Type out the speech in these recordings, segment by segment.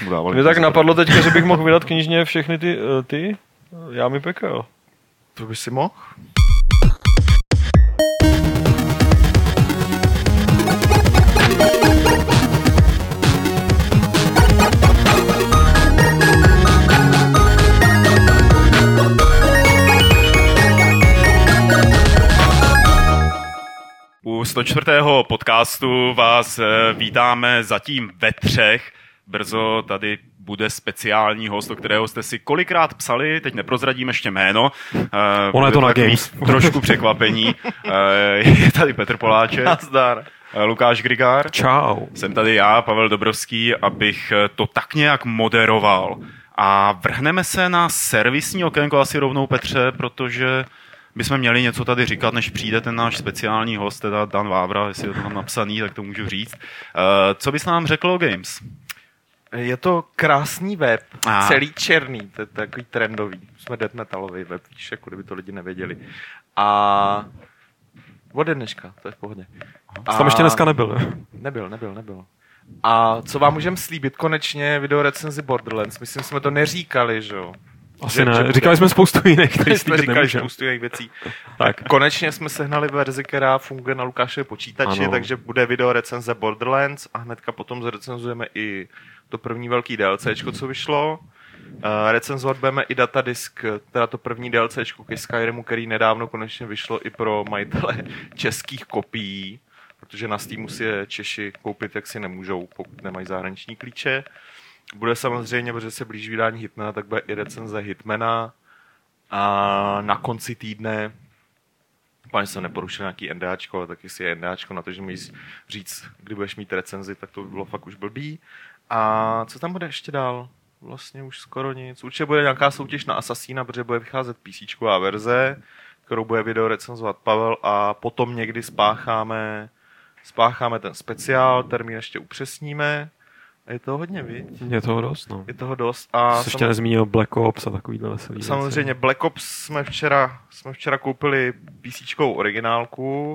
jsme mu dávali. Mě tak napadlo teďka, že bych mohl vydat knižně všechny ty Jámy pekel. To by si mohl? U 104. podcastu vás vítáme zatím ve třech. Brzo tady bude speciální host, o kterého jste si kolikrát psali, teď neprozradím ještě jméno. Ono je to na Games. Trošku překvapení. Je tady Petr Poláček. Nazdar. Lukáš Grigár. Čau. Jsem tady já, Pavel Dobrovský, abych to tak nějak moderoval. A vrhneme se na servisní okénko asi rovnou, Petře, protože bychom měli něco tady říkat, než přijde ten náš speciální host, teda Dan Vávra, jestli je to tam napsaný, tak to můžu říct. Co bys nám řekl o Games? Je to krásný web, celý černý, to je takový trendový. Jsme deathmetalový web, víš, jako kdyby to lidi nevěděli. A ode dneška, to je v pohodě. A tam ještě dneska nebyl, ne? Nebyl. A co vám můžeme slíbit? Konečně videorecenzi Borderlands. Myslím, jsme to neříkali, že jo? Asi ne. Říkali jsme spoustu jiných, které jsme říkali spoustu jiných věcí. Tak konečně jsme sehnali verzi, která funguje na Lukášově počítači, takže bude videorecenze Borderlands a hnedka potom zrecenzujeme i to první velký DLCčko, co vyšlo. Recenzovat budeme i datadisk, teda to první DLCčko ke Skyrimu, který nedávno konečně vyšlo i pro majitele českých kopií, protože na Steamu si je Češi koupit, jak si nemůžou, pokud nemají zahraniční klíče. Bude samozřejmě, protože se blíží vydání Hitmana, tak bude i recenze Hitmana. A na konci týdne, pane, jsem neporušil nějaký NDAčko, ale taky si je NDAčko na to, že mi říct, kdy budeš mít recenzi, tak to by bylo fakt už blbý. A co tam bude ještě dál? Vlastně už skoro nic. Určitě bude nějaká soutěž na Assassina, protože bude vycházet PCčková verze, kterou bude video recenzovat Pavel a potom někdy spácháme ten speciál, termín ještě upřesníme. Je toho hodně, viď? Je toho dost, no. Je toho dost. A jsi ještě nezmínil Black Ops a takovýhle veselý. Samozřejmě Black Ops jsme včera koupili PCčkovou originálku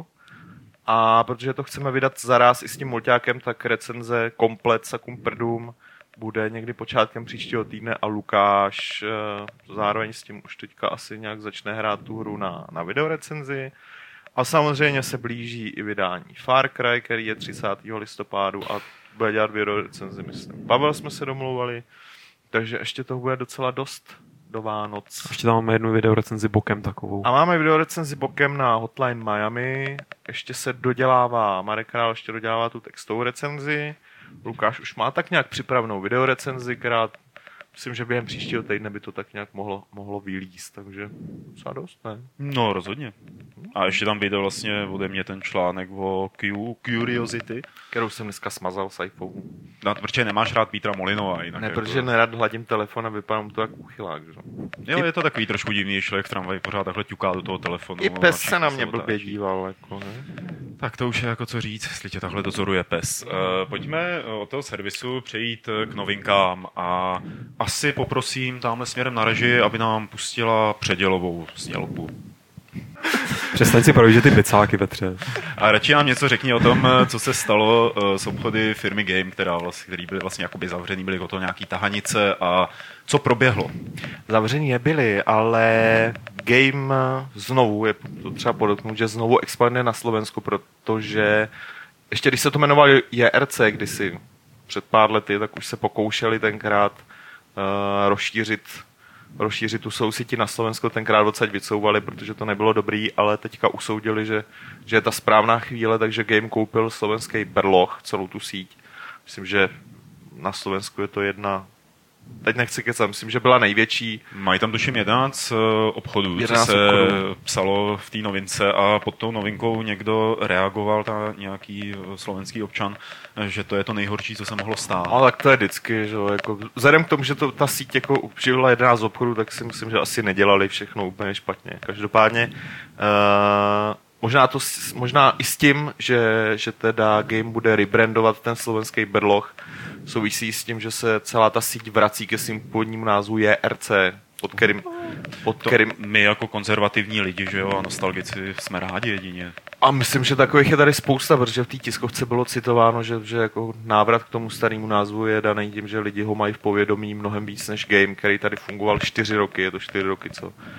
a protože to chceme vydat zaraz i s tím mulťákem, tak recenze komplet Sakum Prdum bude někdy počátkem příštího týdne a Lukáš zároveň s tím už teďka asi nějak začne hrát tu hru na videorecenzi. A samozřejmě se blíží i vydání Far Cry, který je 30. listopadu a bude dělat videorecenzi, myslím. Pavel jsme se domluvali, takže ještě toho bude docela dost do Vánoc. Ještě tam máme jednu videorecenzi bokem takovou. A máme videorecenzi bokem na Hotline Miami. Ještě se dodělává, Marek Král ještě dodělává tu textovou recenzi. Lukáš už má tak nějak připravenou videorecenzi, která myslím, že během příštího týdne by to tak nějak mohlo vylízt, takže docela dost, ne? No, rozhodně. A ještě tam vyjde vlastně ode mě ten článek o Curiosity, kterou jsem dneska smazal s iPhone. No, protože nemáš rád Petra Molinova. Jinak ne, jako protože nerad hladím telefon a vypadám to jak uchylák. Že? Jo, je to takový trošku divný, člověk v tramvaji pořád takhle ťuká do toho telefonu. I pes se na mě blbě díval. Jako, ne? Tak to už je jako co říct, jestli tě takhle dozoruje pes. Pojďme od toho servisu přejít k novinkám a asi poprosím tamhle směrem na režii, aby nám pustila předělovou znělku. Přestaň si projíždět ty bicáky, Petře. A radši nám něco řekni o tom, co se stalo s obchody firmy Game, který byly vlastně jakoby zavřený, byly o to nějaký tahanice a co proběhlo? Zavřený nebyly, ale Game znovu, je to třeba podotknout, že znovu expanduje na Slovensku, protože ještě když se to jmenovalo JRC kdysi před pár lety, tak už se pokoušeli tenkrát rozšířit tu sousítí na Slovensko, tenkrát odsaď vycouvali, protože to nebylo dobrý, ale teďka usoudili, že je ta správná chvíle, takže Game koupil slovenský Berloch, celou tu síť. Myslím, že na Slovensku je to jedna, teď nechci kecat, myslím, že byla největší. Mají tam tuším 11 obchodů, co se psalo v té novince a pod tou novinkou někdo reagoval, nějaký slovenský občan, že to je to nejhorší, co se mohlo stát. No tak to je vždycky, že jako, vzhledem k tomu, že ta síť jako uživila 11 obchodů, tak si myslím, že asi nedělali všechno úplně špatně. Každopádně možná i s tím, že teda Game bude rebrandovat ten slovenský Berloch, souvisí s tím, že se celá ta síť vrací ke svým původnímu názvu JRC, pod kterým my jako konzervativní lidi, že jo, a nostalgici jsme rádi jedině. A myslím, že takových je tady spousta, protože v té tiskovce bylo citováno, že jako návrat k tomu starému názvu je daný tím, že lidi ho mají v povědomí mnohem víc než game, který tady fungoval 4 roky. Je to 4 roky,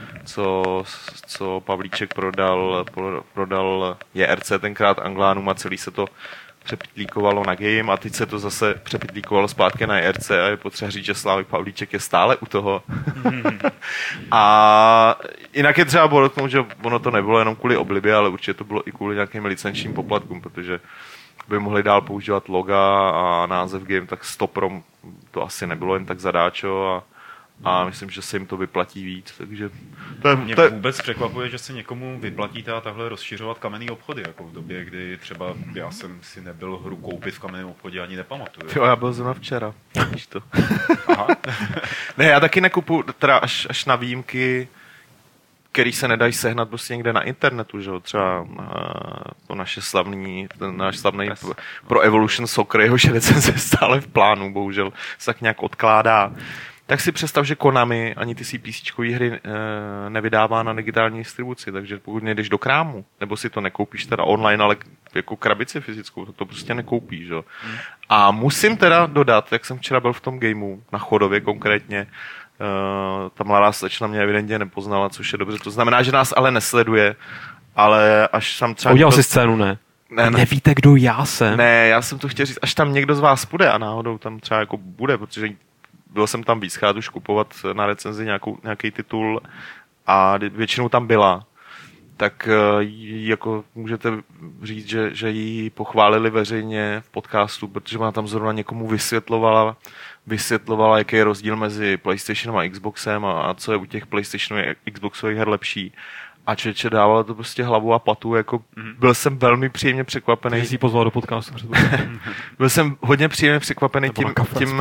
co Pavlíček prodal JRC tenkrát Anglánům a celý se to přepitlíkovalo na game a teď se to zase přepitlíkovalo zpátky na JRC a je potřeba říct, že Slávek Pavlíček je stále u toho. A jinak je třeba podotknout, že ono to nebylo jenom kvůli oblibě, ale určitě to bylo i kvůli nějakým licenčním poplatkům, protože by mohli dál používat loga a název game, tak Stoprom to asi nebylo jen tak zadáčo a myslím, že se jim to vyplatí víc, takže Mě vůbec překvapuje, že se někomu vyplatí takhle rozšiřovat kamenný obchody, jako v době, kdy třeba já jsem si nebyl hru koupit v kamenném obchodě, ani nepamatuju. Jo, já byl zrovna včera, víš to. Aha. Ne, já taky nekupuju, teda až na výjimky, který se nedají sehnat prostě někde na internetu, že jo, třeba to náš slavný Pro Evolution Soccer, jehož recenze je stále v plánu, bohužel se tak nějak odkládá. Tak si představ, že Konami ani ty si PC-čkový hry nevydává na digitální distribuci, takže pokud nejdeš do krámu, nebo si to nekoupíš teda online, ale jako krabici fyzickou, to prostě nekoupíš, jo. A musím teda dodat, jak jsem včera byl v tom gameu, na Chodově konkrétně, ta mladá slečna mě evidentně nepoznala, což je dobře, to znamená, že nás ale nesleduje, ale až tam třeba... Udělal si scénu, ne? Ne. Nevíte, kdo já jsem? Ne, já jsem to chtěl říct, až tam někdo z vás půjde a náhodou tam třeba jako bude, protože byl jsem tam víckrát už kupovat na recenzi nějaký titul a většinou tam byla, tak jako můžete říct, že ji pochválili veřejně v podcastu, protože ona tam zrovna někomu vysvětlovala, jaký je rozdíl mezi PlayStationem a Xboxem a co je u těch PlayStationových a Xboxových her lepší. A člověče dávalo to prostě hlavu a patu, jako byl jsem velmi příjemně překvapený. Jsi pozval do podcastu. Byl jsem hodně příjemně překvapený tím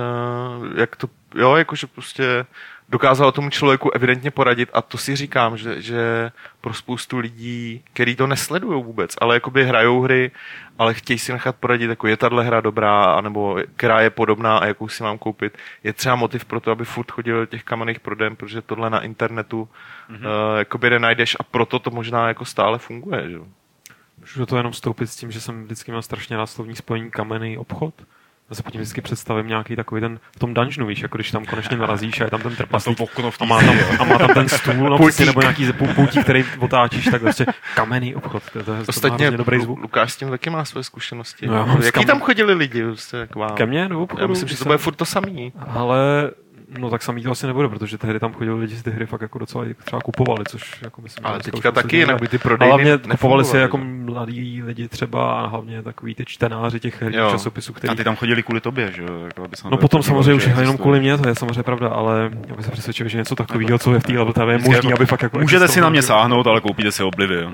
jak to, jo, jakože prostě dokázalo tomu člověku evidentně poradit a to si říkám, že pro spoustu lidí, který to nesledují vůbec, ale jakoby hrajou hry, ale chtějí si nechat poradit, jako je tahle hra dobrá, anebo která je podobná a jakou si mám koupit, je třeba motiv pro to, aby furt chodil do těch kamenných prodejen, protože tohle na internetu jakoby nenajdeš a proto to možná jako stále funguje, že? Můžu to jenom vstoupit s tím, že jsem vždycky měl strašně rád slovní spojení kamenný obchod. Já se potom vždycky představím nějaký takový ten v tom dungeonu, víš, jako když tam konečně narazíš a je tam ten trpaslík a má tam ten stůl, no, prostě, nebo nějaký pultík, který otáčíš, tak prostě kamenný obchod. To ostatně dobrý zvuk. Lukáš s tím taky má své zkušenosti. No, jaký tam chodili lidi? Prostě, ke mně do obchodu? Já myslím, že to bude furt to samý. Ale no tak samý to asi nebude, protože tehdy tam chodili lidi z ty hry fakt jako docela třeba kupovali, což jako myslím, ale teďka taky, jinak by ty prodejny hlavně kupovali si jako mladí lidi třeba a hlavně takový ty čtenáři těch herních časopisů, který... A ty tam chodili kvůli tobě, že jo? Jako, no potom samozřejmě už jenom kvůli mě, to je samozřejmě pravda, ale já bych se přesvědčil, že něco takového, co je v té Level TV, je možný, aby fakt jako... Můžete si na mě sáhnout, ale koupíte si Oblivion.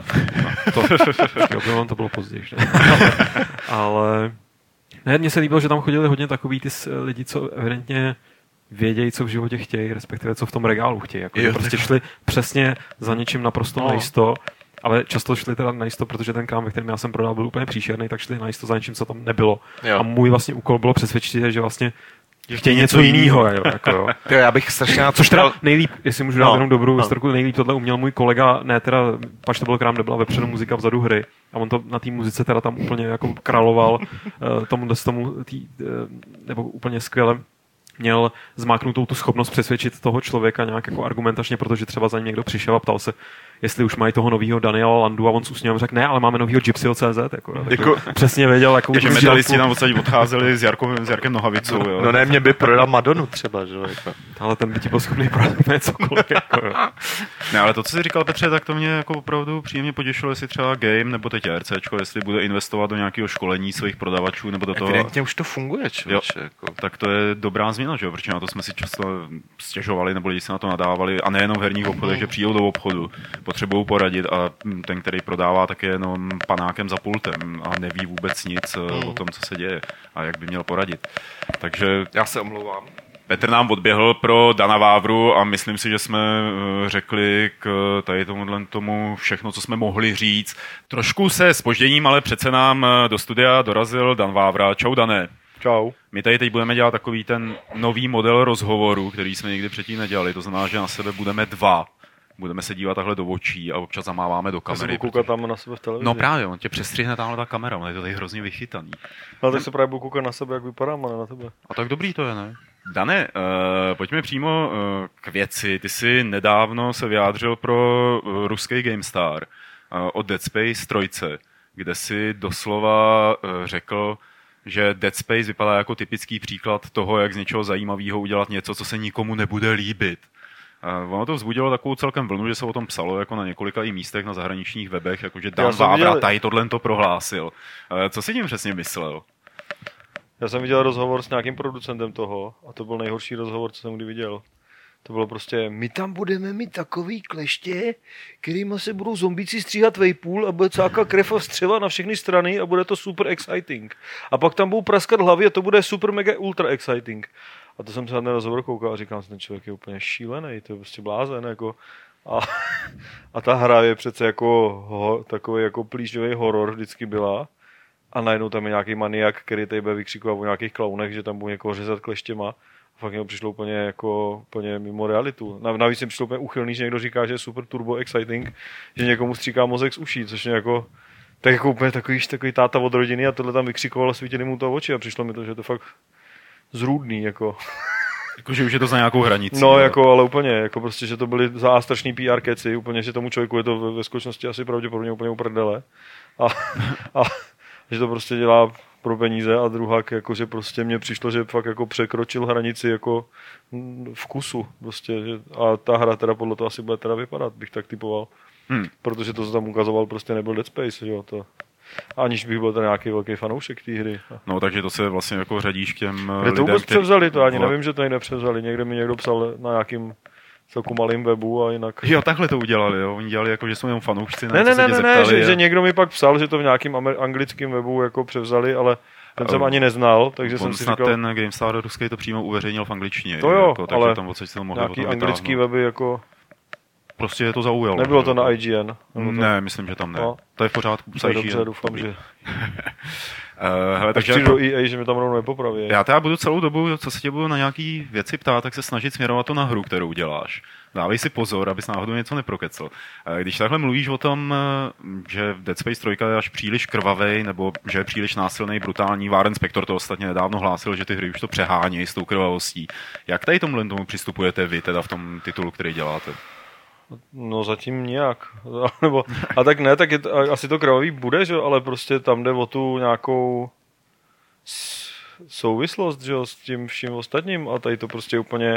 To bylo později. Ale ne, mně se líbilo, že tam chodili hodně takový ty lidi, co evidentně vědějí, co v životě chtějí, respektive co v tom regálu chtějí. Jako, prostě šli přesně za něčím naprosto najisto, ale často šli teda najisto, protože ten krám, ve kterém já jsem prodal, byl úplně příšerný, tak šli najisto za něčím, co tam nebylo. Jo. A můj vlastně úkol bylo přesvědčit, že vlastně chtějí něco jiného. Jako. Já bych strašně což teda nejlíp, jestli můžu dát jenom dobrou historku, nejlíp tohle uměl můj kolega, ne teda, pač to byl krám, kde byla vepředu muzika, vzadu hry. A on to na té muzice teda tam úplně jako kraloval nebo úplně skvěle měl zmáknutou tu schopnost přesvědčit toho člověka nějak jako argumentačně, protože třeba za ním někdo přišel a ptal se, jestli už mají toho novýho Daniela Landu a on s úsměvem řekl, ne, ale máme novýho Gypsy.cz, jako přesně věděl, jakou... Takže metalisti tam odcházeli s Jarkem Nohavicou, jo. No ne, mě by prodal Madonu třeba, že jo. Jako. Ale ten by ti byl schopný prodat cokoliv, jako, jo. Ne, ale to, co jsi říkal, Petře, tak to mě jako opravdu příjemně potěšilo, jestli třeba Game nebo teď RCčko, jestli bude investovat do nějakého školení svých prodavačů nebo do toho. Evidentně už to funguje, člověče. Jako. Tak to je dobrá změna, že jo, protože na to jsme si často stěžovali, nebo lidi se na to nadávali, a nejenom v herních obchodech, že přijdou do obchodu, potřebují poradit a ten, který prodává, tak je jenom panákem za pultem a neví vůbec nic o tom, co se děje a jak by měl poradit. Takže já se omlouvám. Petr nám odběhl pro Dana Vávru a myslím si, že jsme řekli k tady tomu všechno, co jsme mohli říct. Trošku se zpožděním, ale přece nám do studia dorazil Dan Vávra. Čau, Dané. Čau. My tady teď budeme dělat takový ten nový model rozhovoru, který jsme nikdy předtím nedělali. To znamená, že na sebe budeme dva. budeme se dívat takhle do očí a občas zamáváme do kamery. Koukat tam na sebe v televizi. No právě, on tě přestřihne tamhle ta kamera, on je to tady hrozně vychytaný. No tak se právě budu koukat na sebe, jak vypadám, a ne na tebe. A tak dobrý to je, ne? Dane, pojďme přímo k věci. Ty jsi nedávno se vyjádřil pro ruský GameStar o Dead Space 3, kde si doslova řekl, že Dead Space vypadá jako typický příklad toho, jak z něčeho zajímavého udělat něco, co se nikomu nebude líbit. Ono to vzbudilo takovou celkem vlnu, že se o tom psalo jako na několika i místech na zahraničních webech, jakože Dan Vávra tady tohle to prohlásil. Co si tím přesně myslel? Já jsem viděl rozhovor s nějakým producentem toho a to byl nejhorší rozhovor, co jsem kdy viděl. To bylo prostě, my tam budeme mít takový kleště, kterýma se budou zombíci stříhat vejpůl a bude cáka krev a střeva na všechny strany a bude to super exciting. A pak tam budou praskat hlavy a to bude super mega ultra exciting. A to jsem se na ten rozhovor koukal a říkám si, ten člověk je úplně šílený, to je prostě blázen. Jako. A ta hra je přece jako takový jako plíživý horor vždycky byla. A najednou tam je nějaký maniak, který tady bude vykřikovat o nějakých klaunech, že tam budou někoho řezat kleštěma. A fakt mi přišlo úplně mimo realitu. Navíc mi přišlo úplně uchylný, že někdo říká, že je super turbo exciting, že někomu stříká mozek z uší, což mě jako tak jako úplně takový táta od rodiny a tohle tam vykřikoval a svítili mu to oči a přišlo mi to, že je to fakt zrůdný, jako. Jakože už je to za nějakou hranici. No, jako, ale úplně, jako prostě, že to byly strašný PR keci, úplně, že tomu člověku je to ve skutečnosti asi pravděpodobně úplně uprdele. A že to prostě dělá pro peníze a druhák, jako, že prostě mně přišlo, že fakt jako překročil hranici jako vkusu, prostě, že, a ta hra teda podle toho asi bude teda vypadat, bych tak typoval. Protože to, co tam ukazoval, prostě nebyl Dead Space, jo, to. Aniž bych byl ten nějaký velký fanoušek té hry. No, takže to se vlastně jako řadíš k těm lidem, to vůbec převzali, to ani nevím, že to někde převzali. Někde mi někdo psal na nějakým celku malým webu a jinak. Jo, takhle to udělali, jo. Oni dělali jako, že jsou jenom fanoušci. Ne, že někdo mi pak psal, že to v nějakým anglickým webu jako převzali, ale ten jsem ani neznal, takže jsem si říkal... ten GameStar ruský to přímo uveřejnil v angličtině. To jo, jako, takže ale tam nějaký anglický weby jako... Prostě je to zaujalo. Nebylo to na IGN? Ne, myslím, že tam ne. No. To je v pořádku. To je dobře, doufám, že... Hele, takže do EA, že mi tam rovnou nepopraví. Já teda budu celou dobu, co se tě budu na nějaký věci ptát, tak se snažit směrovat to na hru, kterou děláš. Dávej si pozor, abys náhodou něco neprokecl. Když takhle mluvíš o tom, že Dead Space 3 je až příliš krvavej, nebo že je příliš násilný, brutální, Warren Spector to ostatně nedávno hlásil, že ty hry už to přehánějí s tou krvavostí. Jak tady tomu přistupujete vy, teda v tom titulu, který děláte? No zatím nějak. A tak ne, tak asi to krvavý bude, že? Ale prostě tam jde o tu nějakou souvislost, že? S tím vším ostatním a tady to prostě úplně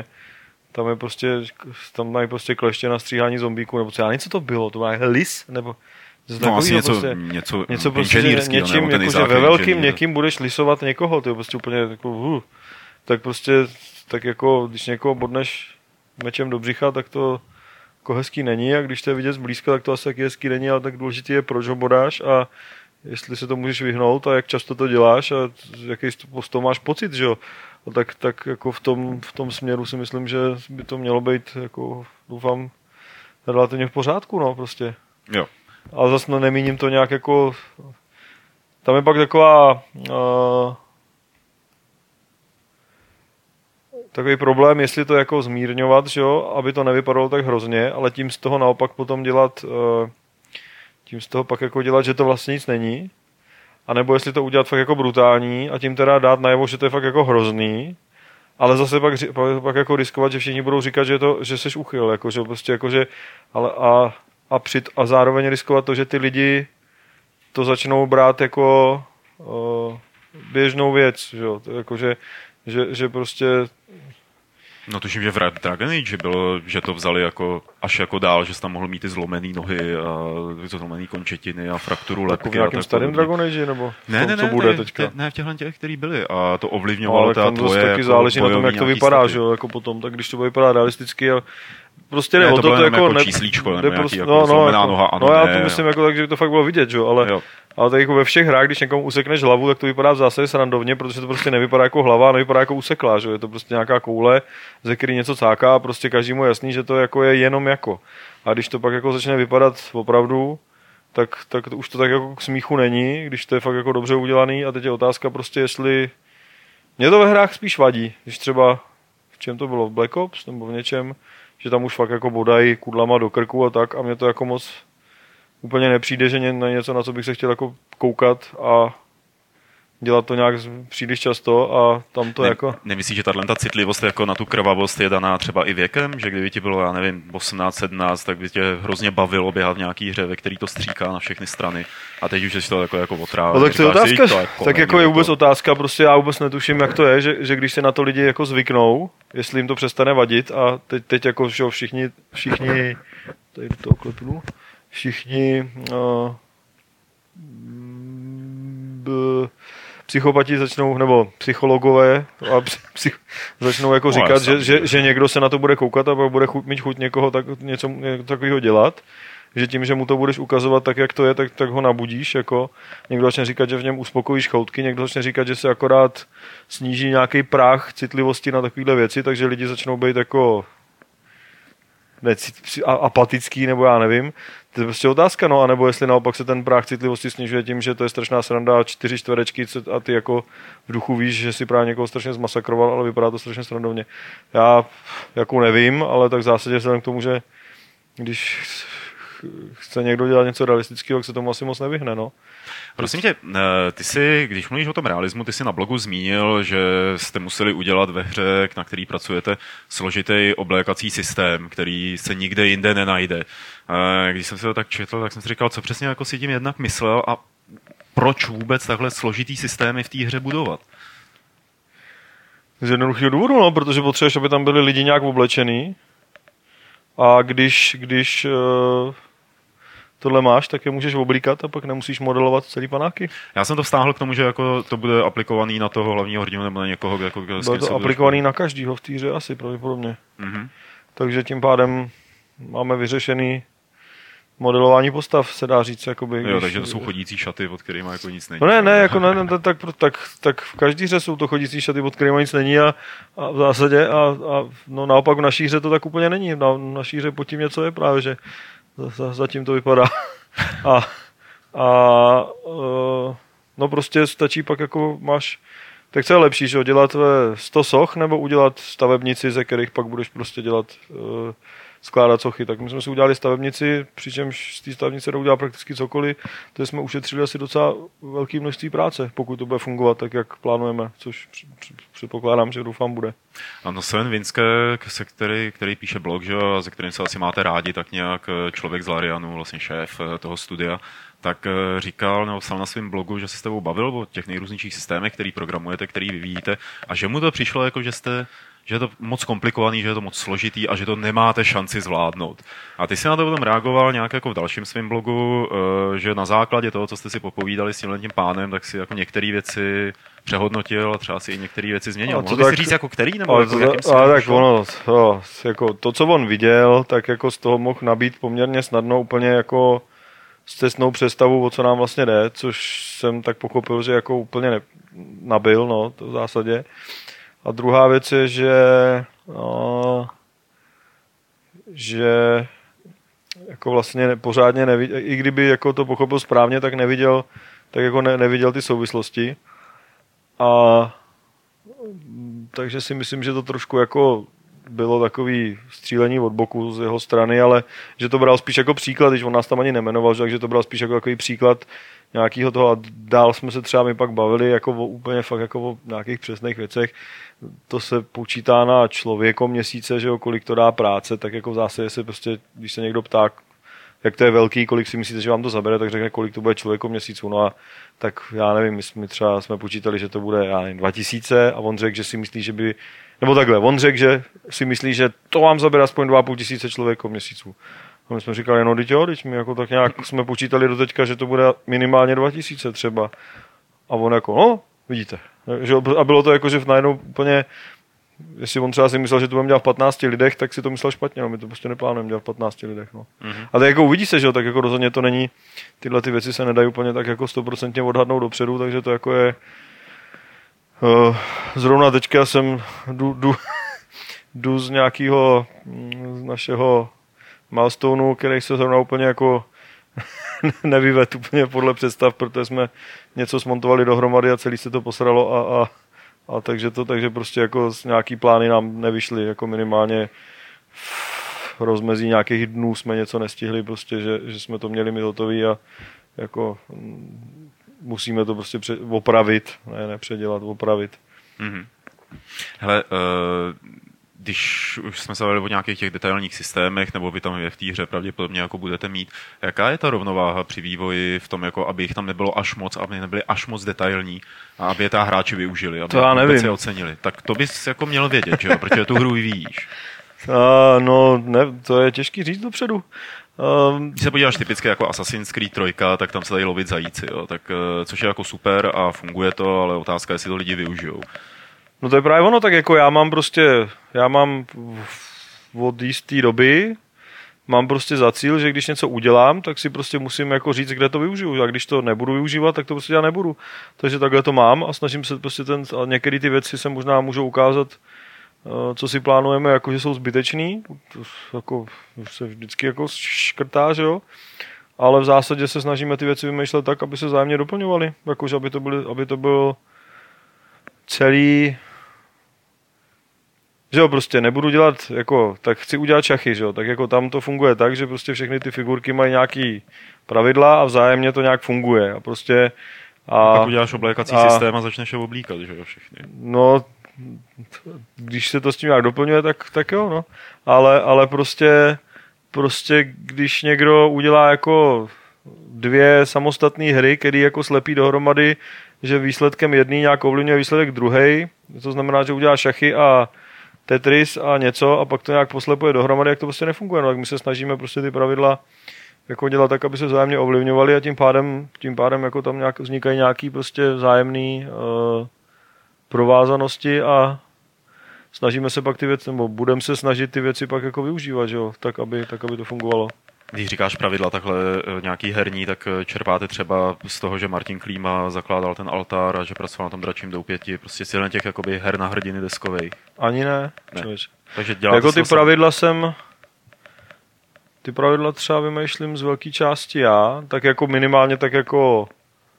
tam mají prostě kleště na stříhání zombíků, nebo co já nevím, co to bylo, to má lis, nebo no asi něco prostě něčím, jakože ve velkým někým budeš lisovat někoho, to je prostě úplně jako, tak prostě, tak jako, když někoho bodneš mečem do břicha, tak to jako hezký není a když to je vidět zblízka, tak to asi taky hezký není, ale tak důležitý je, proč ho bodáš a jestli se to můžeš vyhnout a jak často to děláš a jaký z toho máš pocit, že jo. Tak jako v tom směru si myslím, že by to mělo být, jako doufám, relativně v pořádku, no prostě. Jo. Ale zase nemíním to nějak jako, tam je pak taková takový problém, jestli to jako zmírňovat, že jo, aby to nevypadalo tak hrozně, ale tím z toho naopak potom dělat, že to vlastně nic není, anebo jestli to udělat fakt jako brutální a tím teda dát najevo, že to je fakt jako hrozný, ale zase pak jako riskovat, že všichni budou říkat, že seš uchyl, jako, že prostě jako, že, ale a zároveň riskovat to, že ty lidi to začnou brát jako běžnou věc, že jo, jako, že prostě... No tuším, že v Dragon Age bylo, že to vzali jako až jako dál, že jsi tam mohl mít ty zlomený nohy a zlomený končetiny a frakturu lepky. Jako v nějakém starém Dragon Age, nebo co bude teďka? Ne, v těch, který byli a to ovlivňovalo teda tvoje taky jako záleží na tom, jak to vypadá, že jo, jako potom, tak když to bude vypadat realisticky a prostě ne, to bylo jako číslíčko, nebo nějaký jako zlomená noha, ano, já to myslím jako tak, že by to fakt bylo vidět, že jo, ale tak jako ve všech hrách, když někomu usekneš hlavu, tak to vypadá v zásadě srandovně, protože to prostě nevypadá jako hlava, nevypadá jako useklá, že je to prostě nějaká koule, ze který něco cáká a prostě každému je jasný, že to jako je jenom jako. A když to pak jako začne vypadat opravdu, tak to už to tak jako k smíchu není, když to je fakt jako dobře udělaný a teď je otázka prostě, jestli mě to ve hrách spíš vadí, když třeba v čem to bylo, v Black Ops nebo v něčem, že tam už fakt jako bodají kudlama do krku a tak a mně to jako moc úplně nepřijde, že na něco, na co bych se chtěl jako koukat a dělat to nějak příliš často a tam to jako... Nemyslíš, že tato citlivost jako na tu krvavost je daná třeba i věkem? Že kdyby ti bylo, já nevím, 18, 17, tak by tě hrozně bavilo běhat v nějaký hře, ve který to stříká na všechny strany a teď už je to jako otrává. No tak to je otázka, tak jako je vůbec otázka, prostě já vůbec netuším, jak to je, že když se na to lidi jako zvyknou, jestli jim to přestane vadit a teď jako všichni tady do toho klepnu, všichni psychopati začnou, nebo psychologové začnou jako říkat, že někdo se na to bude koukat a bude mít chuť někoho něco takového dělat, že tím, že mu to budeš ukazovat tak, jak to je, tak ho nabudíš. Jako. Někdo začne říkat, že v něm uspokojíš choutky, někdo začne říkat, že se akorát sníží nějaký práh citlivosti na takovéhle věci, takže lidi začnou být jako apatický, nebo já nevím. To je prostě otázka, no, anebo jestli naopak se ten práh citlivosti snižuje tím, že to je strašná sranda 4 čtverečky a ty jako v duchu víš, že si právě někoho strašně zmasakroval, ale vypadá to strašně srandovně. Já jako nevím, ale tak v zásadě vzhledem k tomu, že když chce někdo dělat něco realistického, tak se tomu asi moc nevyhne, no. Prosím tě, ty si, když mluvíš o tom realismu, ty si na blogu zmínil, že jste museli udělat ve hře, na který pracujete, složitý oblékací systém, který se nikde jinde nenajde. Když jsem se to tak četl, tak jsem si říkal, co přesně jako si tím jednak myslel a proč vůbec takhle složitý systémy v té hře budovat? Z jednoduchého důvodu, no, protože potřebuješ, aby tam byli lidi nějak oblečený a když tohle máš, tak je můžeš oblíkat a pak nemusíš modelovat celý panáky. Já jsem to vztáhl k tomu, že jako to bude aplikovaný na toho hlavního hrdinu nebo na někoho, jako bude to aplikovaný na každýho v té hře asi pravděpodobně. Mm-hmm. Takže tím pádem máme vyřešený modelování postav, se dá říct. Jakoby, jo, takže to jsou chodící šaty, pod kterými jako nic není. No ne, jako tak v každé hře jsou to chodící šaty, pod kterými nic není a v zásadě no naopak v naší hře to tak úplně není. V naší hře pod tím něco je právě, že zatím to vypadá. No prostě stačí pak jako máš, tak co je lepší, že dělat 100 soch nebo udělat stavebnici, ze kterých pak budeš prostě dělat skládat sochy. Tak my jsme si udělali stavebnici, přičemž z té stavebnice jde udělat prakticky cokoliv, takže jsme ušetřili asi docela velké množství práce, pokud to bude fungovat tak, jak plánujeme, což předpokládám, že doufám bude. Ano, Sven Vinske, který píše blog, že, a se kterým se asi máte rádi, tak nějak člověk z Larianu, vlastně šéf toho studia, tak říkal, nebo psal na svém blogu, že se s tebou bavil o těch nejrůznějších systémech, který programujete, který vyvíjíte, a že mu to přišlo jako, že je to moc komplikovaný, že je to moc složitý a že to nemáte šanci zvládnout. A ty jsi na to potom reagoval nějak jako v dalším svém blogu, že na základě toho, co jste si popovídali s tím pánem, tak si jako některé věci přehodnotil a třeba si i některé věci změnil. Mohl bys si říct jako který? Nebo jako tak ono, jako to, co on viděl, tak jako z toho mohl nabít poměrně snadno úplně jako scestnou představu, o co nám vlastně jde, což jsem tak pochopil, že jako úplně nabil, no, to v zásadě. A druhá věc je, že jako vlastně pořádně neviděl, i kdyby jako to pochopil správně, tak neviděl ty souvislosti. A takže si myslím, že to trošku jako bylo takový střílení od boku z jeho strany, ale že to bral spíš jako příklad, když on nás tam ani nemenoval, takže to bral spíš jako takový příklad nějakého toho a dál jsme se třeba my pak bavili jako úplně fakt jako o nějakých přesných věcech. To se počítá na člověko měsíce, že jo, kolik to dá práce, tak jako v zásadě se prostě, když se někdo ptá, jak to je velký, kolik si myslíte, že vám to zabere, tak řekne, kolik to bude člověko měsíců. No a tak já nevím, my třeba jsme počítali, že to bude, já nevím, 2000 a on řekl, že si myslí, že by, nebo takhle, on řekl, že si myslí, že to vám zabere aspoň 2500 člověko měsíců. A my jsme říkali, no teď my jako tak nějak jsme počítali do teďka, že to bude minimálně 2000 třeba. A on jako, no, vidíte. A bylo to jako, že najednou úplně, jestli on třeba si myslel, že to budeme dělat v 15 lidech, tak si to myslel špatně, no, my to prostě neplánujeme dělat v 15 lidech. No. Mm-hmm. A tak jako uvidí se, že jo, tak jako rozhodně to není, tyhle ty věci se nedají úplně tak jako 100% odhadnout dopředu, takže to jako je, zrovna teďka jsem jdu z nějakého, z našeho milestoneu, který se zrovna úplně jako nevyved úplně podle představ, protože jsme něco smontovali dohromady a celý se to posralo a takže prostě jako nějaký plány nám nevyšly, jako minimálně rozmezí nějakých dnů jsme něco nestihli, prostě, že jsme to měli mít hotový a jako musíme to prostě opravit, ne předělat, opravit. Mm-hmm. Hele, když už jsme se bavili o nějakých těch detailních systémech, nebo vy tam je v té hře pravděpodobně jako budete mít, jaká je ta rovnováha při vývoji v tom, jako aby jich tam nebylo až moc, aby nebyly až moc detailní a aby je ta hráči využili, aby je ocenili. Tak to bys jako měl vědět, že jo, protože tu hru vyvíjíš. No, ne, to je těžký říct dopředu. Když se podíváš typicky jako Assassin's Creed 3, tak tam se dají lovit zajíci, jo, tak, což je jako super a funguje to, ale otázka je, jestli to lidi využijou. No to je právě ono, tak jako já mám od jisté doby mám prostě za cíl, že když něco udělám, tak si prostě musím jako říct, kde to využiju. A když to nebudu využívat, tak to prostě já nebudu. Takže takhle to mám a snažím se prostě a některé ty věci se možná můžou ukázat, co si plánujeme, jako že jsou zbytečný. To jako se vždycky jako škrtá, že jo. Ale v zásadě se snažíme ty věci vymýšlet tak, aby se vzájemně doplňovaly. Jakože aby to bylo celý, že jo, prostě nebudu dělat, jako, tak chci udělat šachy, že jo, tak jako tam to funguje tak, že prostě všechny ty figurky mají nějaký pravidla a vzájemně to nějak funguje a prostě a pak uděláš oblékací systém a začneš je oblíkat, že jo, všechny. No, když se to s tím nějak doplňuje, tak jo, no, ale prostě když někdo udělá jako 2 samostatné hry, které jako slepí dohromady, že výsledkem jedný nějak ovlivňuje výsledek druhej, to znamená, že udělá šachy a Tetris a něco a pak to nějak poslepuje dohromady, jak to prostě nefunguje. No, tak my se snažíme prostě ty pravidla jako dělat tak, aby se vzájemně ovlivňovaly a tím pádem jako tam nějak vznikají nějaký prostě vzájemný provázanosti a snažíme se pak ty věci, nebo budeme se snažit ty věci pak jako využívat, že jo, tak aby to fungovalo. Když říkáš pravidla takhle nějaký herní, tak čerpáte třeba z toho, že Martin Klíma zakládal ten altár a že pracoval na tom Dračím doupěti, prostě z těch jakoby her na hrdiny deskovej. Ani ne. Takže jako ty pravidla třeba vymýšlím z velké části já, tak jako minimálně tak jako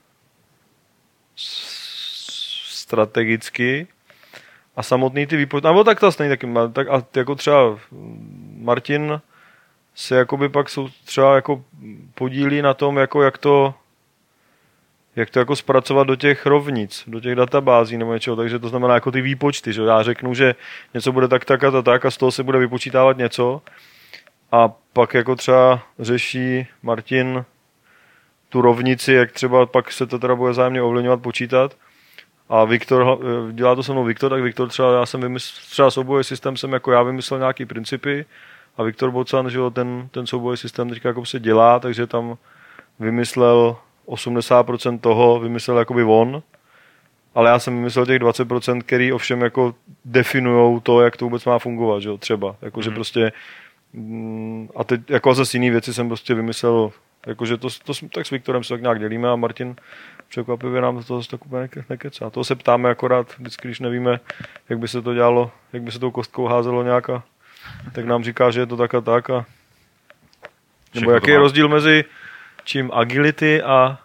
strategicky a samotný ty výpočty, nebo tak to není taky, tak a jako třeba Martin se jakoby pak jsou třeba jako podílí na tom, jako jak to jako zpracovat do těch rovnic, do těch databází nebo něčeho, takže to znamená jako ty výpočty, že já řeknu, že něco bude tak a z toho se bude vypočítávat něco a pak jako třeba řeší Martin tu rovnici, jak třeba pak se to teda bude vzájemně ovlivňovat, počítat a Viktor, dělá to se mnou Viktor, tak Viktor třeba, třeba soubojový systém jsem jako já vymyslel nějaký principy a Viktor Bocan, že jo, ten soubojový systém teďka jako se dělá, takže tam vymyslel 80% toho, vymyslel jakoby on, ale já jsem vymyslel těch 20%, který ovšem jako definujou to, jak to vůbec má fungovat, že jo, třeba, jakože prostě a teď jako zase jiný věci jsem prostě vymyslel, jakože to tak s Viktorem se tak nějak dělíme a Martin překvapivě nám toho tak úplně nekecá. Toho se ptáme akorát, vždycky, když nevíme, jak by se to dělalo, jak by se tou kostkou házelo nějaká, tak nám říká, že je to tak a tak a nebo jaký je rozdíl mezi čím agility a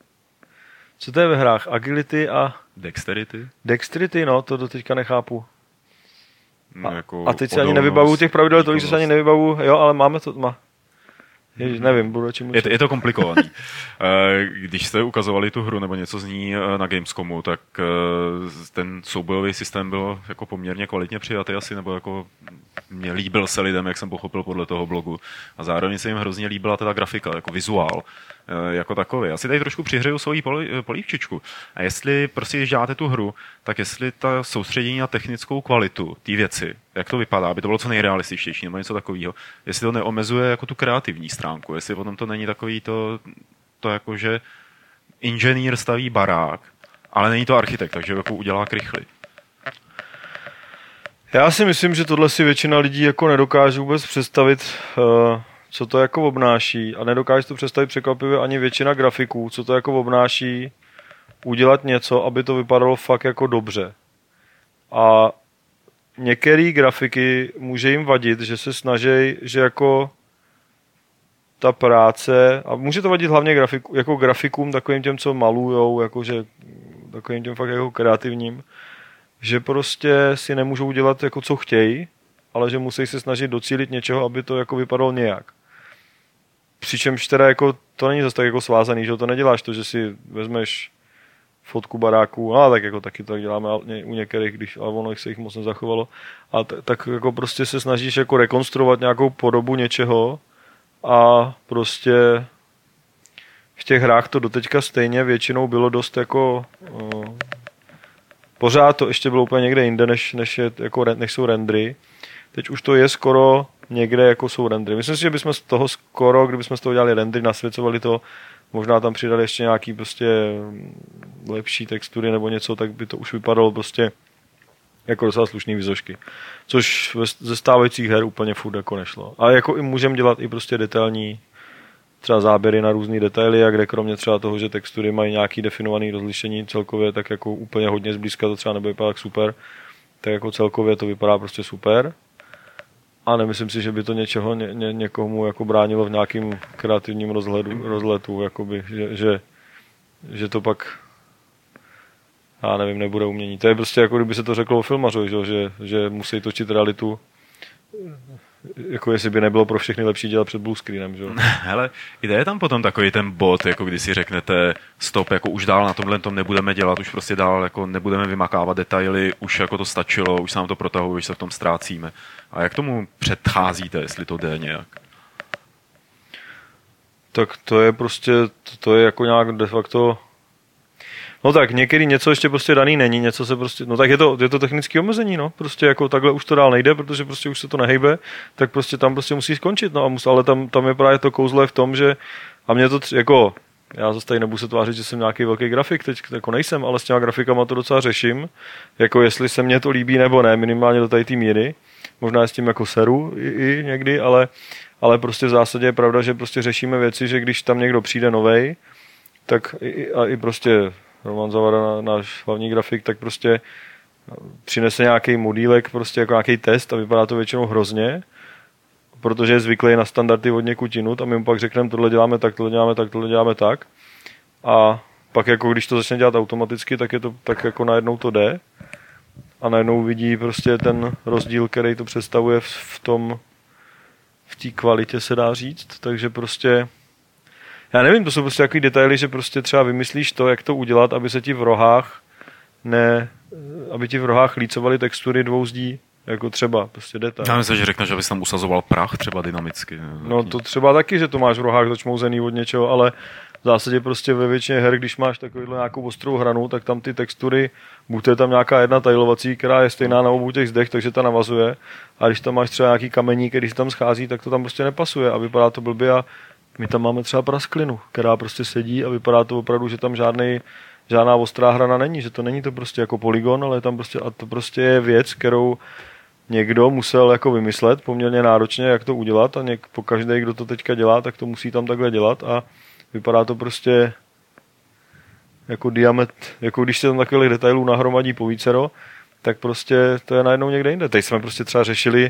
co to je ve hrách? Agility a Dexterity? Dexterity, no, to do teďka nechápu. No, jako a teď si ani nevybavu těch pravidel, tolik se ani nevybavu, jo, ale máme to, Ježiš, nevím, budu čím je to komplikovaný. Když jste ukazovali tu hru nebo něco z ní na Gamescomu, tak ten soubojový systém byl jako poměrně kvalitně přijatý asi, nebo jako mě líbil se lidem, jak jsem pochopil podle toho blogu. A zároveň se jim hrozně líbila teda grafika, jako vizuál, jako takový. Já si tady trošku přihřeju svoji polívčičku. A jestli prostě, když děláte tu hru, tak jestli ta soustředění na technickou kvalitu té věci, jak to vypadá, aby to bylo co nejrealističtější nebo něco takového, jestli to neomezuje jako tu kreativní stránku, jestli potom to není takový to jako, že inženýr staví barák, ale není to architekt, takže jako udělá krychly. Já si myslím, že tohle si většina lidí jako nedokáže vůbec představit, co to jako obnáší a nedokáže to představit překvapivě ani většina grafiků, co to jako obnáší udělat něco, aby to vypadalo fakt jako dobře. A některé grafiky může jim vadit, že se snaží, že jako ta práce, a může to vadit hlavně jako grafikům, takovým těm, co malujou, jakože takovým těm fakt jako kreativním, že prostě si nemůžou dělat jako co chtějí, ale že musí se snažit docílit něčeho, aby to jako vypadalo nějak. Přičemž teda jako to není zase tak jako svázaný, že to neděláš to, že si vezmeš fotku baráků, no tak jako taky to tak děláme u některých, ale ono se jich moc nezachovalo. A tak jako prostě se snažíš jako rekonstruovat nějakou podobu něčeho a prostě v těch hrách to doteďka stejně většinou bylo dost jako pořád to ještě bylo úplně někde jinde, než jsou rendery. Teď už to je skoro někde jako jsou rendery. Myslím si, že bychom z toho skoro, kdybychom z toho dělali rendery, nasvěcovali to, možná tam přidali ještě nějaký prostě lepší textury nebo něco, tak by to už vypadalo prostě jako docela slušný vizošky. Což ze stávajících her úplně furt jako nešlo. Ale jako i můžeme dělat i prostě detailní třeba záběry na různý detaily, a kde kromě třeba toho, že textury mají nějaký definovaný rozlišení celkově, tak jako úplně hodně zblízka to třeba nebude vypadat tak super, tak jako celkově to vypadá prostě super. A nemyslím si, že by to někomu jako bránilo v nějakým kreativním rozletu, jakoby, že to pak já nevím, nebude umění. To je prostě jako kdyby se to řeklo o filmařovi, že musí točit realitu, jako jestli by nebylo pro všechny lepší dělat před bluescreenem, že jo. Hele, je tam potom takový ten bod, jako když si řeknete stop, jako už dál na tomhle tom nebudeme dělat, už prostě dál jako nebudeme vymakávat detaily, už jako to stačilo, už se nám to protahuje, už se v tom ztrácíme. A jak tomu předcházíte, jestli to jde nějak? Tak to je prostě, to je jako nějak de facto. No tak někdy něco ještě prostě daný není, něco se prostě, no tak je to technické omezení, no, prostě jako takhle už to dál nejde, protože prostě už se to nehejbe, tak prostě tam prostě musí skončit, no ale tam je právě to kouzlo v tom, že a mě to jako, já zase tady nebudu se tvářit, že jsem nějaký velký grafik, teď jako nejsem, ale s těma grafikama to docela řeším, jako jestli se mně to líbí nebo ne, minimálně do tady té míry, možná s tím jako seru i někdy, ale prostě v zásadě je pravda, že prostě řešíme věci, že když tam někdo přijde novej, tak i prostě Roman Zavada, náš hlavní grafik, tak prostě přinese nějaký modílek, prostě jako nějaký test a vypadá to většinou hrozně, protože je zvyklý na standardy od někud jinut a my mu pak řekneme, tohle děláme tak, tohle děláme tak, tohle děláme tak. A pak jako když to začne dělat automaticky, tak je to tak jako najednou to jde a najednou vidí prostě ten rozdíl, který to představuje v té kvalitě, se dá říct, takže prostě já nevím, to jsou prostě takový detaily, že prostě třeba vymyslíš to, jak to udělat, aby se ti v rohách aby ti v rohách lícovaly textury dvou zdí, jako třeba prostě detail. Já myslím, že řekneš, že bys tam usazoval prach třeba dynamicky. No to třeba taky, že to máš v rohách začmouzený od něčeho, ale v zásadě prostě ve většině her, když máš takovýhle nějakou ostrou hranu, tak tam ty textury, buď je tam nějaká jedna tailovací, která je stejná na obou těch zdech, takže ta navazuje, a když tam máš třeba nějaký kamení, který se tam schází, tak to tam prostě nepasuje a vypadá to blbě. A my tam máme třeba prasklinu, která prostě sedí a vypadá to opravdu, že tam žádná ostrá hrana není, že to není to prostě jako polygon, ale tam prostě, a to prostě je věc, kterou někdo musel jako vymyslet poměrně náročně, jak to udělat, a po každý, kdo to teďka dělá, tak to musí tam takhle dělat a vypadá to prostě jako diamet, jako když se tam takových detailů nahromadí po vícero, tak prostě to je najednou někde jinde. Teď jsme prostě třeba řešili,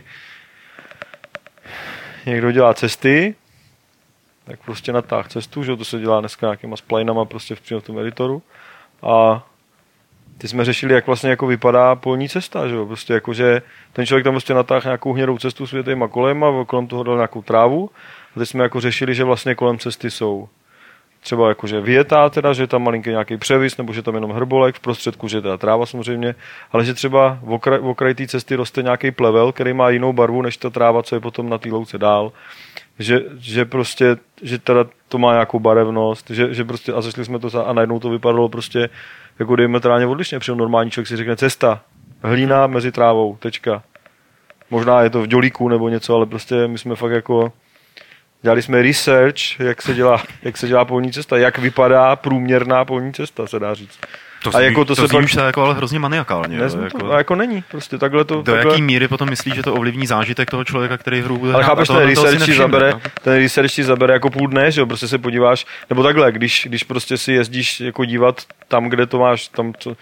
někdo dělá cesty, tak prostě natáh cestu, že to se dělá dneska nějakýma splainama prostě v tom editoru. A ty jsme řešili, jak vlastně jako vypadá polní cesta, že jo? Prostě jako, že ten člověk tam prostě natáhl nějakou hnědou cestu světejma kolema, kolem toho dal nějakou trávu. A teď jsme jako řešili, že vlastně kolem cesty jsou třeba jakože vyjetá, teda, že je tam malinký nějaký převis, nebo že tam jenom hrbolek, v prostředku, že je teda tráva samozřejmě, ale že třeba v okraji té cesty roste nějaký plevel, který má jinou barvu než ta tráva, co je potom na té louce dál. Že prostě, že teda to má nějakou barevnost, že prostě, a zašli jsme to a najednou to vypadalo prostě jako diametrálně odlišně, protože normální člověk si řekne cesta, hlína mezi trávou, tečka. Možná je to v dělíku nebo něco, ale prostě my jsme fakt jako dělali jsme research, jak se dělá polní cesta, jak vypadá průměrná polní cesta, se dá říct. To zní už jako ale hrozně maniakálně. Jako není, prostě takhle to. Do jaký míry potom myslíš, že to ovlivní zážitek toho člověka, který hru bude. Ale chápeš, ten research ti zabere jako půl dne, že jo, prostě se podíváš, nebo takhle, když prostě si jezdíš jako dívat tam, kde to máš, tam co,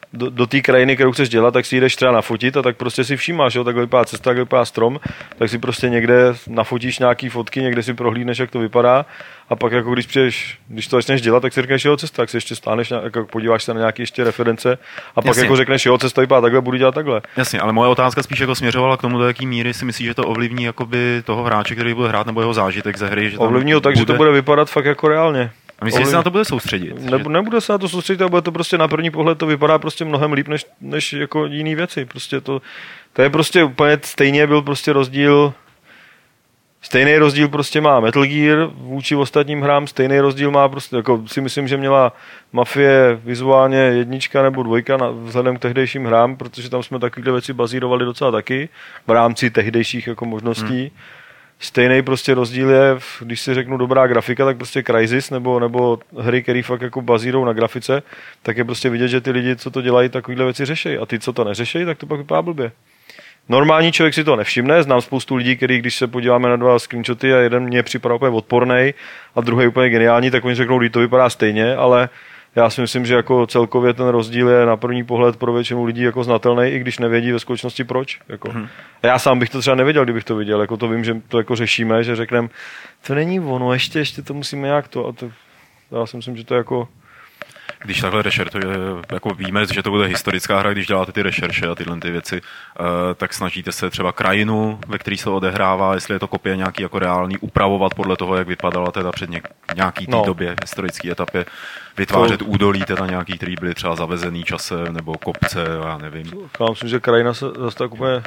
do té krajiny, kterou chceš dělat, tak si jdeš třeba nafotit a tak prostě si všímáš, jo, takhle vypadá cesta, takhle vypadá strom, tak si prostě někde nafotíš nějaký fotky, někde si prohlídneš, jak to vypadá a pak jako když to začneš dělat, tak si řekneš, jo, cesta, tak si ještě stáneš, jako podíváš se na nějaké ještě reference a pak Jasně. jako řekneš, jo, cesta vypadá takhle, budu dělat takhle. Jasně, ale moje otázka spíš jako směřovala k tomu, do jaký míry si myslíš, že to ovlivní jakoby toho hráče, který bude hrát, nebo jeho zážitek ze hry, že Ovlivní ho tak, že to bude vypadat fakt jako reálně. A myslíš, že se na to bude soustředit? Nebude se na to soustředit, ale bude to prostě na první pohled to vypadá prostě mnohem líp, než jako jiný věci. Prostě to je prostě úplně stejně byl prostě rozdíl. Stejný rozdíl prostě má Metal Gear vůči ostatním hrám, stejný rozdíl má prostě, jako si myslím, že měla Mafie vizuálně 1 nebo 2 vzhledem k tehdejším hrám, protože tam jsme takovéhle věci bazírovali docela taky v rámci tehdejších jako možností. Stejný prostě rozdíl je, když si řeknu dobrá grafika, tak prostě Crysis nebo hry, které fakt jako bazírou na grafice, tak je prostě vidět, že ty lidi, co to dělají, takovéhle věci řešejí. A ty, co to neřešejí, tak to pak vypadá blbě. Normální člověk si to nevšimne, znám spoustu lidí, který, když se podíváme na 2 screenshoty a jeden mě připadá úplně odpornej a druhý úplně geniální, tak oni řeknou, že to vypadá stejně, ale já si myslím, že jako celkově ten rozdíl je na první pohled pro většinu lidí jako znatelný, i když nevědí ve skutečnosti proč. Jako. A já sám bych to třeba nevěděl, kdybych to viděl. Jako to vím, že to jako řešíme, že řekneme, to není ono, ještě to musíme nějak to. A to já si myslím, že to je jako... Když takhle jako víme, že to bude historická hra, když děláte ty rešerše a tyhle ty věci, tak snažíte se třeba krajinu, ve které se odehrává, jestli je to kopie nějaký jako reálný, upravovat podle toho, jak vypadala teda před nějaký té době, historické etapě, vytvářet údolí teda nějaký, který byly třeba zavezený časem, nebo kopce, já nevím. Já myslím, že krajina se zase tak úplně,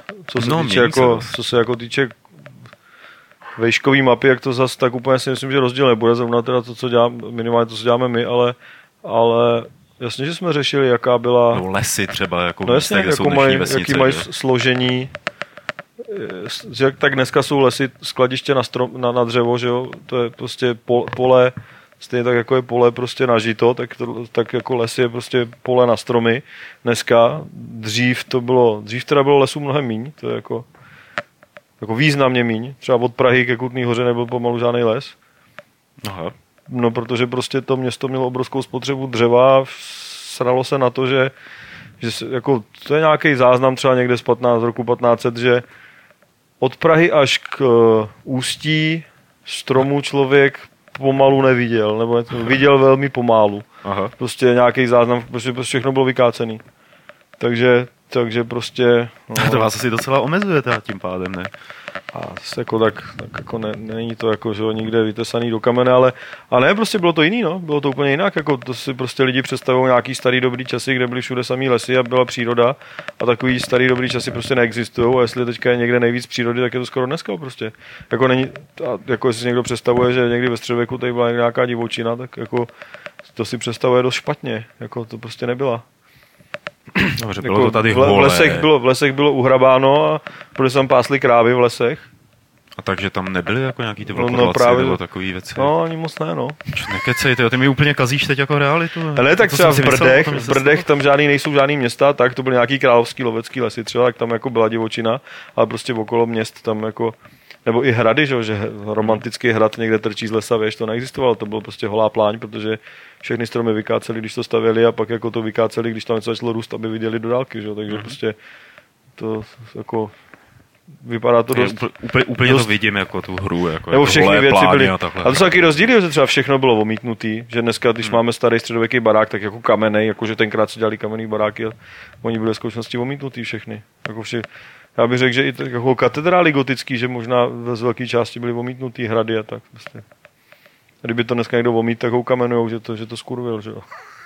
co se týče vejškový mapy, jak to zase tak úplně si myslím, že rozdíl nebude, zrovna teda to, co děláme, minimálně to, co děláme my, ale jasně, že jsme řešili, jaká byla... No lesy třeba, jako no jasně, místech, kde jako jsou dnešní vesnice. Jaký mají složení, že tak dneska jsou lesy, skladiště na dřevo, že jo, to je prostě pole, stejně tak jako je pole prostě na žito, tak jako les je prostě pole na stromy. Dneska, dřív teda bylo lesů mnohem míň, to je jako významně míň, třeba od Prahy ke Kutný Hoře nebyl pomalu žádný les. Aha. No, protože prostě to město mělo obrovskou spotřebu dřeva, sralo se na to, že jako, to je nějaký záznam třeba někde z roku 1500, že od Prahy až k ústí stromu člověk pomalu neviděl, nebo viděl velmi pomálu. Aha. Prostě nějaký záznam, prostě všechno bylo vykácený. Takže prostě... No. To vás asi docela omezuje teda tím pádem, ne? A jako tak jako není to jako, že nikde vytesaný do kamene, ale ne, prostě bylo to jiný, no. Bylo to úplně jinak, jako to si prostě lidi představují nějaký starý dobrý časy, kde byly všude samý lesy a byla příroda a takový starý dobrý časy prostě neexistují a jestli teďka je někde nejvíc přírody, tak je to skoro dneska prostě. Jako není, jako jestli si někdo představuje, že někdy ve středověku tady byla nějaká divočina, tak jako to si představuje dost špatně, jako to prostě nebyla. Dobře, bylo to tady holé. V lesech bylo uhrabáno a protože tam pásly krávy v lesech. A takže tam nebyly jako nějaký ty vlkodlaci nebo takový věci? No, ani moc ne, no. Nekecej, ty mi úplně kazíš teď jako realitu. Ne, tak třeba v Brdech tam nejsou žádný města, tak to byly nějaký královský lovecký lesy třeba, tak tam jako byla divočina, ale prostě okolo měst tam jako, nebo i hrady, že romantický hrad někde trčí z lesa, víš, to neexistovalo, to bylo prostě holá pláň, protože všechny stromy vykáceli, když to stavěli a pak jako to vykáceli, když tam něco začalo růst, aby viděli do dálky, že? Takže prostě to jako vypadá to dost... Úplně dost, to vidím jako tu hru, jako nebo všechny věci byly. A takhle. A to jsou taky rozdíly, že třeba všechno bylo omítnutý, že dneska, když máme starý středověký barák, tak jako kamenej, jakože tenkrát se dělali kamenný baráky, oni byly v skutečnosti omítnutý všechny. Jako já bych řekl, že i jako katedrály gotický, že možná z velké části byly omítnutý hrady a tak. Prostě. Kdyby to dneska někdo omít, tak ho kamenujou, že to skurvil, že jo.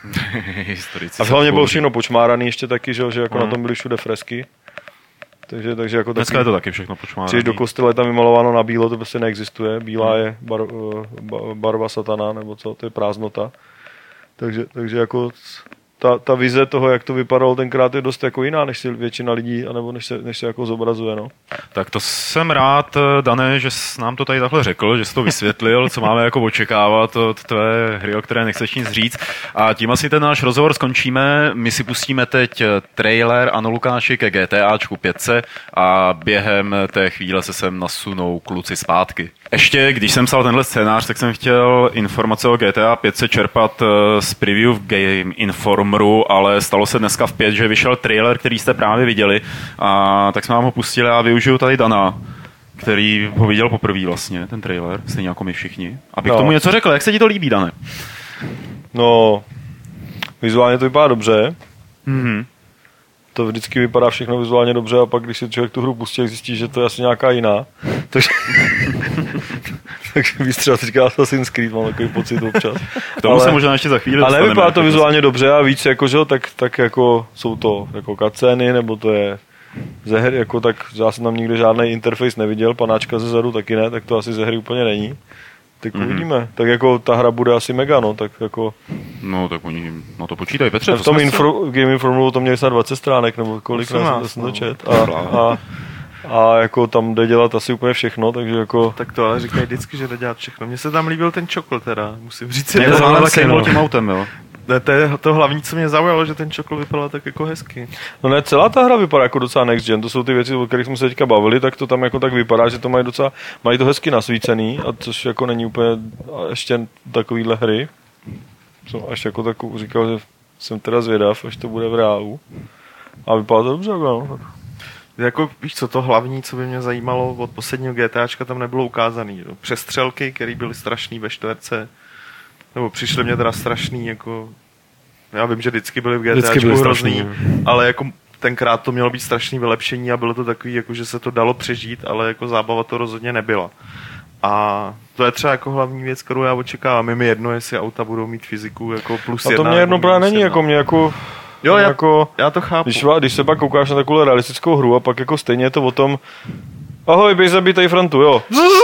A hlavně bylo všechno počmáraný ještě taky, že jako na tom byly všude fresky. Takže jako dneska taky, je to taky všechno počmáraný. Když do kostela je tam vymalováno na bílo, to prostě neexistuje. Bílá je barva satana, nebo co, to je prázdnota. Takže jako ta vize toho, jak to vypadalo tenkrát, je dost jako jiná, než si většina lidí, anebo než se jako zobrazuje, no. Tak to jsem rád, Dané, že jsi nám to tady takhle řekl, že jsi to vysvětlil, co máme jako očekávat od tvé hry, o které nechceš nic říct. A tím asi ten náš rozhovor skončíme. My si pustíme teď trailer, ano Lukáši, ke GTAčku 5 a během té chvíle se sem nasunou kluci zpátky. Ještě, když jsem psal tenhle scénář, tak jsem chtěl informace o GTA 5 se čerpat z preview v Game Informeru, ale stalo se dneska v 5, že vyšel trailer, který jste právě viděli, a tak jsme vám ho pustili a využiju tady Dana, který ho viděl poprvé vlastně, ten trailer, stejně jako my všichni. Abych tomu něco řekl, jak se ti to líbí, Dane? No, vizuálně to vypadá dobře. Mhm. To vždycky vypadá všechno vizuálně dobře a pak, když si člověk tu hru pustí, tak zjistí, že to je asi nějaká jiná. Takže víš, třeba teďka Assassin's Creed, mám takový pocit občas. K tomu se možná ještě za chvíli dostaneme. Ale vypadá to jako vizuálně dobře a víc, jako, že, tak jako jsou to jako cutscény, nebo to je ze hry, jako tak já jsem tam nikde žádný interface neviděl, panáčka ze zadu taky ne, tak to asi ze hry úplně není. Tak uvidíme. Tak jako ta hra bude asi mega, no, tak jako... No, tak oni na to počítají, Petře. V tom Game Informu to měli snad 20 stránek, nebo kolik jsem to čet. A jako tam jde dělat asi úplně všechno, takže jako... Tak to ale říkají vždycky, že jde dělat všechno. Mně se tam líbil ten čokl teda, musím říct. Mě to znamená taky tím autem, jo. To je to hlavní, co mě zaujalo, že ten čokl vypadal tak jako hezky. No ne, celá ta hra vypadá jako docela next gen, to jsou ty věci, o kterých jsme se teďka bavili, tak to tam jako tak vypadá, že to mají to hezky nasvícený, a což jako není úplně ještě takovýhle hry. Co až jako tak říkal, že jsem teda zvědav, až to bude v reálu. A vypadá to dobře, no. Jako, víš co, to hlavní, co by mě zajímalo od posledního GTAčka, tam nebylo ukázaný. Jo. Přestřelky, které byly strašný ve čtverce, nebo přišly mě teda strašný, jako... Já vím, že vždycky byly v GTAčku hrozný, ale jako tenkrát to mělo být strašný vylepšení a bylo to takový, jako že se to dalo přežít, ale jako zábava to rozhodně nebyla. A to je třeba jako hlavní věc, kterou já očekávám. Je mi jedno, jestli auta budou mít fyziku jako plus 1. A to mě jedno právě není, jako mě jako... Jo, já to chápu. Když se pak koukáš na takovou realistickou hru a pak jako stejně je to o tom, ahoj, běž zabítej Frantu, jo.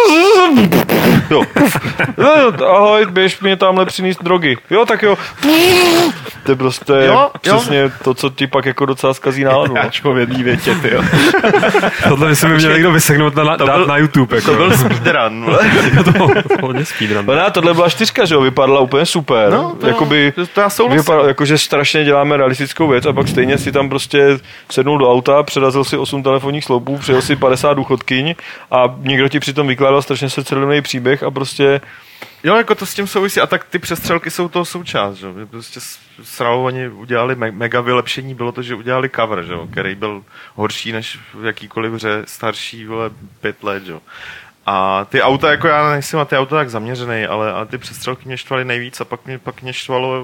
Jo. Ahoj, běž mě tamhle přinést drogy. Jo, tak jo. To je prostě přesně to, co ti pak jako docela zkazí náladu. Jáčko v jedný větě, ty jo. Tohle by se mi měl někdo vyseknout dát na YouTube. Jako. To byl speedrun. To byl hodně speedrun. No ne, tohle byla 4, že jo, vypadala úplně super. No, jakoby, to já souhlasím. Vypadala, jakože strašně děláme realistickou věc a pak stejně si tam prostě sednul do auta, předazil si 8 telefonních sloupů, přijel si 50 důchodkyň a někdo ti přitom vykládal strašně srdcerivný příběh a prostě... Jo, jako to s tím souvisí a tak ty přestřelky jsou toho součást, že? Prostě oni udělali mega vylepšení, bylo to, že udělali cover, že? Který byl horší než v jakýkoliv hře starší, 5 let, že? A ty auta, jako já nejsem na ty auta tak zaměřený, ale ty přestřelky mě štvaly nejvíc a pak mě štvalo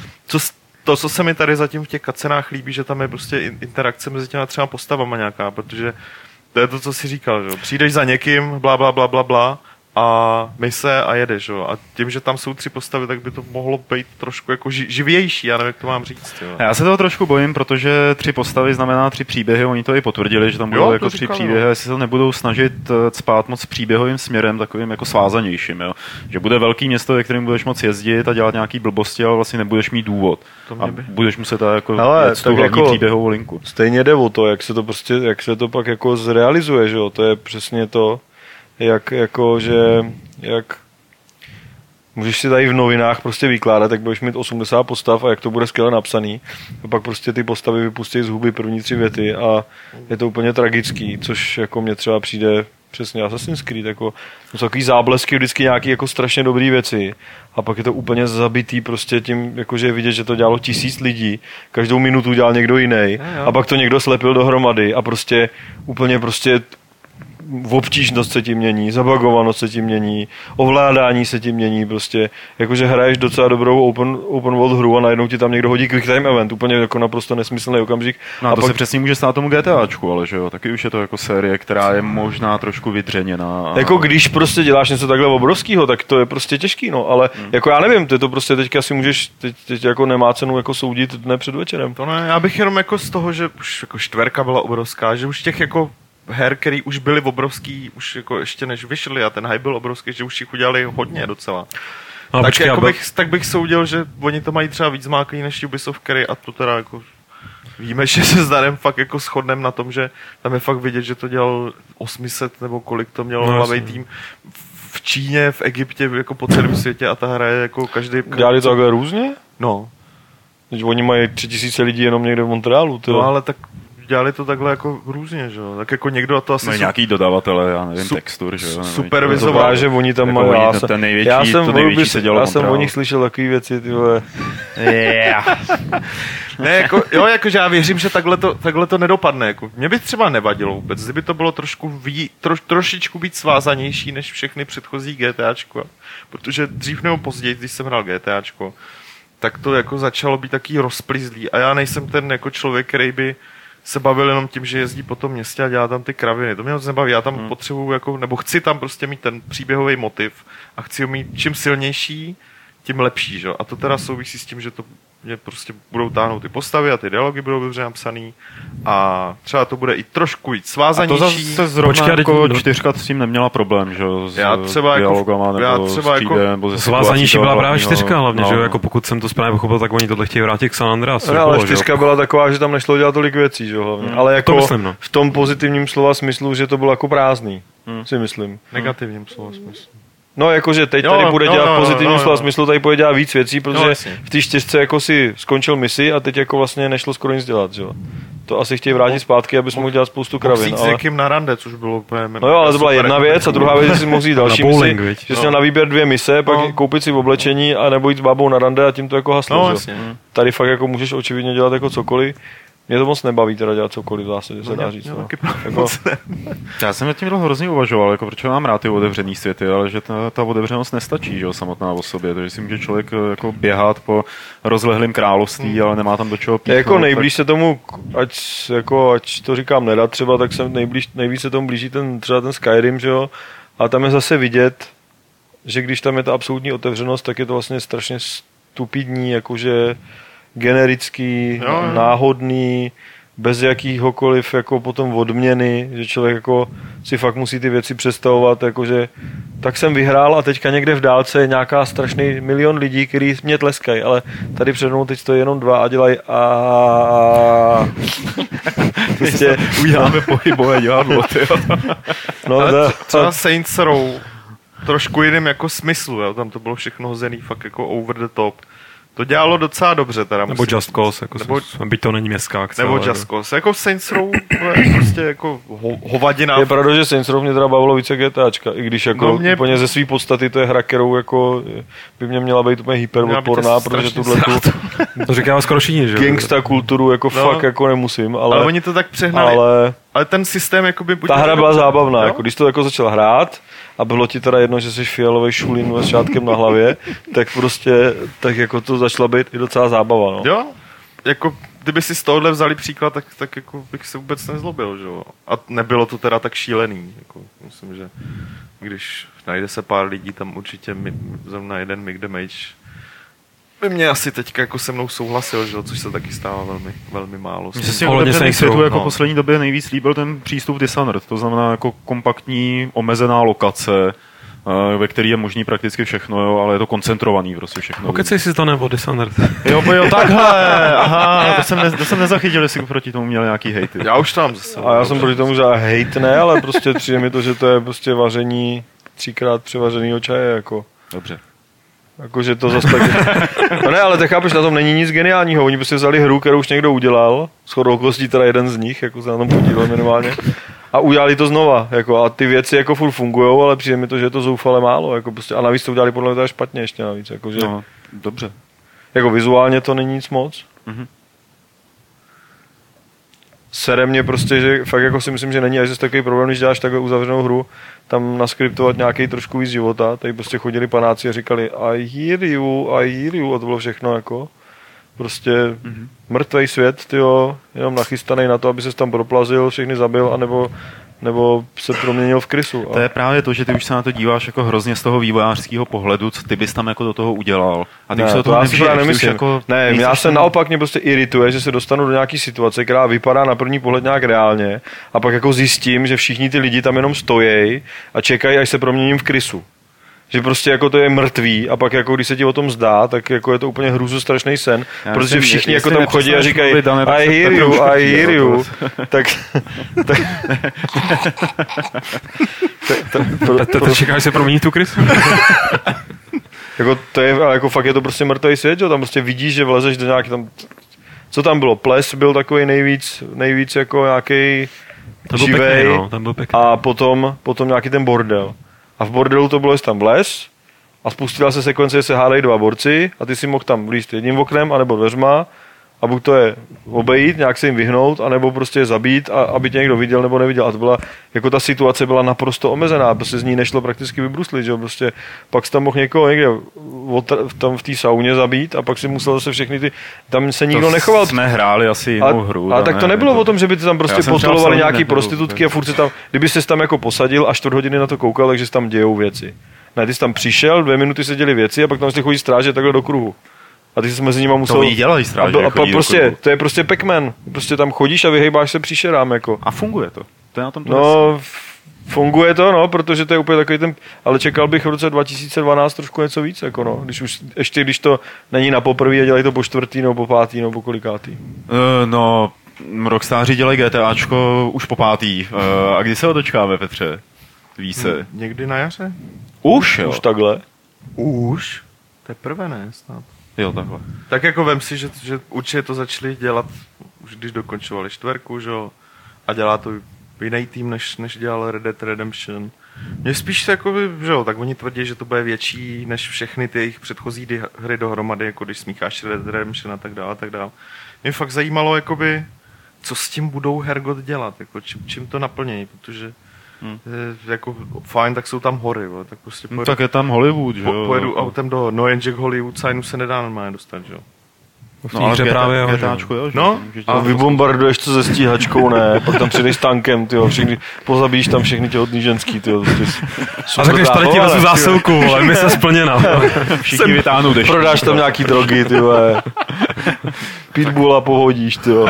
co se mi tady zatím v těch cutscenách líbí, že tam je prostě interakce mezi těma třeba postavama nějaká, protože to je to, co jsi říkal, že? Přijdeš za někým, bla, bla, bla, bla, bla, a mise a jedeš, jo. A tím, že tam jsou 3 postavy, tak by to mohlo být trošku jako živější, já nevím, jak to mám říct, jo. Já se toho trošku bojím, protože 3 postavy znamená 3 příběhy, oni to i potvrdili, že tam budou jako 3 příběhy, jestli se to nebudou snažit cpát moc příběhovým směrem, takovým jako svázanějším, jo. Že bude velký město, ve kterém budeš moc jezdit a dělat nějaký blbosti, ale vlastně nebudeš mít důvod. A budeš muset jako jet tu hlavní jako příběhovou linku. Stejně jde o to, jak se to pak jako zrealizuje, že jo. To je přesně to. Jak můžeš si tady v novinách prostě vykládat, jak budeš mít 80 postav a jak to bude skvěle napsaný. A pak prostě ty postavy vypustí z huby první 3 věty a je to úplně tragický, což jako mně třeba přijde přesně Assassin's Creed, jako jsou takový záblesky, vždycky nějaký jako strašně dobrý věci a pak je to úplně zabitý prostě tím, jakože je vidět, že to dělalo 1000 lidí, každou minutu dělal někdo jiný a pak to někdo slepil dohromady a prostě úplně prostě obtížnost se tím mění, zabagovanost se tím mění, ovládání se tím mění, prostě jakože hraješ docela dobrou open world hru a najednou ti tam někdo hodí quick time event, úplně jako naprosto nesmyslný okamžik. No a to pak... se přesně může stát tomu GTAčku, ale že jo, taky už je to jako série, která je možná trošku vytřeněná. Jako když prostě děláš něco takhle obrovského, tak to je prostě těžký, no, ale jako já nevím, ty to prostě teďka si můžeš, teď jako nemá cenu jako soudit dne před večerem. To ne, já bych jenom jako z toho, že už jako 4 byla obrovská, že už těch jako her, který už byly obrovský, už jako ještě než vyšly a ten hype byl obrovský, že už jich udělali hodně docela. No, tak, jako tak bych soudil, že oni to mají třeba víc máklý než Ubisoft, který a to teda jako víme, že se s Darem fakt jako shodneme na tom, že tam je fakt vidět, že to dělal 800 nebo kolik to mělo hlavej tým v Číně, v Egyptě, jako po celém světě a ta hra je jako každý... Dělali to takhle různě? No. Teď oni mají 3000 lidí jenom někde v Montrealu. No ale tak dělali to takhle jako různě, že jo. Tak jako někdo to asi... nějaký dodavatele, já nevím, textur, že jo. Supervizoval. Že oni tam jako mají... Já jsem o nich slyšel takové věci, ty vole. Ne, jakože já věřím, že takhle to nedopadne. Jako. Mě by třeba nevadilo vůbec, kdyby to bylo trošičku víc svázanější než všechny předchozí GTAčko. Protože dřív nebo později, když jsem hrál GTAčko, tak to jako začalo být taký rozplizlý. A já nejsem ten jako člověk, který by se bavil jenom tím, že jezdí po tom městě a dělá tam ty kraviny. To mě moc nebaví. Já tam potřebuju jako, nebo chci tam prostě mít ten příběhový motiv a chci ho mít čím silnější, tím lepší. Že? A to teda souvisí s tím, že to mě prostě budou táhnout ty postavy a ty dialogy budou dobře napsaný a třeba to bude i trošku víc svázanější. A to zase zrovna jako 4 s tím neměla problém, že s dialogama nebo s příběhem, nebo ze svázanější byla právě 4 hlavně, že jako pokud jsem to správně pochopil, tak oni tohle chtějí vrátit k San Andreasu. No, ale 4 byla taková, že tam nešlo dělat tolik věcí, že hlavně. Ale jako myslím, v tom pozitivním slova smyslu, že to bylo jako prázdný, si myslím. Negativním slova smyslu. No, jakože teď tady bude dělat pozitivní slova smyslu, tady bude dělat víc věcí, protože v té 4 jako si skončil misi a teď jako vlastně nešlo skoro nic dělat, že jo. To asi chtějí vrátit zpátky, aby jsme mohli dělat spoustu kravin. Ale... s někým na rande, což bylo úplně... No jo, ale to byla jedna věc a druhá věc, že si mohl jít další misi, že jsi měl na výběr 2 mise, pak koupit si v oblečení a nebo jít s bábou na rande a tím to jako haslo, že jo. Tady fakt jako můžeš očividně dělat jako cokoliv. Mě to moc nebaví teda dělat cokoliv v zásadě, se dá říct. Jako... Já jsem nad tím hrozně uvažoval, jako proč mám rád ty otevřený světy, ale že ta otevřenost nestačí, že jo, samotná o sobě, takže si může člověk jako běhat po rozlehlém království, ale nemá tam do čeho píchnout. Jako nejblíž se tomu, ať to říkám nedat třeba, tak jsem nejblíž se tomu blíží třeba ten Skyrim, že jo, a tam je zase vidět, že když tam je ta absolutní otevřenost, tak je to vlastně strašně stupidní, jakože generický, náhodný, bez jakýhokoliv jako potom odměny, že člověk jako si fakt musí ty věci představovat, jakože tak jsem vyhrál a teďka někde v dálce je nějaká strašný milion lidí, kteří mě tleskají, ale tady před mnou teď stojí jenom 2 a dělají prostě uděláme pohybové děladlo, no, třeba Saints Row trošku jiným jako smyslu, jo? Tam to bylo všechno hozený fakt jako over the top. To dělalo docela dobře teda. Nebo Just Cause, jako byť to není městská akce. Nebo Just Cause. Jako Saints Row je prostě jako hovadina. Je pravda, že Saints Row mě teda bavilo více GTAčka, i když jako úplně ze své podstaty to je hra, kterou jako by mě měla být úplně hyperodporná, protože to říká skoro všichni, že? Gangsta kulturu jako fakt jako nemusím, ale oni to tak přehnali. Ale ten systém jakoby... Ta hra byla zábavná, jako když to jako začal hrát a bylo ti teda jedno, že jsi fialový šulín s šátkem na hlavě, tak prostě tak jako to začala být i docela zábava, no. Jo, jako kdyby si z tohohle vzali příklad, tak jako bych se vůbec nezlobil, že jo. A nebylo to teda tak šílený, jako myslím, že když najde se pár lidí, tam určitě zrovna jeden Mick the Mage by mě asi teďka jako se mnou souhlasil, že? Což se taky stává velmi, velmi málo. Mně se s těch světů jako poslední době nejvíc líbil ten přístup Dishonored, to znamená jako kompaktní, omezená lokace, ve který je možný prakticky všechno, jo, ale je to koncentrovaný prostě všechno. Pokecej si to nebo Dishonored. Jo, takhle, aha, to jsem nezachytil, jestli proti tomu měl nějaký hejty. Já už tam zase. A já jsem proti tomu, že hejt ne, ale prostě přijde mi to, že to je prostě vaření 3x převařenýho čaje, jako. Dobře. Jakože to zase taky... No ne, ale tak chápeš, na tom není nic geniálního. Oni prostě vzali hru, kterou už někdo udělal, shodou okolností teda jeden z nich, jako se na tom podílel minimálně, a udělali to znova. Jako, a ty věci jako furt fungujou, ale přijde mi to, že je to zoufale málo. Jako prostě, a navíc to udělali podle mě špatně ještě navíc. Jako, že, no, dobře. Jako vizuálně to není nic moc. Mhm. Sere mě prostě, že fakt jako si myslím, že není až zase takový problém, když děláš takhle uzavřenou hru, tam naskriptovat nějaký trošku víc života, tady prostě chodili panáci a říkali I hear you, a to bylo všechno jako prostě mrtvej svět, tyjo, jenom nachystaný na to, aby ses tam proplazil, všechny zabil, nebo se proměnil v krysu. To je právě to, že ty už se na to díváš jako hrozně z toho vývojářského pohledu, co ty bys tam jako do toho udělal. A ty ne, už se do toho nemyslím. Jako ne, já se naopak mě prostě irituje, že se dostanu do nějaký situace, která vypadá na první pohled nějak reálně a pak jako zjistím, že všichni ty lidi tam jenom stojí a čekají, až se proměním v krysu. Že prostě jako to je mrtvý a pak jako když se ti o tom zdá, tak jako je to úplně hrůzostrašný sen, protože všichni jako tam chodí a říkají I hear you, tak čekáš se proměnit tu krysu? Jako to je, ale jako fakt je to prostě mrtvý svět, že tam prostě vidíš, že vlezeš do nějaký tam Co tam bylo? Ples byl takový nejvíc jako nějaký živej, no, ten byl pěkný. a potom nějaký ten bordel. A v bordelu to bylo, jestli tam vlez a spustila se sekvence, že se hádají dva borci a ty si mohl tam vlízt jedním oknem anebo dveřma a buď to je obejít, nějak se jim vyhnout, anebo prostě je zabít, a aby tě někdo viděl nebo neviděl. A to byla, jako ta situace byla naprosto omezená, prostě z ní nešlo prakticky vybruslit, že jo, prostě pak jsi tam mohl někoho někde tam v té sauně zabít a pak si musel zase všechny tam se nikdo nechoval. Jsme hráli asi jinou hru. Ale tak to nebylo o tom, že by ty tam prostě potulovali nějaký prostitutky a furt se tam, kdyby ses tam jako posadil a 4 hodiny na to koukal, takže se tam dějou věci. Ne, ty jsi tam přišel, 2 minuty se děli věci a pak tam si chodí stráže takhle do kruhu. A ty jsi mezi nimi musel... To oni dělají stráže. A prostě, to je prostě Pac-Man. Prostě tam chodíš a vyhejbáš se příšerám, jako. A funguje to. To je na tom to no, funguje to, no, protože to je úplně takový ten... Ale čekal bych v roce 2012 trošku něco víc, jako no. Když to není na poprvé a dělají to po 4. nebo po 5. nebo po kolikátý. No, Rockstáři dělají GTAčko už po 5. A kdy se ho dočkáme, Petře? Ví se. Někdy na jaře? Už, jo? Už takhle? Už? Teprve ne, snad. Jo, takhle. Tak jako vem si, že určitě to začali dělat, už když dokončovali 4, že jo, a dělá to jiný tým, než dělal Red Dead Redemption. Mně spíš se jako, že jo, tak oni tvrdí, že to bude větší než všechny ty jejich předchozí hry dohromady, jako když smícháš Red Dead Redemption a tak dále, a tak dále. Mě fakt zajímalo, jakoby, co s tím budou Hergot dělat, jako čím to naplnějí, protože jako fajn, tak jsou tam hory, tak prostě pojedu, tak je tam Hollywood, že jo? Pojedu autem no jenže k Hollywood signu se nedá normálně dostat, že jo? No, ale právě GTAčko, jo? No, a vybombarduješ to se stíhačkou, ne? Pak tam přijdeš s tankem, tyjo, pozabíjíš tam všechny těhotný ženský, tyjo. A řekneš, tady ti vezu zásilku, ale mi se splněna. Všichni vytáhnou deští. Prodáš tam nějaký drogy, tyjo. Pitbulla pohodíš, tyjo.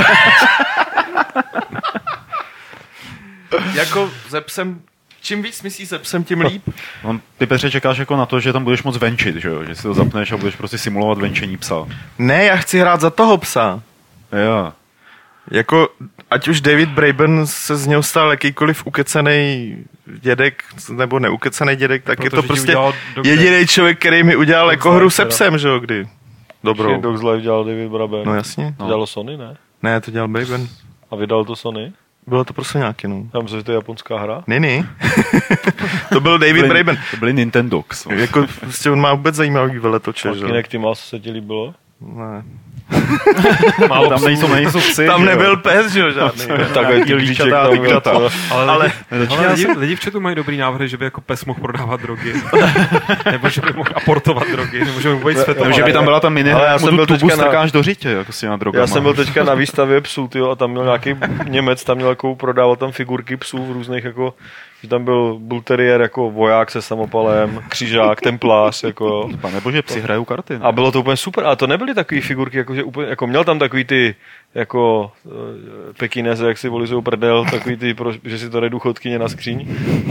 Jako ze psem, čím víc myslíš se psem, tím líp. Ty, Petře, čekáš jako na to, že tam budeš moc venčit, že jo? Že si to zapneš a budeš prostě simulovat venčení psa. Ne, já chci hrát za toho psa. Jo. Jako, ať už David Braben se z něho stal jakýkoliv ukecenej dědek, nebo neukecenej dědek, tak je to prostě jediný člověk, který mi udělal jako hru se psem, že jo, kdy? Dobrou. Dog's Life dělal David Braben. No jasně. To dělalo Sony, ne? Ne, to dělal Braben. A vydal to Sony? Bylo to prostě nějaký, no. Já myslím, že to je japonská hra? Ne. To byl David Braben. To byly Nintendox. No. Jako, prostě on má vůbec zajímavý veletoče, že jo. Kinect Mouse se ti líbilo? Ne. Málo tam nejsou psy. Tam nebyl pes, že jo, žádný. Takhle ty líčata. Ale lidi v chatu mají dobrý návrhy, že by jako pes mohl prodávat drogy. Nebo že by mohl aportovat drogy. Nebo že by mohl být světová. Že by tam byla ta minihra, mu tu tubu strkáš do řitě, jako si na drogama. Já jsem byl teďka na výstavě psů, tyjo, a tam měl nějaký Němec, tam měl jako, prodával tam figurky psů v různých jako, že tam byl bull terrier jako voják se samopalem, křižák, templář, jako. Nebo že psi hrajou karty. Ne? A bylo to úplně super, a to nebyly takové figurky, jako, že úplně, jako měl tam takový ty, jako Pekineze, jak si volizujou prdel, takový ty, že si to jde důchodkyně na skříň,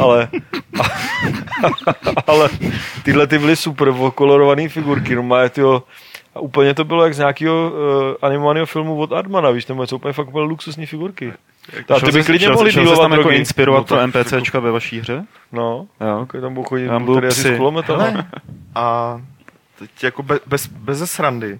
ale tyhle ty byly super, kolorované figurky, normálně, tyjo, a úplně to bylo jak z nějakého animovaného filmu od Artmana, víš, nebo jsou úplně fakt úplně luxusní figurky. A ty by klidně mohli dílovat tam jako drogy. inspirovat pro NPCčka ve vaší hře? No, jo. Tam budou chodit tady asi s kulometama. A teď jako bez srandy.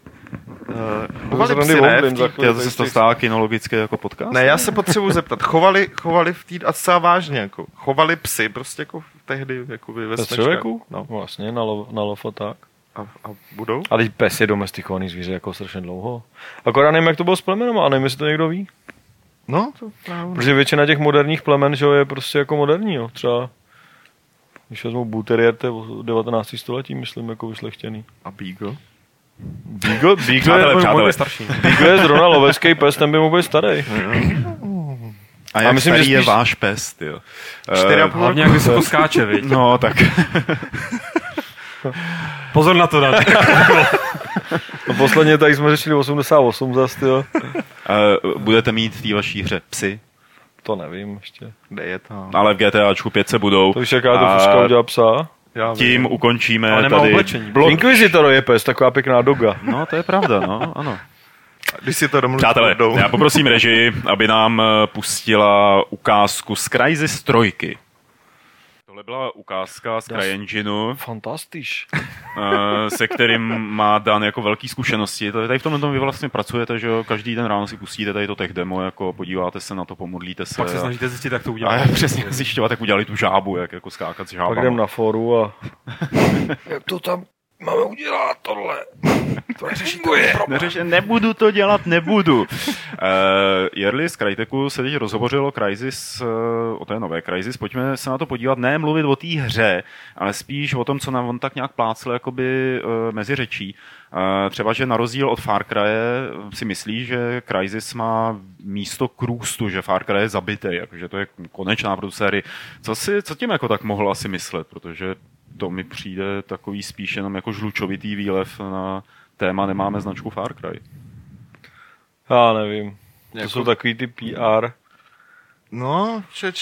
To se to stává kinologicky jako podcast? Ne, já se potřebuji zeptat. Chovali v té a zcela vážně, jako. Chovali psy prostě jako tehdy jako ve vesmečkách. No. Vlastně na lov a tak. A budou? Ale pes je domestikovaný zvíře jako strašně dlouho. Akorát nevím, jak to bylo s plemenem, a nevím, jestli to někdo ví. No, to právě. Protože většina těch moderních plemen, že je prostě jako moderní, jo. Třeba, když vezmu Bull Terrier, to je 19. století, myslím, jako vyšlechtěný. A Beagle? Beagle je starší. Beagle je zrovna lovecký pes, ten by mohl být starý. A jak myslím, starý je váš pes, tyjo? 4,5 hlavně jak vysoko skáče, viď? No, tak. Pozor na to, dát. No posledně tady jsme řešili 88 zase, jo. Budete mít v té vaší hře psy? To nevím ještě. Kde je to? Ale v GTAčku 5 se budou. To už jaká to fuška udělá psa. Tím ukončíme ale tady blok. Inquisitor je pes, taková pěkná doga. No, to je pravda, no, ano. Když si to domluví. Přátelé, já poprosím režii, aby nám pustila ukázku z Crysis 3. Tohle byla ukázka z CryEngineu, Fantastisch. se kterým má Dan jako velký zkušenosti. Tady v tomhle vy vlastně pracujete, že jo? Každý den ráno si pustíte tady to tech demo, jako podíváte se na to, pomodlíte se. Pak se snažíte zjistit, jak to udělat. A přesně zjišťovat, jak udělali tu žábu, jak jako skákat s žábama. Pak jdem na fóru a... jak to tam máme udělat tohle? To Nebudu to dělat, nebudu. Jirli z Crytechu se teď rozhovořil o Crysis, o té nové Crysis. Pojďme se na to podívat, ne mluvit o té hře, ale spíš o tom, co nám on tak nějak plácl jakoby mezi řečí. Třeba, že na rozdíl od Far Cry si myslí, že Crysis má místo k růstu, že Far Cry je zabitý, jakože to je konečná pro sérii. Co tím jako tak mohl asi myslet, protože to mi přijde takový spíš jenom jako žlučovitý výlev na téma nemáme značku Far Cry. Já nevím. To Jako... jsou takový ty PR. No,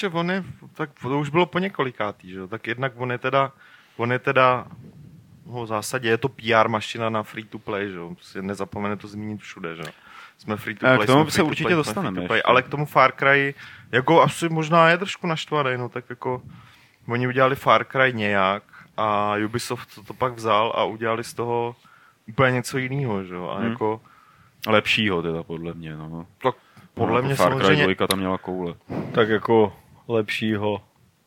tak to už bylo po několikátý, že jo? Tak jednak on je teda v zásadě je to PR mašina na free to play, že jo? Nezapomene to zmínit všude, že jo? Jsme free to play, k tomu se určitě dostaneme. Ale k tomu Far Cry, jako asi možná je trošku naštvaný, no tak jako oni udělali Far Cry nějak a Ubisoft to pak vzal a udělali z toho úplně něco jiného, že jo? A jako lepšího teda podle mě, no. Tak podle mě Far Cry samozřejmě 2 tam měla koule. Tak jako lepšího.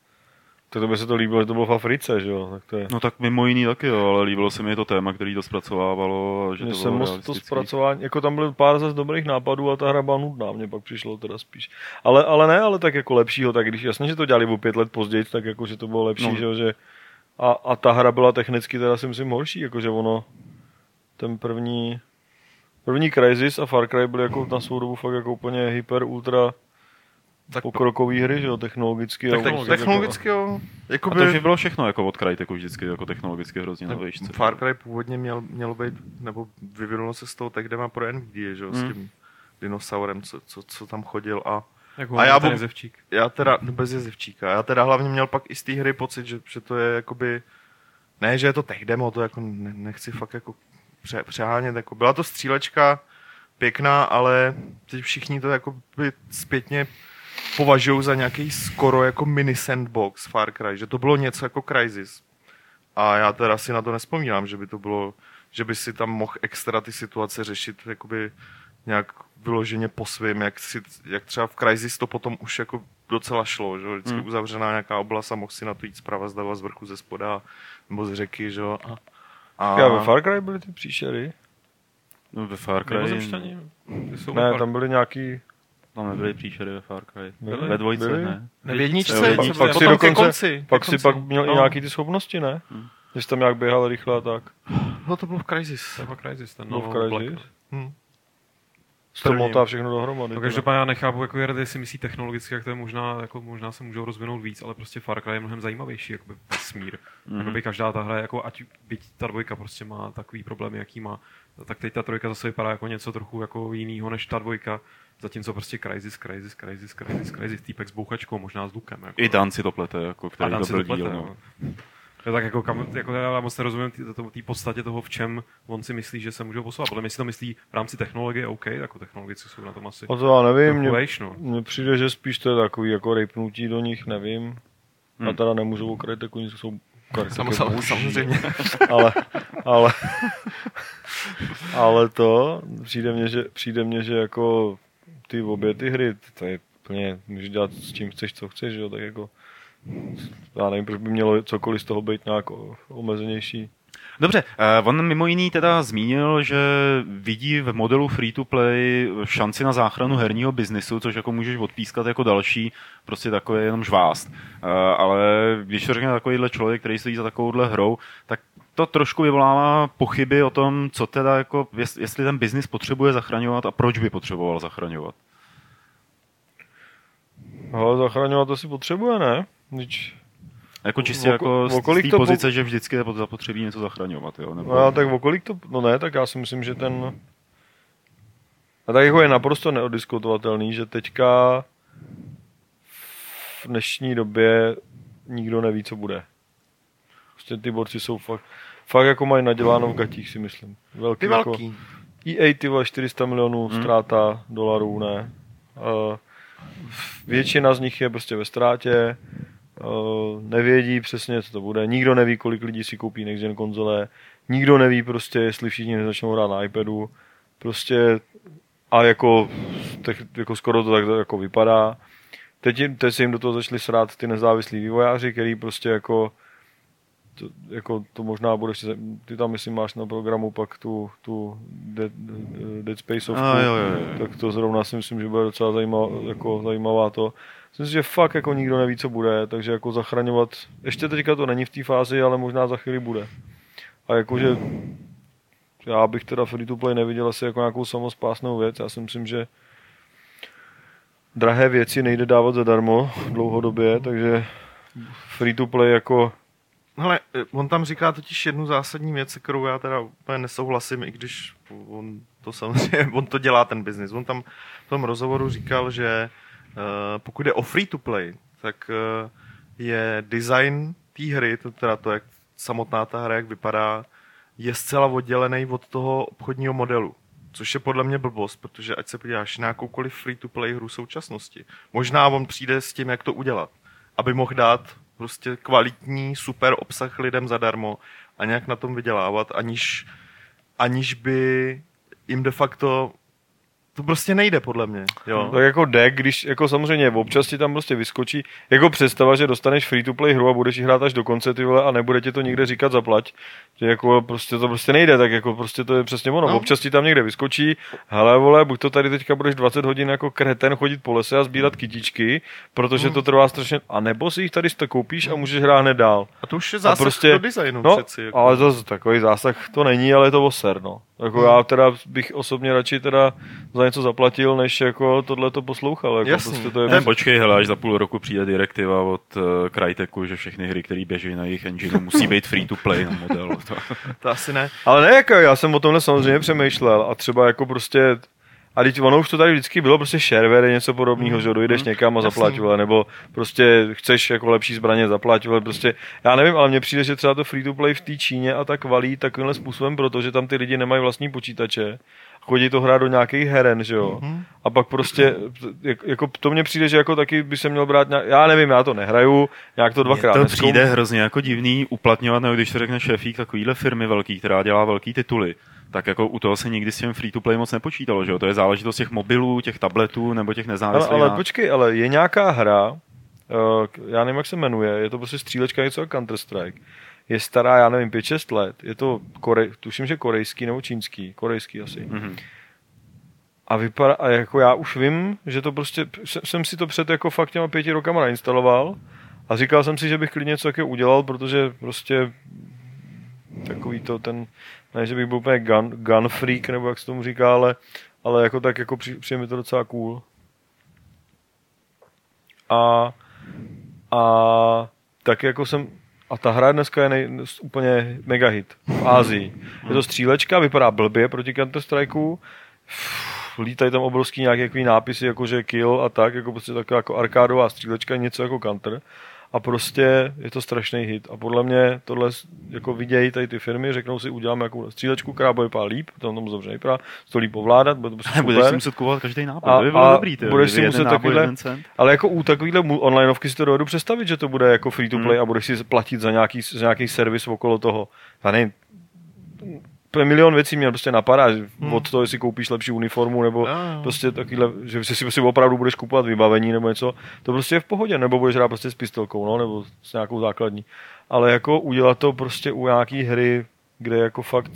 To by se to líbilo, že to bylo v Africe, že jo? Tak to je... No tak mimo jiný taky, jo, ale líbilo se mi to téma, který to zpracovávalo. Že Mně to se bylo moc to zpracování, jako tam byly pár zase dobrých nápadů a ta hra byla nudná, mně pak přišlo teda spíš. Ale tak jako lepšího, tak když jasně, že to dělali o 5 let později, tak jako, že to bylo lepší, no. Že a ta hra byla technicky teda si myslím horší, jakože ono, ten první Crysis a Far Cry byly jako na svou dobu fakt jako úplně hyper, ultra tak pokrokový hry, že jo, technologicky. Technologicky, jo. A to už bylo všechno jako od Crytechu vždycky, jako technologicky hrozně na výšce. Far Cry původně mělo být, nebo vyvinulo se z toho tak, kde má pro NVIDIA, že jo, s tím dinosaurem, co tam chodil a já jezevčík. Já teda, bez jezevčíka, já teda hlavně měl pak i z té hry pocit, že to je jakoby, ne, že je to tech demo, to jako nechci fakt jako přehánět, jako byla to střílečka pěkná, ale teď všichni to jako by zpětně považují za nějaký skoro jako mini sandbox Far Cry, že to bylo něco jako Crysis. A já teda si na to nespomínám, že by to bylo, že by si tam mohl extra ty situace řešit jakoby nějak vyloženě po svým, jak třeba v Crysis to potom už jako docela šlo, že vždycky uzavřená nějaká oblast a mohl si na to jít zprava, zdava, z vrchu, ze spoda, nebo z řeky, že jo. Já ve Far Cry byly ty příšery? No ve Far Cry... Ne, tam byly nějaký... Tam nebyly příšery ve Far Cry. Ve dvojce, ne? V jedničce, pak si pak měl i nějaký ty schopnosti, ne? Že jsi tam nějak běhal rychle a tak. No to bylo v Crysis. To bylo Crysis, ten no, v Crysis. Strmotá všechno dohromady. No, každopádně já nechápu, jako Jardy si myslí technologicky, jak to je možná se můžou rozvinout víc, ale prostě Far Cry je mnohem zajímavější, jakoby vesmír. Jakoby každá ta hra, jako ať byť ta dvojka prostě má takový problémy, jaký má, tak teď ta trojka zase vypadá jako něco trochu jako jinýho než ta dvojka. Zatímco prostě Crysis, týpek s bouchačkou, možná s lukem. Jako. I Dan si to plete, jako, který to byl díl. No. Tak jako já moc nerozumím té podstatě toho, v čem on si myslí, že se můžou posouvat. Podle mě si to myslí v rámci technologie, OK, jako technologicky jsou na tom asi. A to já nevím, mně přijde, že spíš to je takový jako rejpnutí do nich, nevím. A teda nemůžou o Crytechu, nic jsou samozřejmě. ale to přijde mně, že jako ty obě ty hry, to je plně, můžeš dělat s čím chceš, co chceš, jo, tak jako já nevím, proč by mělo cokoliv z toho být nějak omezenější. Dobře, on mimo jiný teda zmínil, že vidí v modelu free-to-play šanci na záchranu herního biznisu, což jako můžeš odpískat jako další, prostě takový jenom žvást. Ale když to řekne takovýhle člověk, který stojí za takovouhle hrou, tak to trošku vyvolává pochyby o tom, co teda jako, jestli ten biznis potřebuje zachraňovat a proč by potřeboval zachraňovat. Ale zachraňovat to si potřebuje, ne? Jako čistě jako z té pozice, že vždycky je zapotřebí něco zachraňovat, jo? Nebo... No, tak okolik to... No ne, tak já si myslím, že ten... A tak jako je naprosto neodiskutovatelný, že teďka v dnešní době nikdo neví, co bude. Prostě ty borci jsou fakt jako mají naděláno v gatích, si myslím. Velký. Jako EA, ty vole, 400 milionů ztráta dolarů, ne. Většina z nich je prostě ve ztrátě. nevědí přesně, co to bude. Nikdo neví, kolik lidí si koupí next gen konzole. Nikdo neví prostě, jestli všichni nezačnou hrát na iPadu. Prostě a jako skoro to tak jako vypadá. Teď se jim do toho začali srát ty nezávislí vývojáři, který prostě jako to možná budeš, ty tam myslím máš na programu pak tu Dead Spaceovku, tak to zrovna si myslím, že bude docela zajímavá to. Myslím si, že fakt jako nikdo neví, co bude, takže jako zachraňovat, ještě teďka to není v té fázi, ale možná za chvíli bude. A jakože já bych teda free to play neviděl asi jako nějakou samospásnou věc, já si myslím, že drahé věci nejde dávat zadarmo dlouhodobě, takže free to play jako... Hele, on tam říká totiž jednu zásadní věc, kterou já teda úplně nesouhlasím, i když on to dělá ten biznis. On tam v tom rozhovoru říkal, že pokud je o free to play, tak je design té hry, to jak samotná ta hra, jak vypadá, je zcela oddělený od toho obchodního modelu. Což je podle mě blbost, protože ať se podíváš na jakoukoliv free-to-play hru současnosti. Možná on přijde s tím, jak to udělat, aby mohl dát prostě kvalitní, super obsah lidem zadarmo a nějak na tom vydělávat, aniž by jim de facto to prostě nejde, podle mě. Jo. Tak jako jde, když jako samozřejmě občas ti tam prostě vyskočí, jako představa, že dostaneš free-to-play hru a budeš ji hrát až do konce, ty vole, a nebude ti to nikde říkat zaplať, že jako prostě to prostě nejde, tak jako prostě to je přesně ono. No. Občas ti tam někde vyskočí, hele vole, buď to tady teďka budeš 20 hodin jako kreten chodit po lese a sbírat kytičky, protože to trvá strašně, a nebo si jich tady koupíš a můžeš hrát hned dál. A to už je zásah prostě, do designu přeci. Jako. Ale to takový zásah to není, ale je to oser, no. Jako já teda bych osobně radši teda za něco zaplatil, než jako tohleto poslouchal. Jako prostě to je... Počkej, hele, až za půl roku přijde direktiva od Cryteku, že všechny hry, které běží na jejich engineu, musí být free to play na model. To asi ne. Ale ne, jako já jsem o tomhle samozřejmě přemýšlel a třeba jako prostě... A teď ono už to tady vždycky bylo, prostě shareware, něco podobného, že dojdeš někam a zaplať, nebo prostě chceš jako lepší zbraně, zaplať, prostě, já nevím, ale mně přijde, že třeba to free to play v té Číně a tak valí takovýmhle způsobem, protože tam ty lidi nemají vlastní počítače, chodí to hrát do nějakých heren, že jo, a pak prostě, jako to mně přijde, že jako taky by se měl brát nějak, já nevím, já to nehraju, nějak to dvakrát to přijde hrozně jako divný uplatňovat, nebo když se řekne šéfík takovýhle firmy velký, která dělá velký tituly, tak jako u toho se nikdy s tím free-to-play moc nepočítalo, že jo? To je záležitost těch mobilů, těch tabletů nebo těch nezávislých. Ale počkej, ale je nějaká hra, já nevím, jak se jmenuje, je to prostě střílečka něco jako Counter-Strike. Je stará, já nevím, 5-6 let. Je to, tuším, že korejský nebo čínský. Korejský asi. Mm-hmm. A vypadá, a jako já už vím, že to prostě, jsem si to před jako fakt těma 5 rokama nainstaloval a říkal jsem si, že bych klidně něco taky udělal, protože prostě takový to ten, ne, že bych byl úplně gun freak, nebo jak se tomu říká, ale jako tak jako přijde mi to docela cool. A tak jako jsem, a ta hra dneska je úplně mega hit v Ázii. Je to střílečka, vypadá blbě proti Counter-Strikeu, lítají tam obrovský nějaký nápisy, jakože kill a tak, jako prostě taková jako arkádová střílečka, něco jako Counter. A prostě je to strašný hit. A podle mě tohle jako vidějí tady ty firmy, řeknou si, uděláme jako střílečku, která bude vypadat líp, to tomu dobře vypadá, to líp ovládat, bude to prostě super. Budeš si muset kupovat každý nápad, to by bylo dobrý. Budeš si muset takovýhle, ale jako u takovýhle onlineovky si to dovedu představit, že to bude jako free to play a budeš si platit za nějaký servis okolo toho. Já nevím, milion věcí mě prostě napadá, od toho, jestli koupíš lepší uniformu, nebo prostě takovýhle, že si opravdu budeš kupovat vybavení nebo něco, to prostě je v pohodě, nebo budeš hrát prostě s pistolkou, no, nebo s nějakou základní. Ale jako udělat to prostě u nějaký hry, kde jako fakt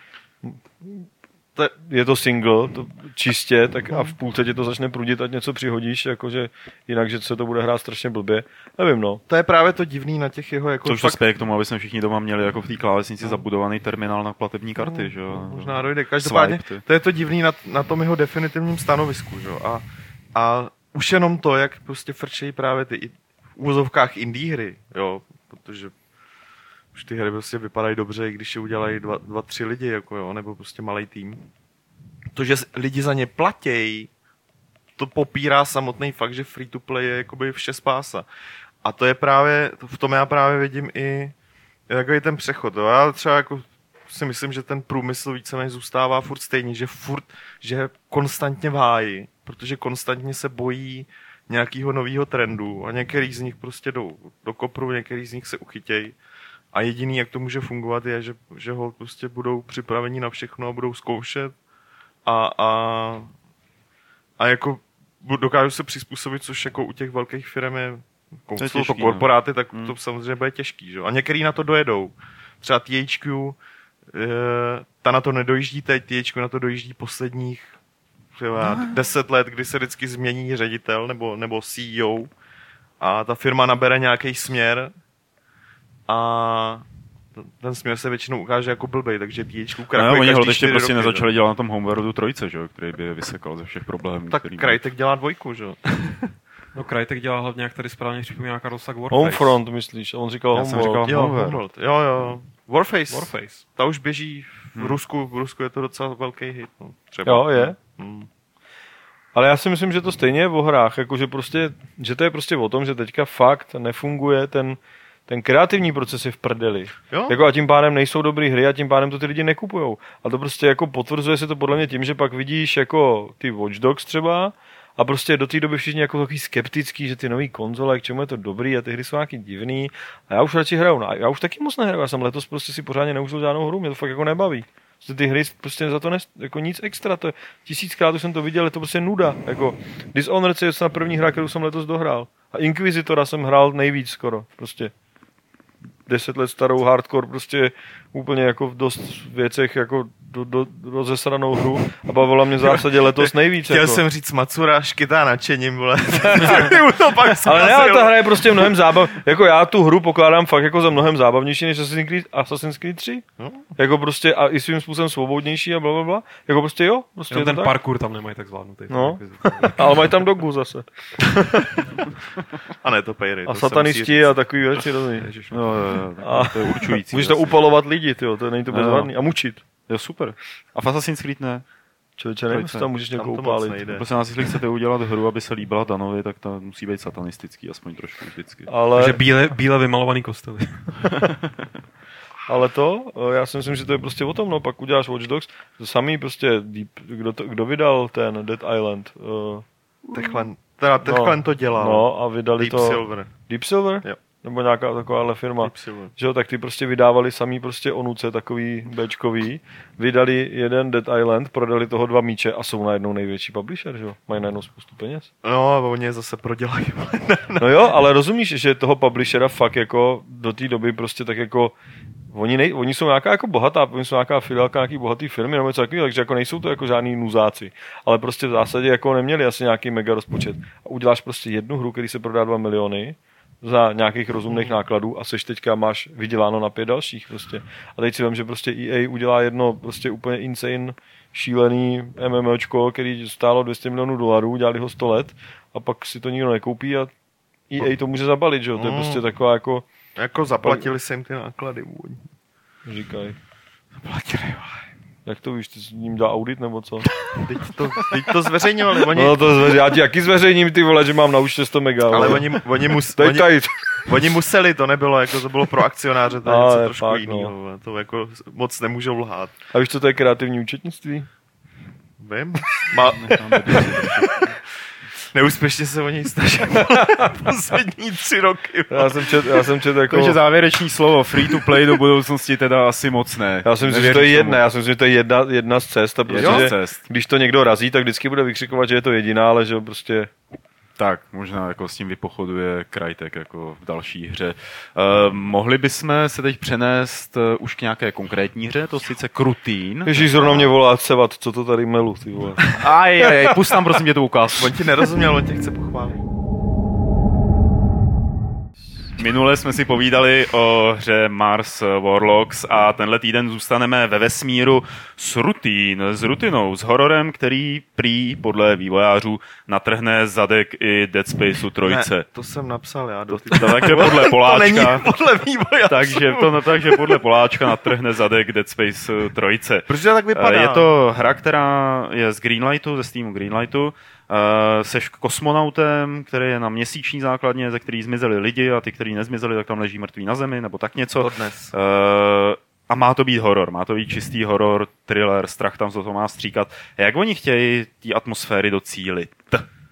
je to single, to čistě, tak a v půlce tě to začne prudit, ať něco přihodíš, jakože jinak, že se to bude hrát strašně blbě. Nevím, no. To je právě to divný na těch jeho jako... Což fakt... spěje k tomu, aby jsme všichni doma měli jako v té klávesnici zabudovaný terminál na platební karty, že jo. Možná dojde. Každopádně to je to divný na tom jeho definitivním stanovisku, že jo. A už jenom to, jak prostě frčejí právě ty v úvozovkách indie hry, jo, protože už ty hry prostě vypadají dobře, i když je udělají 2-3 lidi, jako jo, nebo prostě malej tým. To, že lidi za ně platějí, to popírá samotný fakt, že free to play je jakoby vše spása. A to je právě, v tom já právě vidím i jako ten přechod. Jo. Já třeba jako si myslím, že ten průmysl víceméně zůstává furt stejný, že konstantně v háji, protože konstantně se bojí nějakého nového trendu a některý z nich prostě jdou do kopru, některý z nich se uchytějí. A jediný, jak to může fungovat, je, že ho prostě budou připraveni na všechno a budou zkoušet a jako dokážu se přizpůsobit, což jako u těch velkých firm je, jsou to korporáty, tak to samozřejmě bude těžký. Že? A některý na to dojedou. Třeba THQ, ta na to nedojíždí teď, THQ na to dojíždí posledních 10 let, kdy se vždycky změní ředitel nebo CEO a ta firma nabere nějaký směr a ten směr se většinou ukáže jako blbej, takže THQ krachuje oni každý ještě 4 prostě roky, nezačali dělat na tom Homeworldu 3, že? Který by je vysekal ze všech problémů. Tak Crytek dělá 2, že? No Crytek dělá hlavně, jak tady správně připomíná Karlsa, Warface. Homefront, myslíš? A on říkal Homeworld. Jo. Warface. Ta už běží v Rusku. V Rusku je to docela velký hit. No. Třeba. Jo, je. Ale já si myslím, že to stejně je o hrách, jakože prostě, že to je prostě o tom, že teďka fakt nefunguje ten kreativní proces je v prdeli. Jako a tím pádem nejsou dobrý hry a tím pádem to ty lidi nekupujou. A to prostě jako potvrzuje se to podle mě tím, že pak vidíš jako ty Watch Dogs třeba a prostě do té doby všichni jako takový skeptický, že ty nový konzole, k čemu je to dobrý a ty hry jsou nějaký divný. A já už radši hraju. No, já už taky moc nehraju. Já jsem letos prostě si pořádně neužil žádnou hru, mě to fakt jako nebaví. Ty hry prostě za to jako nic extra, to je 1000krát už jsem to viděl, je to prostě nuda. Jako Dishonored je na první hra, kterou jsem letos dohrál. A Inquisitora jsem hrál nejvíc skoro, prostě. 10 let starou hardcore, prostě úplně jako v dost věcech jako do rozesranou hru a bavila mě v zásadě letos nejvíc. Chtěl jako. jsem říct Matsura škytá nadšením, vole. Ale ne, ale ta hra je prostě mnohem jako já tu hru pokládám fakt jako za mnohem zábavnější než Assassin's Creed 3. Jako prostě a i svým způsobem svobodnější a blablabla. Jako prostě jo. Prostě ten tak. Parkour tam nemají tak zvládnutý. No, ale mají tam dogu zase. A ne to pejry. A satanisti a takový věci, rozumíš. A to je určující. Můžeš to upalovat lidi, tyjo, to není to bezvadný. A mučit. Jo, super. A v Assassin's Creed ne? Člověče, nevím, tam můžeš někoho upálit. Prostě nás, jestli chcete udělat hru, aby se líbila Danovi, tak to musí být satanistický, aspoň trošku vždycky. Ale... Takže bíle vymalovaný kostely. Ale já si myslím, že to je prostě o tom, no, pak uděláš Watch Dogs, to samý prostě, kdo vydal ten Dead Island? Techland to dělal. No, a vydali Deep Silver. Deep Silver? Jo. Nebo nějaká takováhle firma. Že jo, tak ty prostě vydávali samý prostě onuce, takový Bčkový, vydali jeden Dead Island, prodali toho 2 míče a jsou najednou největší publisher, že jo? Mají najednou spoustu peněz. No, a oni je zase prodělají. No jo, ale rozumíš, že toho publishera fakt jako do té doby prostě tak jako Oni jsou nějaká jako bohatá, oni jsou nějaká filiálka nějaký bohatý firmy nebo něco takového, takže jako nejsou to jako žádný nuzáci, ale prostě v zásadě jako neměli asi nějaký mega rozpočet. A uděláš prostě jednu hru, který se prodá 2 miliony za nějakých rozumných nákladů a seš teďka máš vyděláno na 5 dalších prostě. A teď si vím, že prostě EA udělá jedno prostě úplně insane šílený MMOčko, který stálo $200 milionů, dělali ho 100 let a pak si to nikdo nekoupí a EA to může zabalit, že jo? To je prostě taková jako... Jako zaplatili se jim ty náklady úvodní. Říkaj. Zaplatili, jak to víš, ty s ním dá audit nebo co? Teď to zveřejňovali. No já ti jaký zveřejním, ty vole, že mám na účtě 100 mega. Ale oni museli, to nebylo, jako to bylo pro akcionáře, to je něco trošku jiného. No. To jako moc nemůžou lhát. A víš, co to je kreativní účetnictví? Vím. Neúspěšně se o něj snažil poslední 3 roky. Já jsem čet jako... Takže závěrečný slovo, free to play do budoucnosti teda asi moc ne. Já si myslím, že to je jedna z cest. A protože když to někdo razí, tak vždycky bude vykřikovat, že je to jediná, ale že prostě... Tak, možná jako s tím vypochoduje Crytek jako v další hře. Mohli bychom se teď přenést už k nějaké konkrétní hře, to sice Krutín. Ježíš, zrovna mě volá Cevat, co to tady melu, ty vole. Pust tam prosím tě tu ukázku. On ti nerozuměl, on tě chce pochválit. Minule jsme si povídali o hře Mars Warlocks a tenhle týden zůstaneme ve vesmíru s rutinou, s hororem, který prý podle vývojářů natrhne zadek i Dead Spaceu 3. Ne, to jsem napsal já. Takže podle Poláčka. To není podle vývojářů. Takže podle Poláčka natrhne zadek Dead Space 3. Proč to tak vypadá? Je to hra, která je z Greenlightu, ze Steamu Greenlightu. Seš kosmonautem, který je na měsíční základně, ze který zmizeli lidi a ty, kteří nezmizeli, tak tam leží mrtví na zemi, nebo tak něco. A má to být horor, má to být čistý horor, thriller, strach tam se to má stříkat. Jak oni chtějí té atmosféry docílit?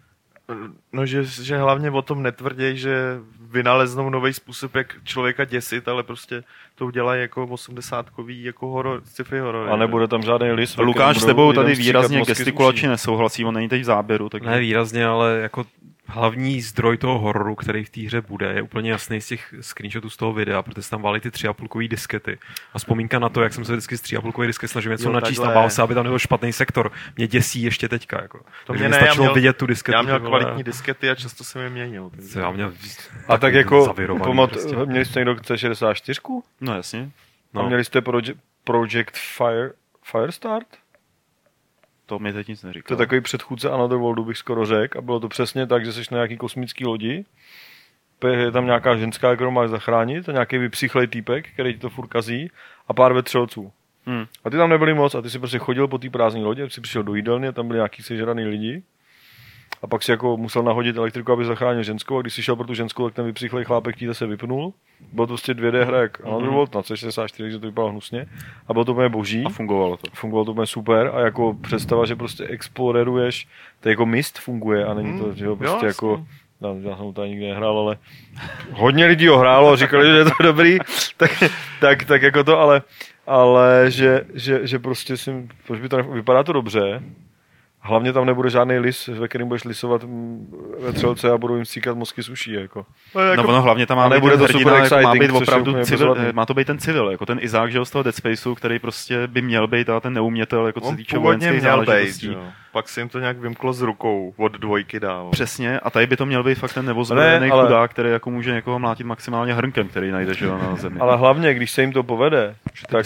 No, že hlavně o tom netvrděj, že vynaleznou nový způsob, jak člověka děsit, ale prostě to udělají jako 80kový jako horor, sci-fi horor. A nebude tam žádný lis. Lukáš s tebou tady výrazně gestikulačně nesouhlasí, on není teď v záběru. Tak... Ne výrazně, ale jako hlavní zdroj toho hororu, který v té hře bude, je úplně jasný z těch screenshotů z toho videa, protože se tam válí ty 3,5kový diskety. A vzpomínka na to, jak jsem se vždycky z 3,5kový disket snažil něco načíst a bál se, aby tam nebyl špatný sektor. Mě děsí ještě teďka. Jako. To mě nestačilo vidět tu disketu. Já měl kvalitní diskety a často jsem je měnil. A tak jako, prostě. Měli jste někdo C64? No jasně. No. A měli jste Project Firestart? To mi teď nic neříká. To je takový předchůdce Another Worldu, bych skoro řekl. A bylo to přesně tak, že jsi na nějaký kosmický lodi, je tam nějaká ženská, kterou máš zachránit, a nějaký vypsychlej týpek, který ti to furt kazí, a pár vetřelců. A ty tam nebyli moc, a ty si prostě chodil po té prázdné lodě, si přišel do jídelny, tam byli nějaký sežraný lidi. A pak si jako musel nahodit elektriku, aby zachránil ženskou, a když si šel pro tu ženskou, tak ten vypsychlej chlápek tí se vypnul. Bylo to prostě 2D hra jak Another World na C64, takže to vypadalo hnusně. A bylo to úplně boží. A fungovalo to. Fungovalo to úplně super, a jako představa, že prostě exploreruješ, to jako Myst funguje, a není to, že ho prostě jako... Já jsem to nikdy nehrál, ale hodně lidí ho hrálo a říkali, že je to dobrý, tak jako to, ale že prostě proč by to vypadá to dobře. Hlavně tam nebude žádný lis, ve kterým budeš lisovat vetřelce a budou jim stříkat mozky z uší. Jako. No ono hlavně tam má být ten hrdina, jako má být opravdu civil, má to být ten civil, jako ten Izák, že jo, z toho Dead Spaceu, který prostě by měl být, ale ten neumětel, jako co se týče vojenských záležitostí. Pak si jim to nějak vymklo z rukou, od 2 dál. Přesně, a tady by to měl být fakt ten nevozbrojený chudák, který jako může někoho mlátit maximálně hrnkem, který najde, že jo, na zemi. Ale hlavně, když se jim to povede, tak...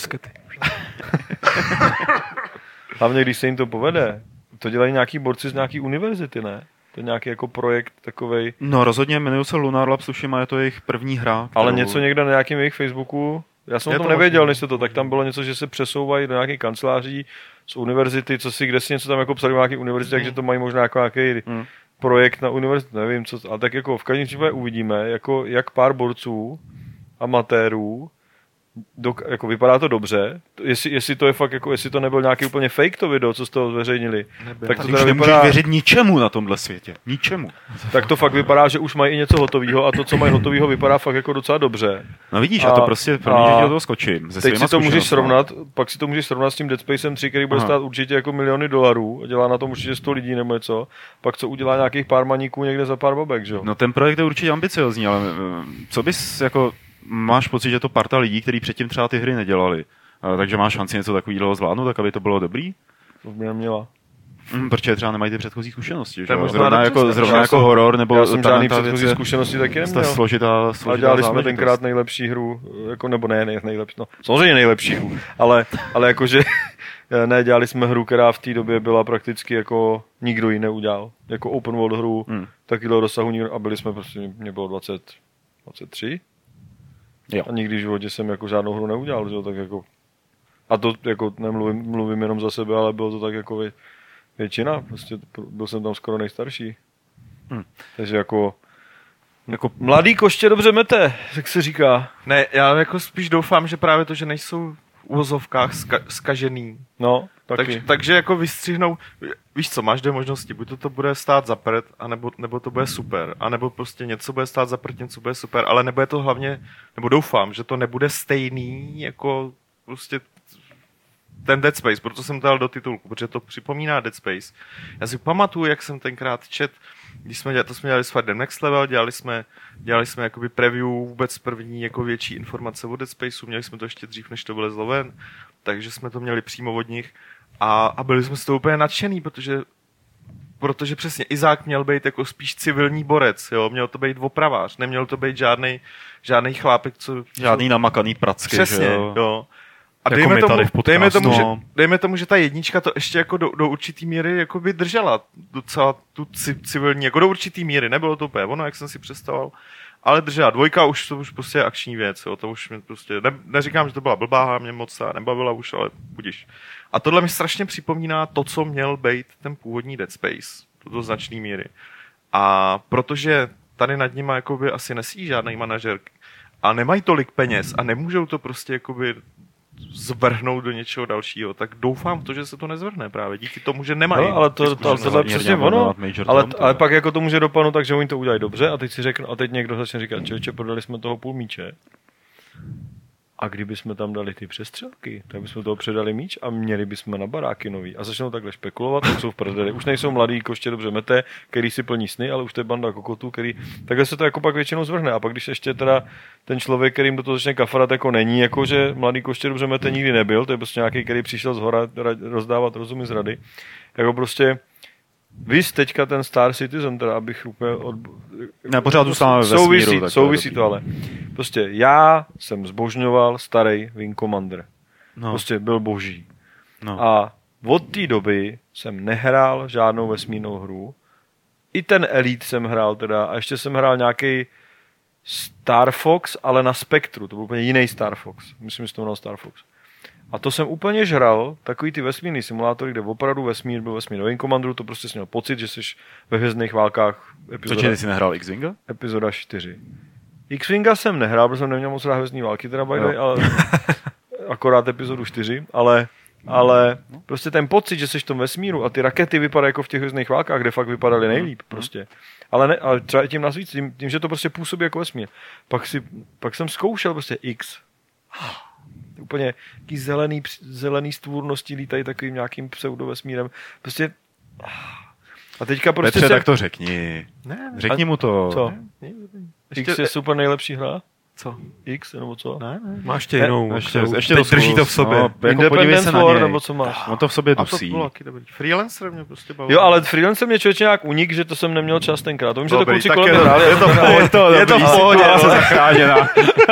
Hlavně, když se jim to povede, to dělají nějaký borci z nějaký univerzity, ne? To je nějaký jako projekt takovej... No rozhodně, jmenují se Lunar Labs, tuším, a je to jejich první hra. Ale něco někde na nějakém jejich Facebooku, já jsem o tom nevěděl, než to, tak tam bylo něco, že se přesouvají do nějakých kanceláří z univerzity, kde si něco tam jako psali v nějaké univerzitě, takže to mají možná jako nějaký projekt na univerzitu, nevím co, ale tak jako v každém případě uvidíme, jako jak pár borců, amatérů, jako vypadá to dobře, jestli to je fakt jako, jestli to nebyl nějaký úplně fake to video, co z toho zveřejnili. Tak to už nemůžeš věřit ničemu na tomhle světě. Ničemu. Tak to fakt vypadá, že už mají i něco hotového, a to, co mají hotového, vypadá fakt jako docela dobře. No vidíš, a to prostě pro mě, že do toho skočím. Teď si to můžeš srovnat, pak si to můžeš srovnat s tím Dead Spacem 3, který bude stát určitě jako miliony dolarů, a dělá na tom určitě 100 lidí nebo něco, pak co udělá nějakých pár maníků někde za pár babek, že jo? No ten projekt je určitě ambiciozní, ale co bys jako máš pocit, že to parta lidí, kteří předtím třeba ty hry nedělali, takže máš šanci něco takového zvládnout, tak aby to bylo dobrý? To by neměla. Protože třeba nemají ty předchozí zkušenosti, že? Zrovna jako horor, nebo já jsem žádný předchozí zkušenosti taky neměl. Složitá a dělali jsme tenkrát nejlepší hru, jako, nebo ne nejlepší, no samozřejmě nejlepší hru, ale jakože ne, dělali jsme hru, která v té době byla prakticky jako nikdo ji neudělal. Jako open world hru, takového dosahu nikdo, a byli jsme prostě, mě bylo 23. Jo. A nikdy v životě jsem jako žádnou hru neudělal, že? Tak jako, a to jako mluvím jenom za sebe, ale bylo to tak jako většina, prostě byl jsem tam skoro nejstarší. Takže jako mladý koště dobře mete, jak se říká. Ne, já jako spíš doufám, že právě to, že nejsou v uvozovkách zkažený. No, takže jako vystřihnou, víš co, máš dvě možnosti, buď to bude stát za prd, nebo to bude super, anebo prostě něco bude stát za prd, něco bude super, ale nebude to hlavně, nebo doufám, že to nebude stejný jako prostě ten Dead Space, proto jsem to dal do titulku, protože to připomíná Dead Space. Já si pamatuju, jak jsem tenkrát když jsme dělali s Fardem Next Level, dělali jsme jakoby preview vůbec první jako větší informace o Dead Spaceu, měli jsme to ještě dřív, než to vylezlo ven, takže jsme to měli přímo od nich a byli jsme z toho úplně nadšený, protože přesně Izák měl být jako spíš civilní borec, jo? Měl to být opravář, neměl to být žádný chlápek, žádný namakaný pracky, přesně, že jo. A dejme tomu, že ta jednička to ještě jako do určitý míry jako by držela docela tu civilní, jako do určitý míry, nebylo to úplně ono, jak jsem si představoval, ale držela. Dvojka už prostě je akční věc, jo, to už mě prostě, neříkám, že to byla blbá, mě moc se nebavila už, ale budiš. A tohle mi strašně připomíná to, co měl být ten původní Dead Space, do značný míry. A protože tady nad nima jakoby asi nesí žádný manažer a nemají tolik peněz a nemůžou to prostě jakoby zvrhnout do něčeho dalšího, tak doufám v to, že se to nezvrhne právě díky tomu, že nemají. No, ale tohle je přesně ono, ale pak jako to může dopadnout tak, že oni to udělají dobře a teď si řeknu, a teď někdo začne říkat, člověče, prodali jsme toho půl míče. A kdyby jsme tam dali ty přestřelky, tak bychom toho předali míč a měli bychom na baráky nový. A začnou takhle špekulovat, tak jsou v prdeli. Už nejsou mladí, koště dobře mete, který si plní sny, ale už to je banda kokotů, který... Takhle se to jako pak většinou zvrhne. A pak když ještě teda ten člověk, kterým do toho začne kafrat, jako není, jako že mladý koště dobře mete nikdy nebyl, to je prostě nějaký, který přišel z hora rozdávat rozumy z rady. Jako prostě víš teďka ten Star Citizen, teda abych úplně Ne, pořád zůstáváme ve vesmíru. Souvisí to ale. Prostě já jsem zbožňoval starý Wing Commander. No. Prostě byl boží. No. A od té doby jsem nehrál žádnou vesmírnou hru. I ten Elite jsem hrál teda a ještě jsem hrál nějaký Star Fox, ale na Spektru. To byl úplně jiný Star Fox. Myslím, že to jmenoval Star Fox. A to jsem úplně žral, takový ty vesmírný simulátory, kde opravdu vesmír byl vesmír. Wing Commanderu to prostě jsi měl pocit, že jsi ve hvězdných válkách. Cože, jsi nehrál X-Winga? Epizoda 4. X-Winga jsem nehrál, protože jsem neměl moc rád hvězdný války, teda by the way, ale akorát epizodu 4, ale prostě ten pocit, že jsi v tom vesmíru a ty rakety vypadají jako v těch hvězdných válkách, kde fakt vypadaly nejlíp prostě. Ale třeba tím nás víc, tím, že to prostě působí jako vesmír. Pak jsem zkoušel prostě X. Úplně taký zelený stvůrnosti lítají takovým nějakým pseudovesmírem. Prostě... A teďka prostě... Petře, tak to řekni. Ne, Řekni mu to. Co? X je super nejlepší hra? Co? X nebo co? Ne. Máš tě jinou. Ještě teď drží to v sobě. No, jako podívej se na něj. Nebo co máš? On to v sobě A to dusí. bylo taky dobrý. Freelancer mě prostě bavil. Jo, ale freelancer mě člověče nějak unik, že to jsem neměl čas tenkrát. To vím, že to Dobrý, kluci tak kolem je- hráli. je to v pohodě, Je to v pohodě, se zachráněná.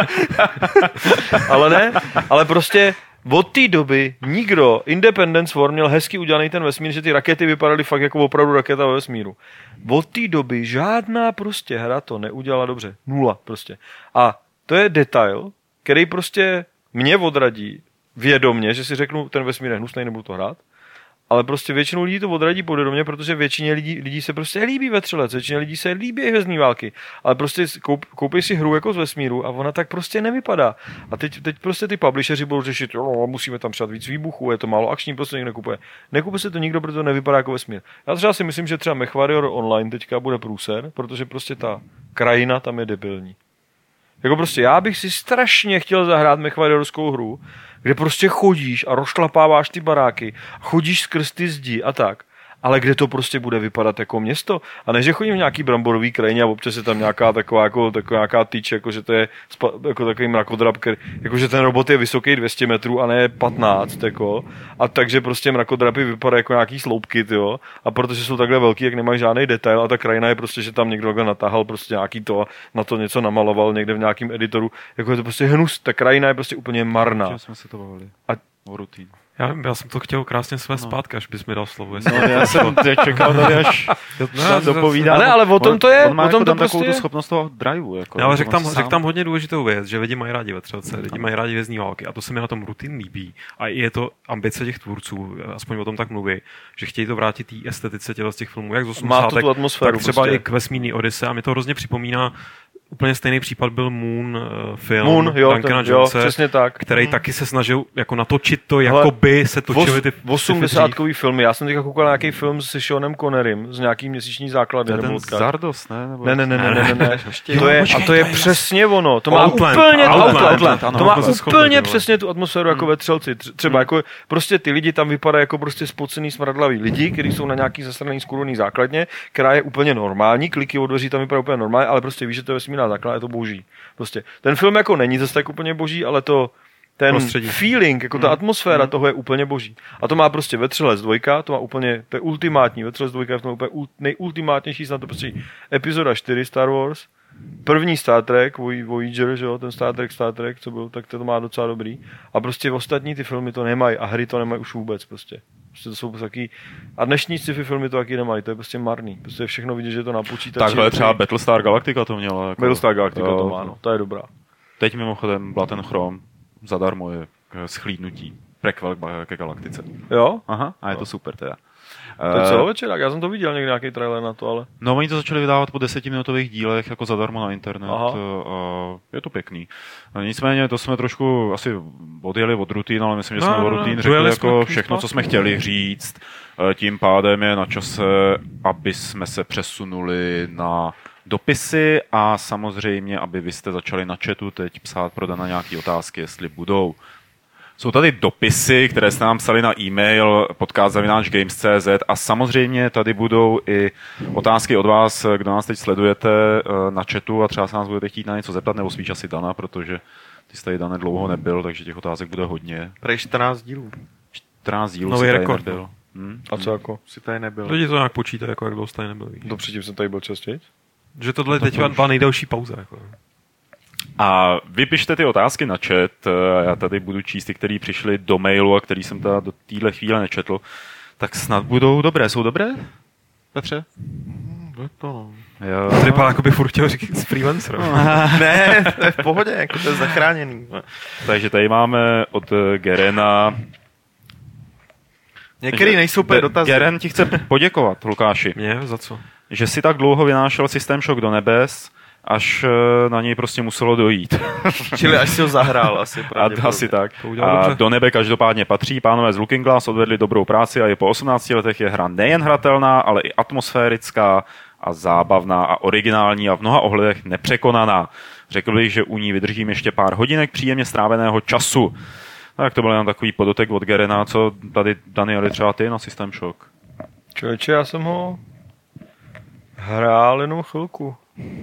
Ale ne, ale prostě od té doby nikdo, Independence War měl hezky udělaný ten vesmír, že ty rakety vypadaly fakt jako opravdu raketa ve vesmíru. Od té doby žádná prostě hra to neudělala dobře. Nula prostě. A to je detail, který prostě mě odradí vědomně, že si řeknu, ten vesmír je hnusnej, nebudu to hrát. Ale prostě většinu lidí to odradí podvědomě, protože většině lidí se prostě líbí Vetřelec, většině lidí se líbí hvězdní války, ale prostě koupí si hru jako z vesmíru a ona tak prostě nevypadá. A teď prostě ty publisheri budou řešit, jo, musíme tam přát víc výbuchů, je to málo akční, prostě nikdo nekupuje. Nekupuje se to nikdo, protože to nevypadá jako vesmír. Já třeba si myslím, že třeba MechWarrior Online teďka bude průser, protože prostě ta krajina tam je debilní. Jako prostě já bych si strašně chtěl zahrát MechWarriorskou hru, kde prostě chodíš a rozšlapáváš ty baráky, chodíš skrz ty zdi a tak, ale kde to prostě bude vypadat jako město. A ne, že chodím v nějaký bramborový krajině a občas je tam nějaká taková nějaká tyč, jako že to je jako takový mrakodrap, jako že ten robot je vysoký 200 metrů a ne 15, jako. A takže prostě mrakodrapy vypadají jako nějaký sloupky, tyjo. A protože jsou takhle velký, jak nemají žádný detail a ta krajina je prostě, že tam někdo takhle natáhal prostě nějaký to, na to něco namaloval někde v nějakém editoru. Jako je to prostě hnus, ta krajina je prostě úplně marná. Čím jsme se to bavili? O rutín. Já jsem to chtěl krásně svést zpátky, až bys mi dal slovo. No, já jsem čekal tady, až nám dopovídá. Ne, ale o tom to je. On má o tom jako to tam prostě takovou je. tu schopnost toho driveu. Jako, No, ale řekl tam hodně důležitou věc, že lidi mají rádi Vetřelce, lidi mají rádi hvězdní války a to se mi na tom rutin líbí. A je to ambice těch tvůrců, aspoň o tom tak mluví, že chtějí to vrátit té estetice z těch filmů, jak z 80. Má to tu atmosféru tak třeba prostě. i k vesmírný Odyssey a mi to hrozně připomíná. Úplně stejný případ byl Moon film Duncana Jonese, přesně tak. který taky se snažil jako natočit to, jako by se točily ty 80kový filmy. Já jsem teďka koukal na nějaký film s Seanem Connerym z nějaký měsíční základy. ten Zardos, ne? Nebo... Ne. To je přesně ono. To má Outland, úplně Outland, ano. to má To se úplně shodli, přesně tu atmosféru jako ve Třelci. Třeba jako prostě ty lidi tam vypadají jako prostě spocený smradlavý lidi, kteří jsou na nějaký zasraný skurvený základně, která je úplně normální, kliky od dveří tam vypadají úplně normálně, ale prostě víš, že to je vesmírná základna, je to boží. Prostě ten film jako není zase tak úplně boží, ale ten prostředí. feeling, jako ta atmosféra toho je úplně boží. A to má prostě Vetřelec 2, to má úplně, to je ultimátní, Vetřelec 2 je v tom úplně nejultimátnější, snad to prostě epizoda 4 Star Wars, první Star Trek, Voyager, že jo, ten Star Trek, co byl, tak to má docela dobrý. A prostě ostatní ty filmy to nemají a hry to nemají už vůbec prostě. Prostě to jsou taky, a dnešní sci-fi filmy to taky nemají, to je prostě marný. Prostě všechno vidět, že je to na počítači. Takhle třeba Battlestar Galactica to mělo. Jako, Battlestar Galactica to má, no, to je dobrá. Teď mimochodem byla ten Chrom, zadarmo je schlídnutí, prequel ke Galaktice. Jo? Aha, a je to super teda. To je celovečerák, já jsem to viděl někdy nějaký trailer na to, ale... No, oni to začali vydávat po 10minutových dílech jako zadarmo na internet. Aha. Je to pěkný. Nicméně to jsme trošku asi odjeli od rutin, ale myslím, že jsme od rutin řekli jako všechno, co jsme chtěli říct. Tím pádem je na čase, aby jsme se přesunuli na dopisy a samozřejmě, aby vy jste začali na chatu teď psát pro Dana nějaké otázky, jestli budou. Jsou tady dopisy, které jste nám psali na e-mail podcast@games.cz a samozřejmě tady budou i otázky od vás, kdo nás teď sledujete na chatu a třeba se nás budete chtít na něco zeptat, nebo spíš asi Dana, protože ty jsi tady, Dane, dlouho nebyl, takže těch otázek bude hodně. Prej 14 dílů. 14 dílů Nový si tady rekord, nebyl. A co jako? Si tady nebyl. Lidi to nějak počítají, jako jak dlouho jste tady nebyl. víš. To předtím jsem tady byl častěji? Že tohle je teď byla nejdelší pauza. Jako. A vy pište ty otázky na chat, a já tady budu číst ty, které přišly do mailu a který jsem teda do téhle chvíle nečetl, tak snad budou dobré. Jsou dobré, Petře? To vypadá, jako by furt chtěl říct z freelancer. Ne, to je v pohodě, jako to je zachráněný. Takže tady máme od Gerena. Některý nejsou úplně dotazy. Geren ti chce poděkovat, Lukáši, Mě? Za co? že si tak dlouho vynášel System Shock do nebes, až na něj prostě muselo dojít. Čili až si ho zahrál asi. Asi tak. To udělal A dobře. do nebe každopádně patří. Pánové z Looking Glass odvedli dobrou práci a je po 18 letech je hra nejen hratelná, ale i atmosférická a zábavná a originální a v mnoha ohledech nepřekonaná. Řekl bych, že u ní vydržím ještě pár hodinek příjemně stráveného času. Tak to byl jen takový podotek od Gerena, co tady, Danieli, třeba ty na System Shock. Člověče, já jsem ho hrál jenom chvilku.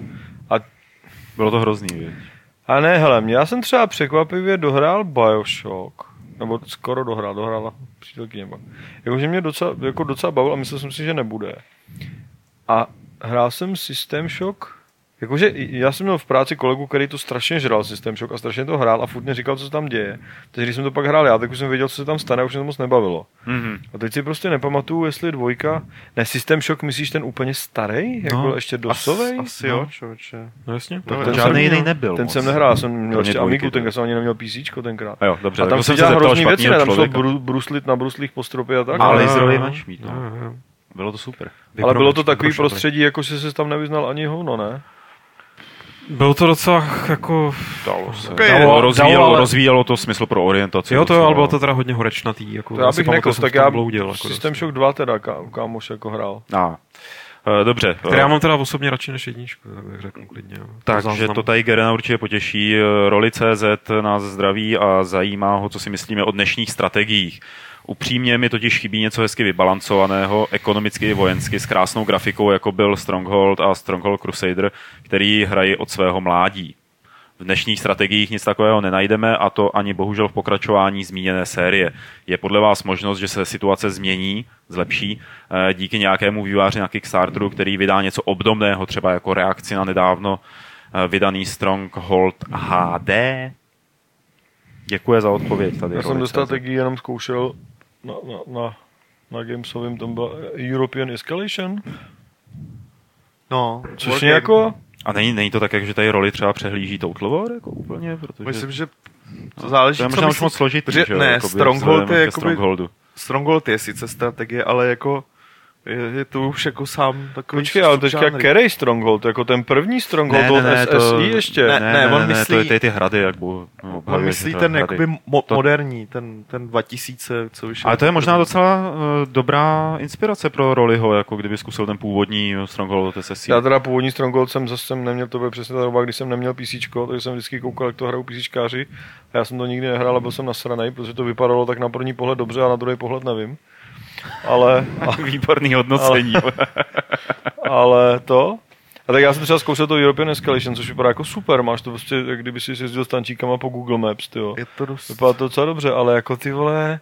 Bylo to hrozný, viď? A ne, hele, já jsem třeba překvapivě dohrál BioShock. Nebo skoro dohrála přítelkyně. Jakože mě docela bavil a myslel jsem si, že nebude. A hrál jsem System Shock. Jakože já jsem měl v práci kolegu, který to strašně žral System Shock a strašně to hrál a furt mě říkal, co se tam děje. Takže když jsem to pak hrál já, tak už jsem věděl, co se tam stane a už mě to moc nebavilo. Mm-hmm. A teď si prostě nepamatuju, jestli dvojka... Ne, System Shock, myslíš ten úplně starý? Jak byl ještě dosovej? Asi jo, člověče. No jasně. No, ten žádný jsem jiný měl- nebyl Ten moc. jsem nehrál, jsem měl Kromě ještě dvojky, Amigu, teda. ten jsem ani neměl PC tenkrát. A jo, dobře. A tam tak se jsem dělá zeptal hrozný věci, špatnýho ne? Tam šlo člověka. bruslit na bruslích po stropě a tak. A Ale, laserový meč mít, Jo, no. jo. Bylo to super. ale bylo to Vyprošli. takový prostředí, jako že se tam nevyznal ani hovno, ne? Bylo to docela jako... Dalo se. Dalo, ale- Rozvíjelo to smysl pro orientaci. Jo, to jo, docela. ale bylo to teda hodně horečnatý. Jako, To já bych nekos, tak já bloudil. Jako System dost. Shock 2 teda kámoš jako hrál. Dobře. Který já mám teda osobně radši než jedničku, tak bych řekl klidně. jo. Takže záznam. to tady Gerena určitě potěší. Roli CZ nás zdraví a zajímá ho, co si myslíme o dnešních strategiích. Upřímně mi totiž chybí něco hezky vybalancovaného, ekonomicky i vojensky, s krásnou grafikou, jako byl Stronghold a Stronghold Crusader, který hrají od svého mládí. V dnešních strategiích nic takového nenajdeme a to ani bohužel v pokračování zmíněné série. Je podle vás možnost, že se situace změní, zlepší díky nějakému vývojáři na Kickstarteru, který vydá něco obdobného, třeba jako reakci na nedávno vydaný Stronghold HD? Děkuji za odpověď tady. Já jsem do strategii jenom zkoušel na Gamesovým, tam byla European Escalation, No, což je jako... A není to tak, že tady roli třeba přehlíží Total War jako úplně? Protože myslím, že to záleží, to je co možná už myslíš. moc složitý, Protože že jo? ne, jakoby Stronghold vzhledem je ke jakoby- Strongholdu. Stronghold je sice strategie, ale jako je to už jako sám takový... Počkej, ale teďka subžánr. který Stronghold? Jako ten první Stronghold od SSI ještě? Ne, on myslí- to je ty hrady, jak bu, On myslí ten jakoby moderní, ten 2000, co vyšel. Ale to je možná docela dobrá inspirace pro Roliho, jako kdyby zkusil ten původní Stronghold od SSI. Já teda původní Stronghold jsem zase neměl, to byl přesně ta doba, kdy jsem neměl PCčko, takže jsem vždycky koukal, jak to hrajou PCčkáři. A já jsem to nikdy nehrál a byl jsem nasranej, protože to vypadalo tak na první pohled dobře a na druhý pohled nevím. Ale Výborný hodnocení. ale to... A tak já jsem třeba zkoušel to European Escalation, což vypadá jako super, máš to prostě, jak kdyby si jezdil s tančíkama po Google Maps, tyjo. Je to dost... Vypadá to docela dobře, ale jako ty vole...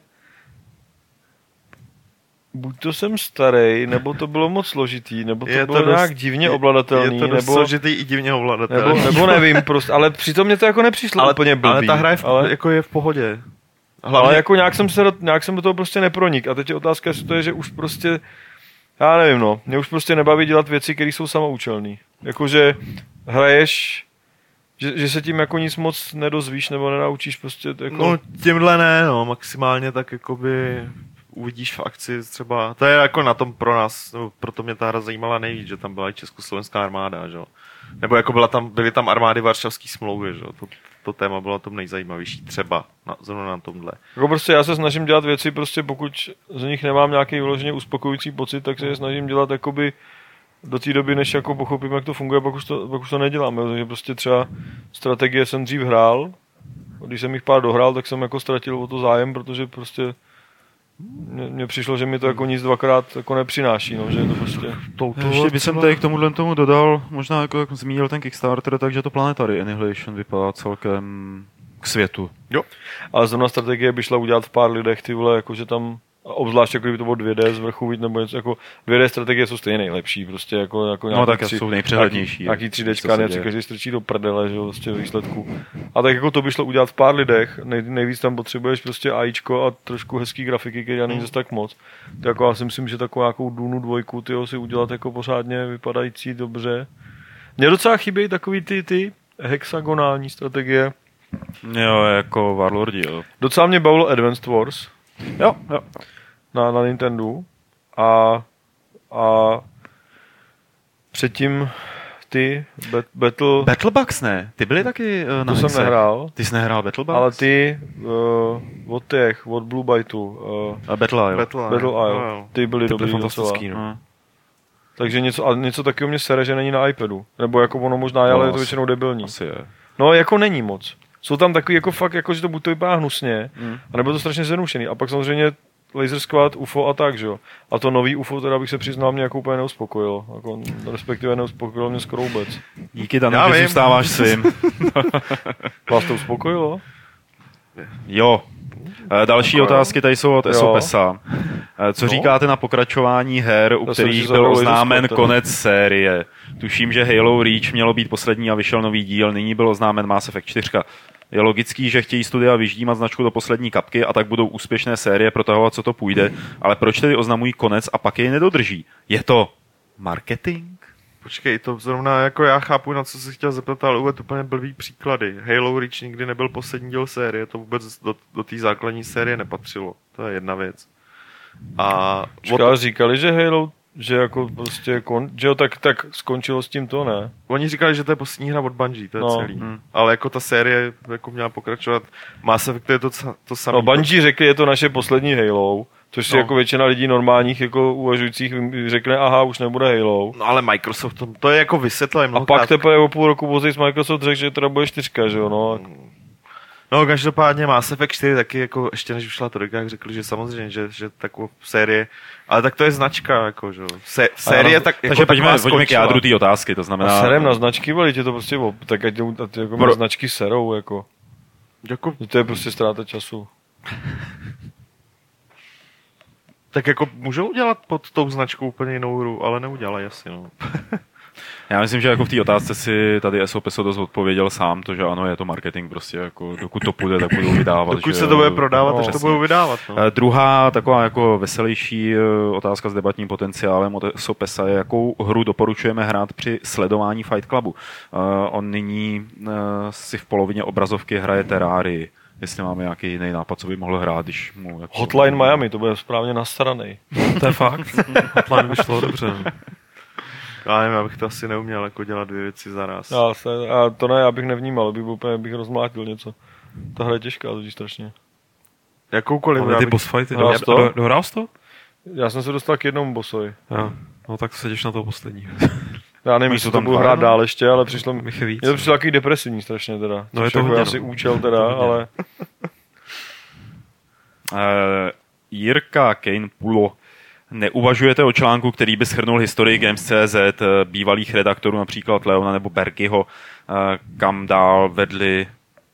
Buď to jsem starý, nebo to bylo moc složitý, nebo to bylo nějak divně ovladatelný, Je to dost nebo, složitý i divně ovladatelný. nebo nevím prostě, ale přitom mě to jako nepřišlo úplně blbý. Ale ta hra je ale, jako je v pohodě. ale jako nějak jsem do toho prostě nepronik. A teď je otázka, jestli to je, že už prostě, já nevím no, mě už prostě nebaví dělat věci, které jsou samoučelné. Jakože hraješ, že se tím jako nic moc nedozvíš nebo nenaučíš prostě. Jako... No tímhle ne, no, maximálně tak jakoby uvidíš v akci třeba, to je jako na tom pro nás, no, proto mě ta hra zajímala nejvíc, že tam byla i československá armáda, že? Nebo jako byly tam armády Varšavské smlouvy, že? To téma bylo tom nejzajímavější třeba, zrovna na tomhle. Jako prostě já se snažím dělat věci, prostě pokud z nich nemám nějaký vyloženě uspokojující pocit, tak se je snažím dělat jakoby do té doby, než jako pochopím, jak to funguje, pak už to nedělám. Takže prostě třeba strategie jsem dřív hrál, když jsem jich pár dohrál, tak jsem jako ztratil o to zájem, protože prostě mně přišlo, že mi to jako nic dvakrát jako nepřináší, no, že je to prostě... Ještě bych jsem tady k tomuhle tomu dodal, možná jako jak zmínil ten Kickstarter, takže to Planetary Annihilation vypadá celkem k světu. Jo. Ale zrovna strategie by šla udělat v pár lidech, ty vole, jakože tam, obzvlášť jako kdyby to bylo 2D z vrchu, nebo něco jako 2D strategie jsou stejně nejlepší, prostě jako no tak jsou nejpřehlednější. Nějaký 3Dčka, něco každý strčí do prdele, že jo, prostě výsledku. A tak jako to by šlo udělat v pár lidech, nejvíc tam potřebuješ prostě AIčko a trošku hezký grafiky, který není zase tak moc. Tak jako já si myslím, že takovou nějakou Dunu 2, tyjo, si udělat jako pořádně vypadající dobře. Mně docela chybějí takový ty hexagonální strategie. Jo, jako Warlordi, jo. Docela mě bavilo Advanced Wars. Jo. Na Nintendo a předtím ty Battlebugs ne, ty byly taky na to jsem nehrál. Ty jsi nehrál Battlebugs? Ale ty od Blue Byteu Battle Isle. Ty byly dobrý fantastický, no. Takže něco takového mě sere, že není na iPadu. Nebo jako ono možná je, ale je to většinou debilní. Asi je. No jako není moc. Jsou tam takový jako fakt, jako že to buď to vypadá hnusně, anebo to strašně zjednodušený. A pak samozřejmě Laser Squad, UFO a tak, že jo. A to nový UFO, teda bych se přiznal, mě jako úplně neuspokojilo. Jako, respektive neuspokojilo mě skoro vůbec. Díky, Danu, že zůstáváš svým. Vás to uspokojilo? Jo. Další otázky tady jsou od SOPESA. Co říkáte na pokračování her, u kterých byl oznámen konec série? Tuším, že Halo Reach mělo být poslední a vyšel nový díl, nyní byl oznámen Mass Effect 4. Je logický, že chtějí studia vyždímat značku do poslední kapky a tak budou úspěšné série protahovat, co to půjde, ale proč tedy oznamují konec a pak jej nedodrží? Je to marketing? Počkej, to zrovna jako já chápu, na co se chtěl zeptat, ale uvedl úplně blbý příklady. Halo Reach nikdy nebyl poslední díl série, to vůbec do té základní série nepatřilo. To je jedna věc. A říkali, že Halo, že jako prostě, že jo, tak skončilo s tím to, ne? Oni říkali, že to je poslední hra od Bungie, to je celý. Ale jako ta série jako měla pokračovat. Mass Effect je to samé. No Bungie řekli, je to naše poslední Halo. Což si jako většina lidí normálních jako uvažujících řekne, aha, už nebude Halo. No ale Microsoft, to je jako vysvětlil. A pak teprve o půl roku později Microsoft řekl, že teda bude 4, že jo, no. No každopádně Mass Effect 4 taky jako ještě než vyšla trojka, jak řekli, že samozřejmě, že takovou série, ale tak to je značka, jako, že jo. Série tak takže jako pojďme k jádru té otázky, to znamená... A serem na značky, vole, je to prostě, tak ať jako značky serou, jako. To je prostě ztráta času. Tak jako můžou udělat pod tou značkou úplně jinou hru, ale neudělají asi, no. Já myslím, že jako v té otázce si tady SOP se dost odpověděl sám, to, že ano, je to marketing prostě, jako dokud to půjde, tak budou vydávat. Dokud se to bude prodávat, tak to budou vydávat. No. Druhá taková jako veselější otázka s debatním potenciálem od SOPesa je, jakou hru doporučujeme hrát při sledování Fight Clubu. On nyní si v polovině obrazovky hraje Terrarii. Jestli máme nějaký jiný nápad, co by mohl hrát, když mu... Jako... Hotline Miami, to bude správně nasranej. To je fakt. Hotline vyšlo dobře. Já nevím, já bych to asi neuměl jako dělat dvě věci zaraz. A to ne, já bych nevnímal, bych rozmlátil něco. Ta hra je těžká, totiž strašně. Jakoukoliv. Ale ty boss fighty, dohrál jsi to? Já jsem se dostal k jednomu bossovi. No tak se těš na toho poslední. Já nevím, jestli to budu hrát dál ještě, ale přišlo mi víc. Je to přišlo takový depresivní strašně teda. No je to jako hodně, asi účel teda, ale... Jirka Kane Pulo. Neuvažujete o článku, který by shrnul historii Games.cz, bývalých redaktorů, například Leona nebo Berkyho, kam dál vedli...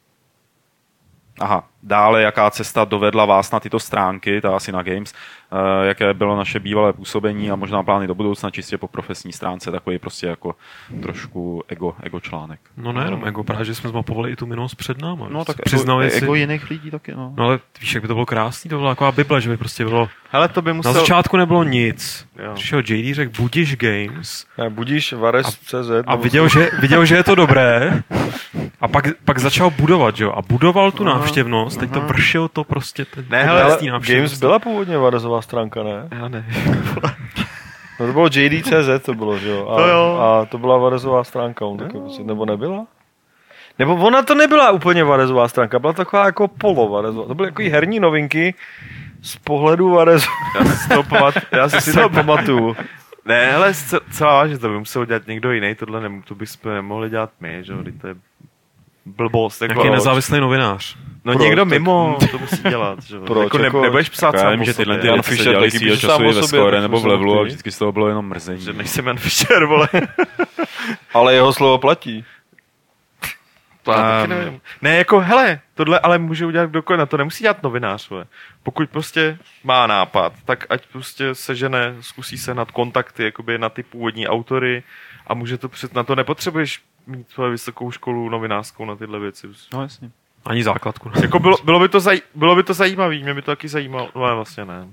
Dále, jaká cesta dovedla vás na tyto stránky, ta asi na Games, jaké bylo naše bývalé působení a možná plány do budoucna čistě po profesní stránce, takový prostě jako trošku ego článek. No nejenom ego, právě, že jsme zmapovali i tu minulost před náma. No tak ego jiných lidí taky, no. No ale víš, jak by to bylo krásný, to byla taková bible, že by prostě bylo... Hele, to by musel... Na začátku nebylo nic. Přišel JD, řekl Budiš Games. Ne, Budiš Vares.cz. A viděl, že je to dobré. A pak začal budovat, že jo? A budoval tu návštěvnost, teď to vršil to prostě ten Games byla původně Varezová stránka, ne? Já ne. No to bylo JD.cz, to bylo, že jo? A to byla Varezová stránka, nebo nebyla? Nebo ona to nebyla úplně Varezová stránka, byla taková jako polo-Varezová. To byly jako herní novinky z pohledu Varezu. Já si to pamatuju. Ne, hele, celá vážně, to by musel dělat někdo jiný, to bychom nemohli dělat my, že jo, to je blbost. Jaký nezávislý novinář. No někdo mimo to musí dělat, že jo. Jako nebudeš psát sám o že tyhle sobě. ty věci se dělali svýho času i ve Score nebo v Levelu a vždycky z toho bylo jenom mrzení. Že nejsem Jan Fischer, vole. Ale jeho slovo platí. To já taky nevím. Ne, jako hele, tohle ale může udělat kdokoliv, na to nemusí dělat novinář, vole. Pokud prostě má nápad, tak ať prostě sežene, zkusí se nad kontakty, jakoby na ty původní autory a může to na to nepotřebuješ mít svoji vysokou školu novinářskou na tyhle věci. No jasně. Ani základku. Jako bylo by to zajímavé, mě by to taky zajímalo, no vlastně ne.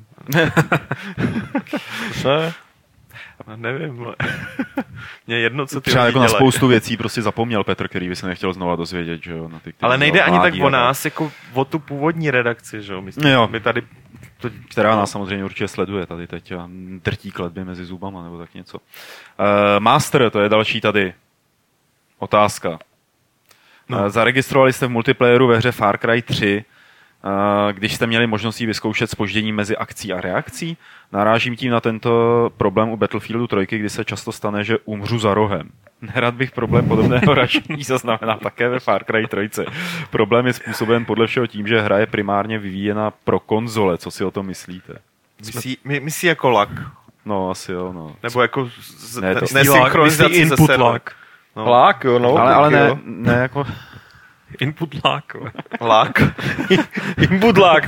Ne? Nevím, mě jedno, co ty třeba jako dělají. na spoustu věcí prostě zapomněl Petr, který by se nechtěl znova dozvědět, že jo. Na ty, ale nejde ani tak o nás, jako o tu původní redakci, že jo. My tady která nás samozřejmě určitě sleduje tady teď a drtí kletby mezi zubama nebo tak něco. Master, to je další tady otázka. No. Zaregistrovali jste v multiplayeru ve hře Far Cry 3, když jste měli možnost vyzkoušet zpoždění mezi akcí a reakcí. Narážím tím na tento problém u Battlefieldu 3, kdy se často stane, že umřu za rohem. Nerad bych problém podobného rašení zaznamenal také ve Far Cry 3. Problém je způsoben podle všeho tím, že hra je primárně vyvíjena pro konzole. Co si o tom myslíte? Myslí jako lag. No, asi jo, no. Nebo jako nesynchronizace input lag. No. Lag, jo, no. Ale ne jako... Input lag. Lag? Input lag.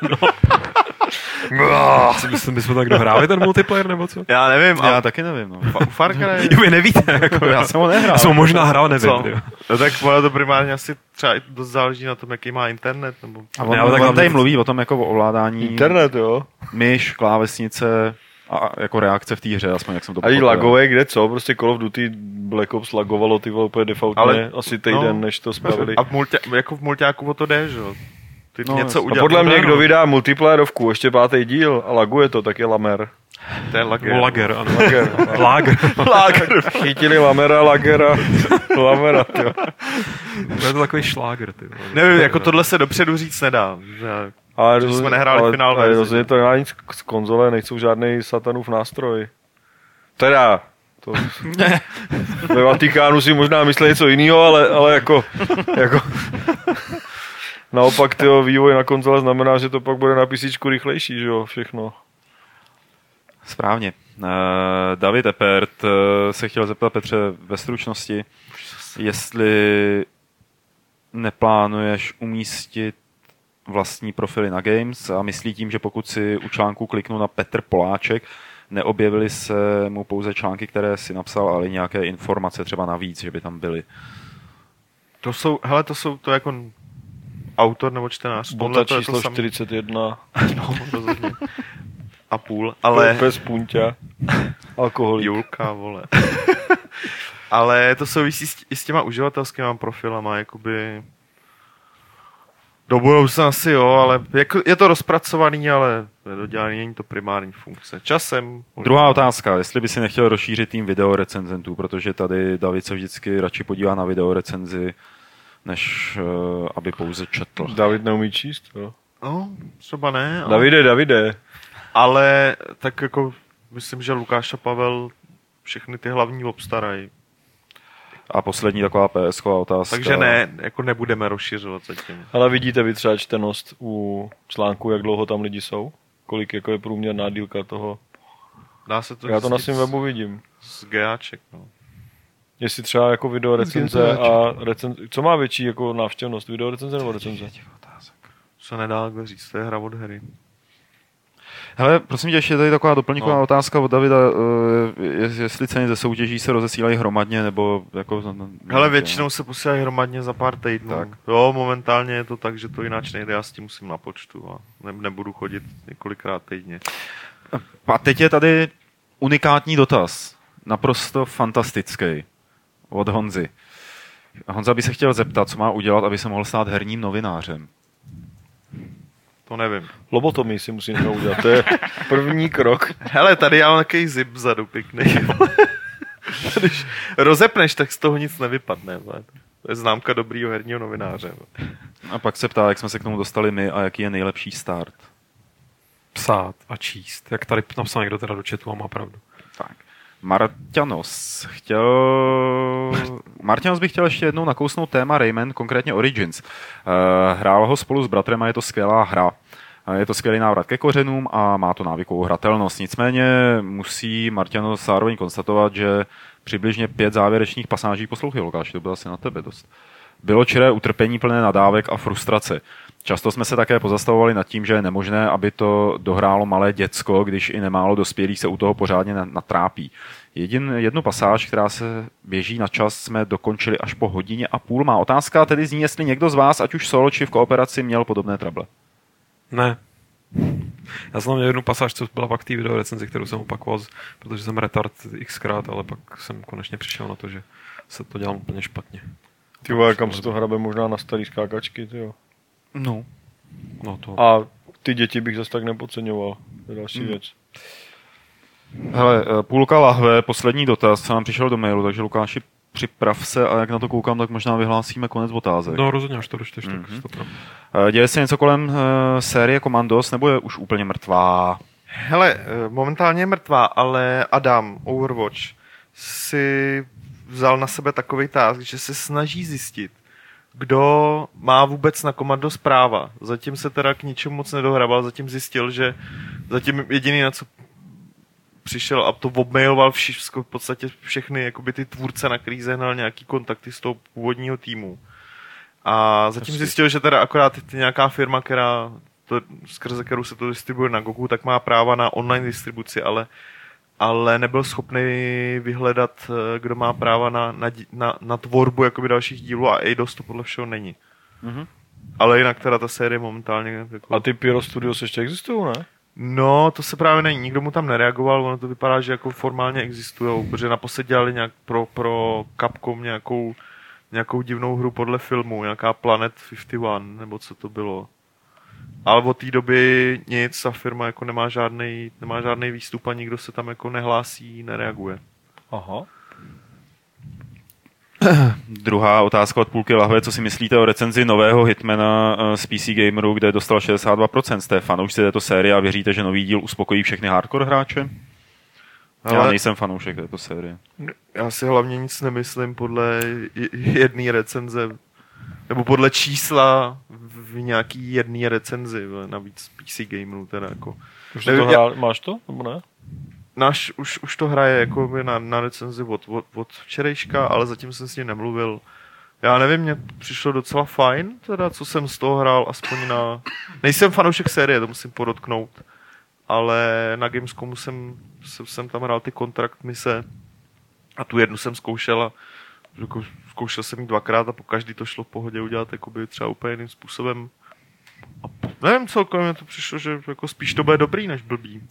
No. Myslím, bychom tak dohráli ten multiplayer, nebo co? Já nevím. Já taky nevím, no. Far Cry... Vy nevíte, jako já jsem ho nehrál. Jsem možná hrál, nevím. No tak to primárně asi třeba dost záleží na tom, jaký má internet. Nebo... A on tady mluví o tom jako o ovládání... Internet, jo. Myš, klávesnice a jako reakce v té hře, aspoň jak jsem to pochopil. A lagové, kde co? Prostě Call of Duty Black Ops lagovalo ty vole úplně defaultně, ale, asi týden, než to spravili. A jako v multiáku o to jde, že jo? Ty něco udělat. A podle mě, kdo vydá multiplayerovku, ještě 5. díl a laguje to, tak je lamer. To je lager. Lager, ano. Lager. Chytili lamera, lagera, lamera, jo. To je to takový šláger, ty. Nevím, jako tohle se dopředu říct nedá. Ale jsme nehráli finál verzi. Rozhodně to nemá nic z konzole, nejsou žádný satanův nástroj. Teda, to ve Vatikánu si možná myslí něco jiného, ale jako naopak tyho vývoj na konzole znamená, že to pak bude na písíčku rychlejší, že jo, všechno. Správně. David Eppert se chtěl zeptat, Petře, ve stručnosti, jestli neplánuješ umístit vlastní profily na Games a myslí tím, že pokud si u článku kliknu na Petr Poláček, neobjevily se mu pouze články, které si napsal, ale nějaké informace třeba navíc, že by tam byly. To jako autor nebo čtenář. Bota číslo 41. No, rozhodně. A půl, ale... Pes Punťa. Alkoholik. Julka, vole. Ale to souvisí s těma uživatelskýma profilama, jakoby... Do budoucna asi jo, ale je to rozpracovaný, ale nedodělaný, není to primární funkce. Časem... Druhá otázka, jestli by si nechtěl rozšířit tým videorecenzentů, protože tady David se vždycky radši podívá na videorecenzi, než aby pouze četl. David neumí číst, jo? No, třeba ne. Ale... Davide. Ale tak jako myslím, že Lukáš a Pavel všechny ty hlavní obstarají. A poslední taková PS-ková otázka. Takže ne, jako nebudeme rozšiřovat zatím. Ale vidíte vy třeba čtenost u článku, jak dlouho tam lidi jsou? Kolik jako je průměrná dílka toho? Dá se to já to na svém webu vidím. Z GAček, no. Jestli třeba jako video recenze a recenze... Co má větší jako návštěvnost? Video recenze nebo recenze? Co nedá takhle říct, to je hra od hry. Hele, prosím tě, ještě tady taková doplňková otázka od Davida, jestli ceny ze soutěží se rozesílají hromadně, nebo jako... Hele, většinou se posílají hromadně za pár týdnů. Tak. Jo, momentálně je to tak, že to jinak nejde, já s tím musím na počtu a nebudu chodit několikrát týdně. A teď je tady unikátní dotaz, naprosto fantastický, od Honzy. Honza by se chtěl zeptat, co má udělat, aby se mohl stát herním novinářem. To nevím. Lobotomii si musím nechat udělat, to je první krok. Hele, tady já mám takový zip vzadu pěkný. Když rozepneš, tak z toho nic nevypadne. To je známka dobrýho herního novináře. A pak se ptá, jak jsme se k tomu dostali my a jaký je nejlepší start. Psát a číst. Jak tady napsal někdo teda do chatu a má pravdu. Tak. Marťanos by chtěl ještě jednou nakousnout téma Rayman, konkrétně Origins. Hrál ho spolu s bratrem a je to skvělá hra. Je to skvělý návrat ke kořenům a má to návykovou hratelnost. Nicméně musí Marťanos zároveň konstatovat, že přibližně 5 závěrečných pasáží poslouchy, Lukáš, to bylo asi na tebe dost. Bylo čiré utrpení plné nadávek a frustrace. Často jsme se také pozastavovali nad tím, že je nemožné, aby to dohrálo malé děcko, když i nemálo dospělých se u toho pořádně natrápí. Jednu pasáž, která se běží na čas, jsme dokončili až po 1,5 hodině. Má otázka tedy zní, jestli někdo z vás, ať už solo či v kooperaci, měl podobné trable. Ne. Já jsem měl jednu pasáž, co byla pak té video recenzi, kterou jsem opakoval, protože jsem retard xkrát, ale pak jsem konečně přišel na to, že se to dělám úplně špatně. Ty vole, kam se to hrabe možná na starý skákačky, tyjo. No to. A ty děti bych zase tak nepodceňoval. To je další věc. Hele, půlka lahve, poslední dotaz, co nám přišel do mailu, takže Lukáši, připrav se a jak na to koukám, tak možná vyhlásíme konec otázek. No rozhodně, až to dočteš, tak to děje se něco kolem série Commandos, nebo je už úplně mrtvá? Hele, momentálně je mrtvá, ale Adam, Overwatch, si vzal na sebe takový task, že se snaží zjistit, kdo má vůbec na Commandos práva. Zatím se teda k ničemu moc nedohrabal, zatím zjistil, že zatím jediný, na co přišel a to obmailoval v podstatě všechny jakoby ty tvůrce, na který zehnal nějaký kontakty z toho původního týmu. A zatím zjistil, že teda akorát nějaká firma, skrze kterou se to distribuje na Goku, tak má práva na online distribuci, ale nebyl schopný vyhledat, kdo má práva na tvorbu jakoby dalších dílů a Eidos to podle všeho není. Mm-hmm. Ale jinak teda ta série momentálně... Jako... A ty Pyro Studios ještě existují, ne? No, to se právě není. Nikdo mu tam nereagoval, ono to vypadá, že jako formálně existují, protože naposled dělali nějak pro Capcom nějakou divnou hru podle filmu, nějaká Planet 51, nebo co to bylo. Ale od té doby nic a firma jako nemá žádný výstup a nikdo se tam jako nehlásí, nereaguje. Aha. Druhá otázka od půlky lahve, co si myslíte o recenzi nového Hitmana z PC Gameru, kde dostal 62%? Jste fanoušci této série a věříte, že nový díl uspokojí všechny hardcore hráče? Já nejsem fanoušek této série. Já si hlavně nic nemyslím podle jedné recenze, nebo podle čísla v nějaký jedné recenzi, navíc PC Gameru teda jako. Už to hrál, máš to, nebo ne? Náš už to hraje jako na recenzi od včerejška, ale zatím jsem s ním nemluvil. Já nevím, mně přišlo docela fajn, teda, co jsem z toho hrál, aspoň nejsem fanoušek série, to musím podotknout, ale na Gamescomu jsem tam hrál ty kontrakt mise a tu jednu jsem zkoušel a zkoušel jsem ji 2krát a po každý to šlo v pohodě udělat jakoby třeba úplně jiným způsobem. A nevím, celkově mi to přišlo, že jako spíš to bude dobrý než blbý.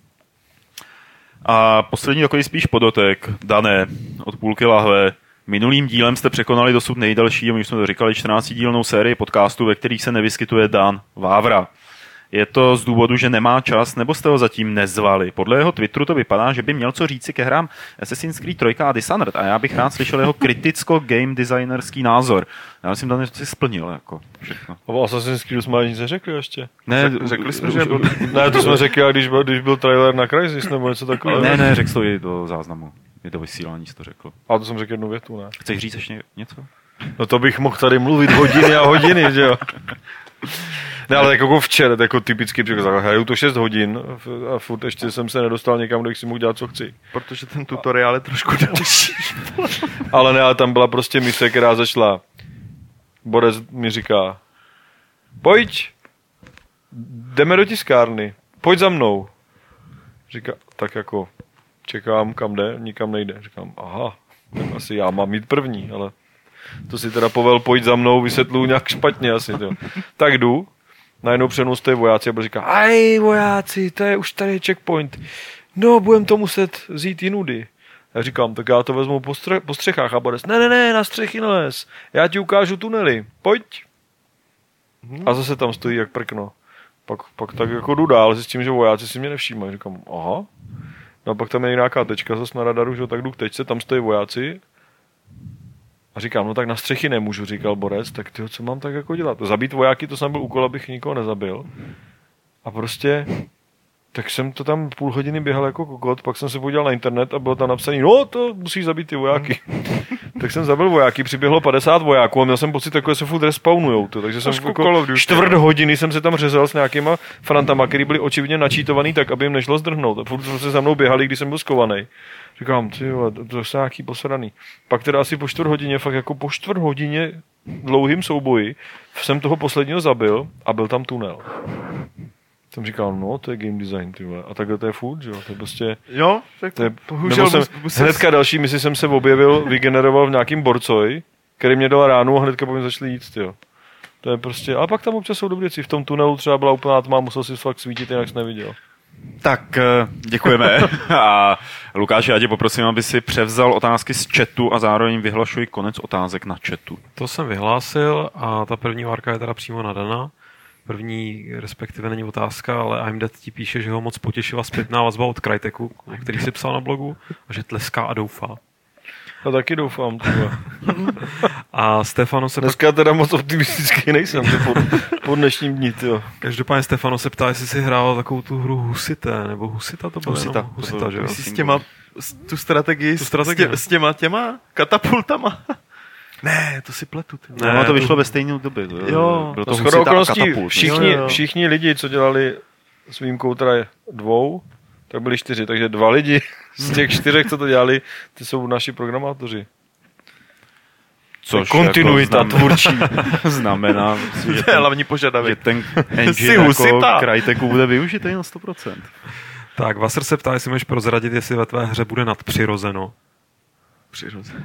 A poslední takový spíš podotek, Dané, od půlky lahve. Minulým dílem jste překonali dosud nejdelší, my už jsme to říkali, 14dílnou sérii podcastů, ve kterých se nevyskytuje Dan Vávra. Je to z důvodu, že nemá čas, nebo jste ho zatím nezvali? Podle jeho Twitteru to vypadá, že by měl co říci ke hrám Assassin's Creed 3 a Dishonored a já bych rád slyšel jeho kriticko-game designerský názor. Já myslím, že to si splnil jako všechno. O Assassin's Creed jsme nic neřekli ještě. Ne, řekli jsme, že... Ne, to jsme řekli, když byl trailer na Crysis nebo něco takového. Ne, řekl to i do záznamu. Je to vysílání, jsi to řekl. Ale to jsem řekl jednu větu, ne? Chceš říct ještě něco? No to bych mohl tady mluvit hodiny a hodiny, že jo? Ne, ale jako včera, jako typický příklad, hraju to 6 hodin a furt ještě jsem se nedostal někam, kde si mohl dělat, co chci. Protože ten tutoriál je trošku delší. Ale ne, ale tam byla prostě mise, která začala. Borec mi říká, pojď, jdeme do tiskárny, pojď za mnou. Říká, tak jako, čekám, kam jde, nikam nejde. Říkám, aha, tak asi já mám mít první, ale to si teda povel, pojď za mnou, vysvětluji nějak špatně asi. To. Tak jdu, najednou přenou z té vojáci a byl říká, aj vojáci, to je už tady checkpoint. No, budem to muset vzít jinudy. Já říkám, tak já to vezmu po střechách a Boris, ne, na střechy nelez, já ti ukážu tunely, pojď. A zase tam stojí jak prkno. Pak tak jako jdu dál, zjistím, že vojáci si mě nevšímají. Říkám, aha. No a pak tam je nějaká tečka zase na radaru, že tak jdu k tečce, tam stojí vojáci. A říkám, no tak na střechy nemůžu, říkal Borec, tak tyjo, co mám tak jako dělat? Zabít vojáky, to jsem byl úkol, abych nikoho nezabil. A prostě, tak jsem to tam půl hodiny běhal jako kokot, pak jsem se podíval na internet a bylo tam napsané, no to musíš zabít ty vojáky. Tak jsem zabil vojáky, přiběhlo 50 vojáků a měl jsem pocit, jako se furt respawnujou. Takže jsem jako čtvrt hodiny jsem se tam řezal s nějakýma frantama, který byli očividně načítovaný tak, aby jim nešlo zdrhnout. A furt se za mnou běhali, když jsem byl skovaný. Říkám, tyjo, to je nějaký posraný. Pak teda asi po čtvrt hodině, fakt jako po čtvrt hodině dlouhým souboji jsem toho posledního zabil a byl tam tunel. Jsem říkal, no, to je game design, tyhle. A takhle to je furt, že jo, to je prostě... Jo, tak to je, bohužel... Hnedka další misi jsem se objevil, vygeneroval v nějakým borcoj, který mě dal ránu a hnedka po mě začali jít, tyjo. To je prostě... Ale pak tam občas jsou dobrý věci. V tom tunelu třeba byla úplná tma, musel si fakt svítit, jinak jsi neviděl. Tak, děkujeme. A Lukáši, já tě poprosím, aby si převzal otázky z chatu a zároveň vyhlašuji konec otázek na chatu. To jsem vyhlásil a ta první várka je teda přímo nadaná. První, respektive není otázka, ale IMDad ti píše, že ho moc potěšila zpětná vazba od Cryteku, který si psal na blogu, a že tleská a doufá. Já taky doufám. Tyhle. A Stefano se dneska teda moc optimistický nejsem po dnešním dní. Tyjo. Každopádně Stefano se ptá, jestli si hrál takovou tu hru Husité, nebo Husita to bylo? Husita, že jo? Tu strategii s těma katapultama. Ne, to si pletu. Ne, to vyšlo ve stejnou době. Jo. Bylo to Shodou okolností katapult. všichni lidi, co dělali s výjimkou teda 2, tak byli 4, takže 2 lidi z těch 4, co to dělali, ty jsou naši programátoři. Což kontinuita jako tvůrčí. Znamená, že to je hlavní požadavek. Že ten engine jako Cryteku bude využitý na 100%. Tak, Vasser se ptá, jestli můžeš prozradit, jestli ve tvé hře bude nadpřirozeno. Přirozeno.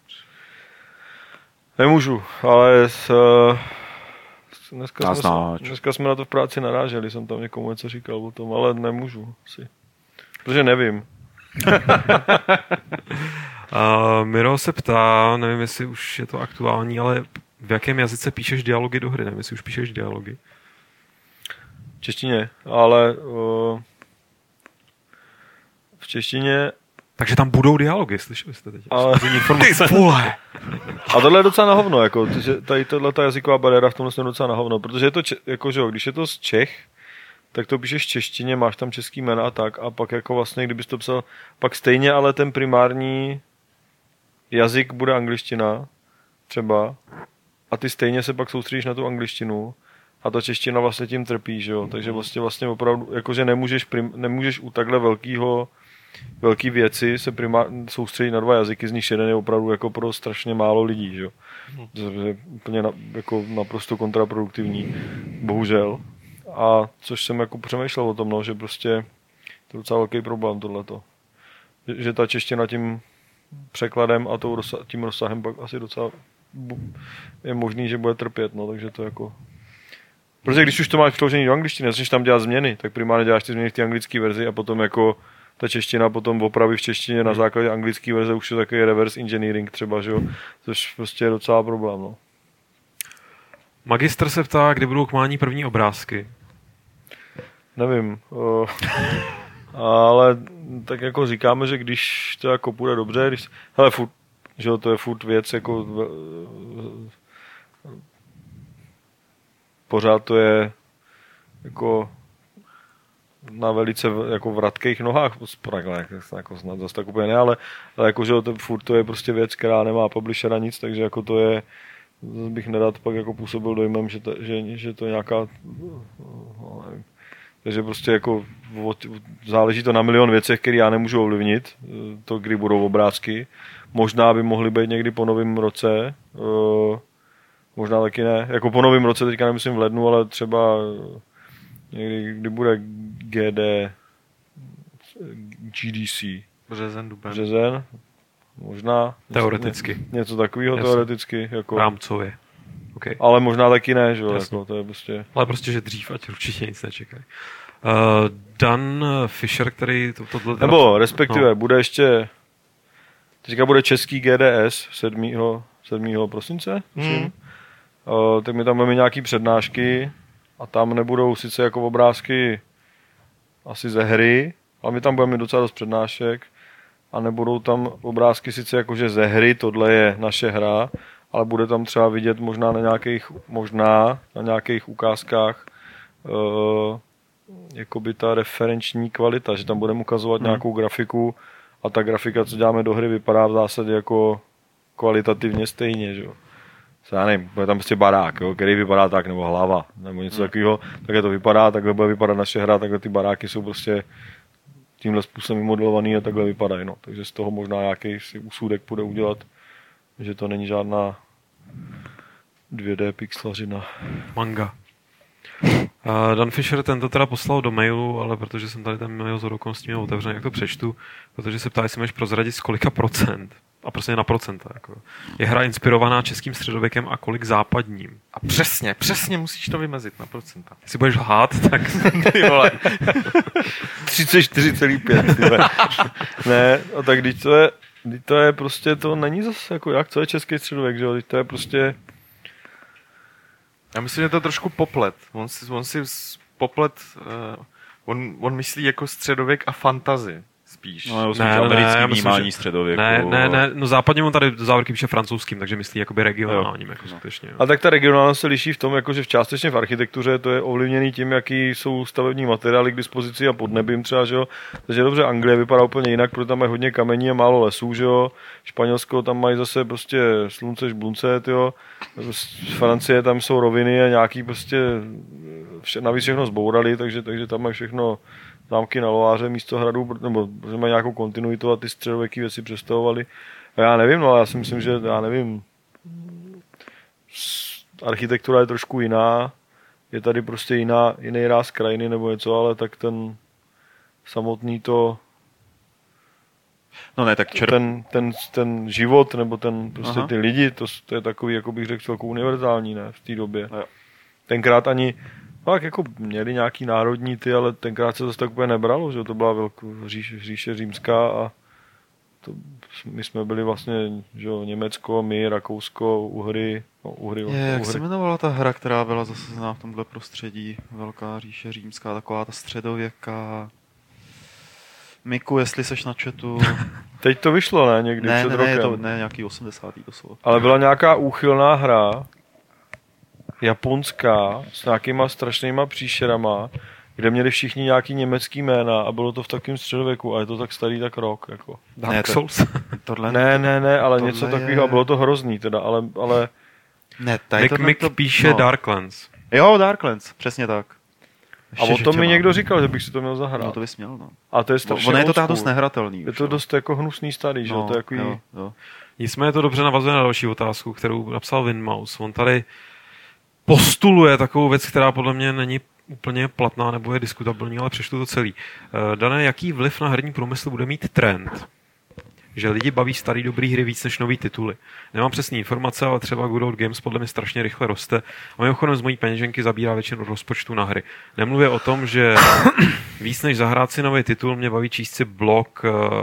Nemůžu, ale dneska jsme na to v práci naráželi, jsem tam někomu něco říkal o tom, ale nemůžu si. Protože nevím. Miro se ptá, nevím, jestli už je to aktuální, ale v jakém jazyce píšeš dialogy do hry? Nevím, jestli už píšeš dialogy. V češtině, ale v češtině... Takže tam budou dialogy, slyšeli jste teď? Ale... Ty vole! A tohle je docela na hovno, jako, tady ta jazyková bariéra v tomhle je docela na hovno, protože je to, jako, že jo, když je to z Čech, tak to píšeš v češtině, máš tam český jména a tak, a pak jako vlastně, kdybys to psal, pak stejně, ale ten primární jazyk bude angličtina, třeba, a ty stejně se pak soustředíš na tu angličtinu, a ta čeština vlastně tím trpí, že jo, takže vlastně opravdu, jakože nemůžeš u takhle velký věci se soustředí na 2 jazyky, z nich jeden je opravdu jako pro strašně málo lidí, že jo. To je úplně jako naprosto kontraproduktivní, bohužel. A což jsem jako přemýšlel o tom, no, že prostě to je docela velký problém tohleto. Že ta čeština tím překladem a tím rozsahem pak asi docela je možný, že bude trpět, no, takže to jako... Protože když už to máš přeložený do angličtiny, začneš tam dělat změny, tak primárně děláš ty změny v té anglické verzi a potom jako ta čeština potom opraví v češtině na základě anglické verze, už je takový reverse engineering třeba, že jo, což prostě je docela problém, no. Magistr se ptá, kdy budou k mání první obrázky. Nevím, ale tak jako říkáme, že když to jako půjde dobře, hele, furt, že to je furt věc, jako pořád to je jako na velice jako vratkých nohách, jako snad zase tak úplně ne, ale jako, že furt to je prostě věc, která nemá publishera nic, takže jako to je, bych nerad pak jako působil dojmem, že to je nějaká, no, nevím. Takže prostě jako záleží to na milion věcech, které já nemůžu ovlivnit, to, kdy budou obrázky. Možná by mohly být někdy po novém roce, možná taky ne. Jako po novém roce, teďka nemyslím v lednu, ale třeba někdy, kdy bude GDC. Březen, možná. Teoreticky. Něco takového teoreticky. Jako, rámcově. Okay. Ale možná taky ne, že jo, jako, to je prostě... Ale prostě, že dřív, ať určitě nic nečekají. Dan Fisher, který tohle... Nebo respektive, bude ještě teďka bude český GDS 7. prosince, tak my tam budeme nějaký přednášky a tam nebudou sice jako obrázky asi ze hry, ale my tam budeme mít docela dost přednášek a nebudou tam obrázky sice jakože ze hry, tohle je naše hra, ale bude tam třeba vidět možná na nějakých ukázkách jakoby ta referenční kvalita, že tam budeme ukazovat nějakou grafiku a ta grafika, co děláme do hry, vypadá v zásadě jako kvalitativně stejně, že jo. Já nevím, bude tam prostě barák, jo, který vypadá tak, nebo hlava, nebo něco takového, takhle to vypadá, takhle bude vypadat naše hra, takhle ty baráky jsou prostě tímhle způsobem modelovaný a takhle vypadají, no. Takže z toho možná nějaký si úsudek půjde udělat, že to není žádná 2D pixelařina. Manga. Dan Fisher ten to teda poslal do mailu, ale protože jsem tady ten mail z okolností měl otevřený, jak to přečtu, protože se ptá, jestli můžeš prozradit z kolika procent, a prostě na procenta, jako. Je hra inspirovaná českým středověkem a kolik západním. A přesně musíš to vymezit na procenta. Jestli budeš lhát, tak ty vole. 34,5. Ne, a tak když to je prostě, to není zase jako jak, co je český středověk, že jo, to je prostě... Já myslím, že to je trošku poplet. On si poplet, on myslí jako středověk a fantasy spíš. No, americký vnímání středověku. Ne, no západně on tady do závorky píše francouzským, takže myslí jakoby regionálním, jako skutečně. A tak ta regionálnost se liší v tom, jako, že částečně v architektuře to je ovlivněný tím, jaký jsou stavební materiály k dispozici a pod nebím třeba, že jo. Takže dobře, Anglie vypadá úplně jinak, protože tam je hodně kamení a málo lesů, že jo. Španělsko tam mají zase prostě slunce, žblunce, jo. Francie tam jsou roviny a nějaký prostě navíc všechno zbourali, takže tam mají všechno zámky na Loáře místo hradu, nebo že mají nějakou kontinuitu a ty středověké věci přestahovali. A já nevím, no já si myslím, že architektura je trošku jiná, je tady prostě jiný ráz krajiny nebo něco, ale tak ten samotný to no ne, tak ten život nebo ten prostě ty lidi, to je takový, jako bych řekl, celkou univerzální, ne, v té době. Jo. Tenkrát ani tak jako měli nějaký národní ty, ale tenkrát se to tak úplně nebralo, že to byla říše římská a my jsme byli vlastně, že Německo, my, Rakousko, Uhry. Jak se jmenovala ta hra, která byla zasazená v tomhle prostředí? Velká říše římská, taková ta středověká. Miku, jestli seš na chatu. Teď to vyšlo, ne? Někdy před rokem. Ne, nějaký 80. to jsou. Ale byla nějaká úchylná hra, japonská, s nějakýma strašnýma příšerama, kde měli všichni nějaký německý jména a bylo to v takovém středověku a je to tak starý, tak rok, jako. Dark Souls? Ne, ale něco takového a bylo to hrozný teda, ale... Ne, tady Mick píše Darklands. Jo, Darklands, přesně tak. A o tom mi někdo říkal, že bych si to měl zahrát. No to bys měl, no. A to je strašně ono je to tak dost nehratelný. Je to dost jako hnusný starý, že jo? To je jako jo. Nicméně to dobře navazuje na další otázku, kterou napsal Winmouse. On tady postuluje takovou věc, která podle mě není úplně platná nebo je diskutabilní, ale přečtu to celý. Dané, jaký vliv na herní průmysl bude mít trend, že lidi baví starý dobrý hry víc než nový tituly. Nemám přesné informace, ale třeba Good Old Games podle mě strašně rychle roste a mimochodem z mojí peněženky zabírá většinu rozpočtu na hry. Nemluvě o tom, že víc než zahrát si nový titul mě baví číst si blog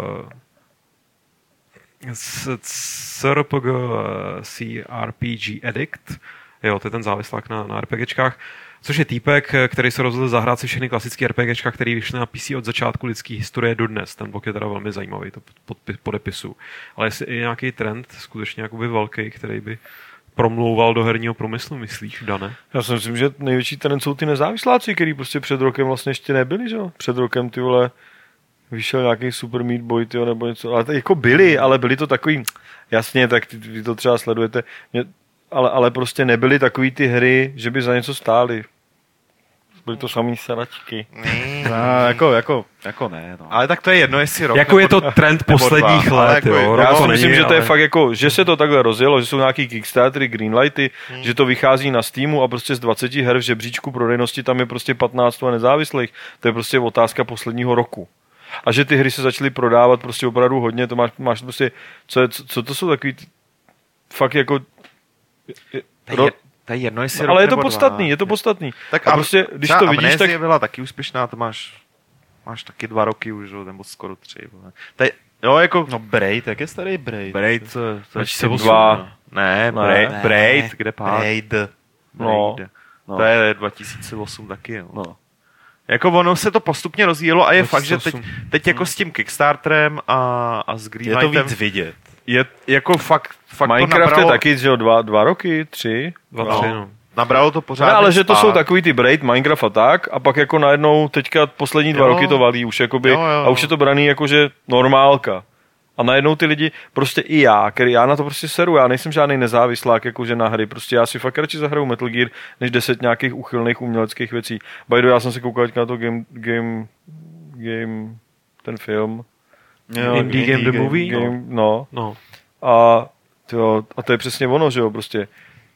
CRPG Addict. Jo, to je ten závislák na RPGčkách. Což je týpek, který se rozhodl zahrát si všechny klasické RPGčka, který vyšly na PC od začátku lidské historie do dnes. Ten blok je teda velmi zajímavý, to podepisu. Ale jestli je nějaký trend skutečně jakoby velký, který by promlouval do herního průmyslu, myslíš, Dane? Já si myslím, že největší trend jsou ty nezávisláci, který prostě před rokem vlastně ještě nebyli, že jo? Před rokem ty vole vyšel nějaký Super Meat Boy, tyjo, nebo něco. Ale to jako byli, ale byli to takový, jasně, tak vy to třeba sledujete, ale prostě nebyly takový ty hry, že by za něco stály. Byly to samý saračky. Jako ne. No. Ale tak to je jedno, jestli rok. Jako je to trend posledních let, jo. Já si myslím, že to je fakt jako, že se to takhle rozjelo, že jsou nějaký Kickstartery, Greenlighty, že to vychází na Steamu a prostě z 20 her v žebříčku prodejnosti tam je prostě 15 nezávislých. To je prostě otázka posledního roku. A že ty hry se začaly prodávat prostě opravdu hodně, to máš prostě, co to jsou takový fakt jako... To je jedno, jestli ale je to podstatný, je to podstatný. Tak a prostě, když to vidíš, tak... byla taky úspěšná, to máš taky 2 roky už, nebo skoro 3. Jo, jako... No Braid, jak je starý Braid? Braid, to je 2002. Ne, Ne. Braid, kde pár? Braid. No. Braid. No. To je 2008 taky, jo. No. Jako ono se to postupně rozvíjelo a je fakt, že 2008. teď jako s tím Kickstarterem a s Je to Greenlightem víc vidět. je jako fakt Minecraft to nabralo, je taky, že jo, 2 roky, 3. 2-3, no. nabralo to pořád. Ale že to jsou takový ty Braid, Minecraft a tak, a pak jako najednou teďka poslední 2 Jo. roky to valí už jakoby, Jo. a už je to braný jakože normálka. A najednou ty lidi, prostě i já na to prostě seru, já nejsem žádný nezávislák jakože na hry, prostě já si fakt radši zahraju Metal Gear, než 10 nějakých uchylných uměleckých věcí. By the way, já jsem si koukal na to game, ten film. Jo, Indie Game The Movie? Game, no. No. A to je přesně ono, že jo, prostě.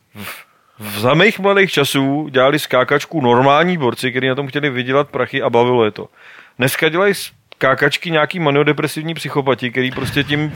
Za mých mladých časů dělali skákačku normální borci, kteří na tom chtěli vydělat prachy a bavilo je to. Dneska dělají skákačky nějaký maniodepresivní psychopati, který prostě tím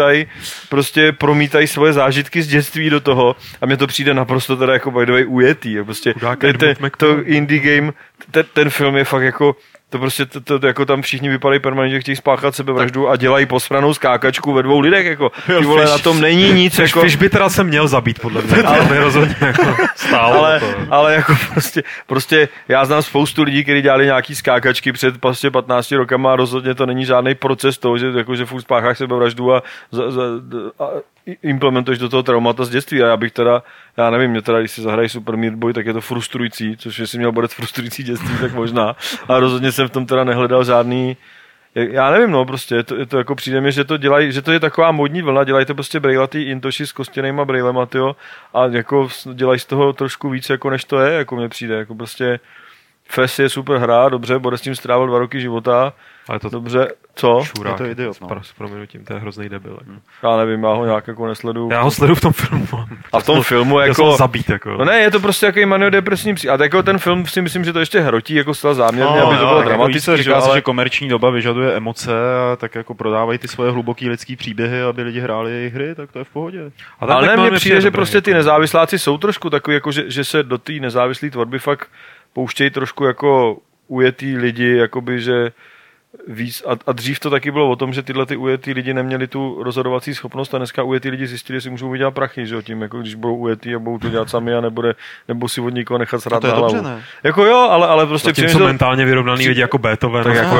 promítají svoje zážitky z dětství do toho a mně to přijde naprosto teda jako by the way ujetý. Prostě to indie game, ten film je fakt jako to prostě to jako tam všichni vypadají permanentně, chtějí spáchat sebevraždu a dělají posranou skákačku ve 2 lidech, jako ty vole, na tom není nic, jako... Fish by teda se měl zabít, podle mě, ale by rozhodně jako stálo ale jako prostě já znám spoustu lidí, kteří dělali nějaký skákačky před 15 rokama a rozhodně to není žádný proces toho, že, jako, že furt spácháš sebevraždu a implementuješ do toho traumata z dětství a já bych teda, já nevím, mě teda, když si zahrají Super Meat Boy, tak je to frustrující, což jestli měl bodec frustrující dětství, tak možná, a rozhodně jsem v tom teda nehledal žádný, já nevím, no, prostě je to jako přijde mi, že to dělají, že to je taková modní vlna, dělají to prostě brejlatý intoši s kostěnejma brejlema, tyjo, a jako dělají z toho trošku víc, jako než to je, jako mně přijde, jako prostě Fes je super hra, dobře, Boris s tím strávil 2 roky života, ale to dobře, co? Šurák, je to idiot, no. s prominutím, to je hrozný debil. Já nevím, já ho nějak jako nesleduju. Já ho sleduju v tom filmu. A v tom filmu Já jako... jsem zabít, jako. No ne, je to prostě jaký maniodepresní a jako ten film si myslím, že to ještě hrotí jako zcela záměrně, aby to bylo dramatické. Říká se, ale... že komerční doba vyžaduje emoce a tak jako prodávají ty svoje hluboký lidský příběhy, aby lidi hráli jejich hry, tak to je v pohodě. Ale ne, mně přijde, že prostě ty nezávisláci jsou trošku takový, jako že se do té nezávislé tvorby fakt pouštějí trošku jako ujetý lidi, jakoby, že víc, a dřív to taky bylo o tom, že tyhle ty ujetý lidi neměli tu rozhodovací schopnost a dneska ujetý lidi zjistili, že si můžou vydělat prachy, že jo, tím, jako když budou ujetý a budou to dělat sami a nebo si od někoho nechat srát na hlavu. Dobře, ne? Jako jo, ale prostě tím jsou mentálně vyrovnaný lidi jako Beethoven. Tak jako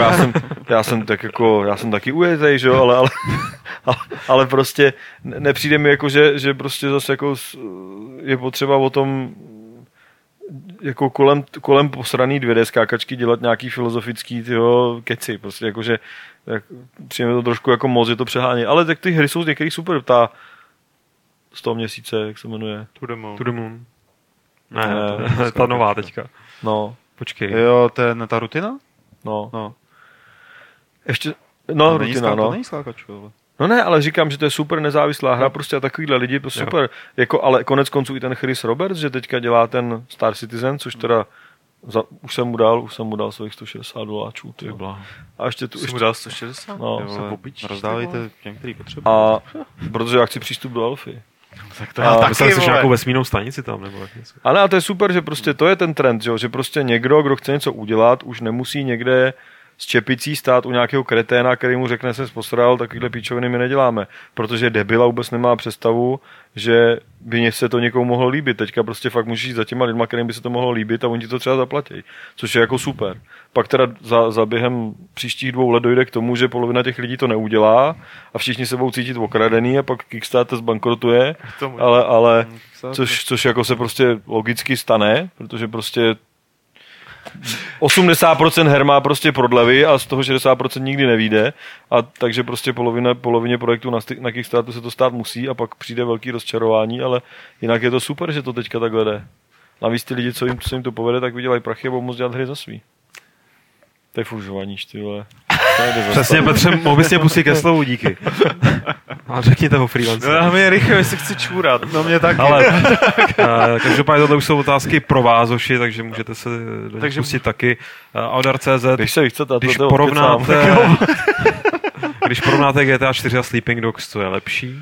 já jsem taky ujetej, že jo, ale prostě nepřijde mi jako, že prostě zase jako je potřeba o tom jako kolem posraný 2D skákačky dělat nějaký filozofický keci, prostě jakože přijde to trošku jako moc, je to přehání, ale tak ty hry jsou některý super, ta z toho měsíce, jak se jmenuje? To the Moon. Ne, ta nová teďka. No. Počkej. Jo, ta rutina? No. Ještě, no, rutina, no. To není skákačka, ale... No ne, ale říkám, že to je super nezávislá hra, prostě a takovýhle lidi, to super. Jako, ale konec konců i ten Chris Roberts, že teďka dělá ten Star Citizen, což teda už jsem mu dal svých $160. A ještě tu... Jsi mu dal 160? No. Rozdávejte těm, který potřebují. A protože já chci přístup do Alfy. Tak to já myslel, že jsi nějakou vesmírnou stanici tam, nebo jak něco. Ale a to je super, že prostě to je ten trend, že prostě někdo, kdo chce něco udělat, už nemusí někde s čepicí stát u nějakého kreténa, který mu řekne, jsem posral, takovýhle píčoviny my neděláme. Protože debila vůbec nemá představu, že by se to někomu mohlo líbit. Teďka prostě fakt můžeš jít za těma lidma, kterým by se to mohlo líbit a oni ti to třeba zaplatí. Což je jako super. Pak teda za během příštích 2 let dojde k tomu, že polovina těch lidí to neudělá a všichni se budou cítit okradený a pak Kickstarter zbankrotuje. Ale což jako se prostě logicky stane, protože prostě 80% her má prostě prodlevy a z toho 60% nikdy nevyjde a takže prostě polovině projektů na Kickstarteru se to stát musí a pak přijde velký rozčarování, ale jinak je to super, že to teďka takhle jde. Navíc ty lidi, co jim to povede, tak vydělají prachy a budou moct dělat hry za svý. To je fužování, ty vole. Přesně, Petře, mohl bys mě pustit ke slovu, díky. A řekněte ho freelancer. No, mě rychle, jestli chci čůrat. No mě taky. Ale každopádně tohle už jsou otázky pro vás, hoši, takže můžete se do nich pustit taky. Audar.cz, když porovnáte GTA 4 a Sleeping Dogs, co je lepší?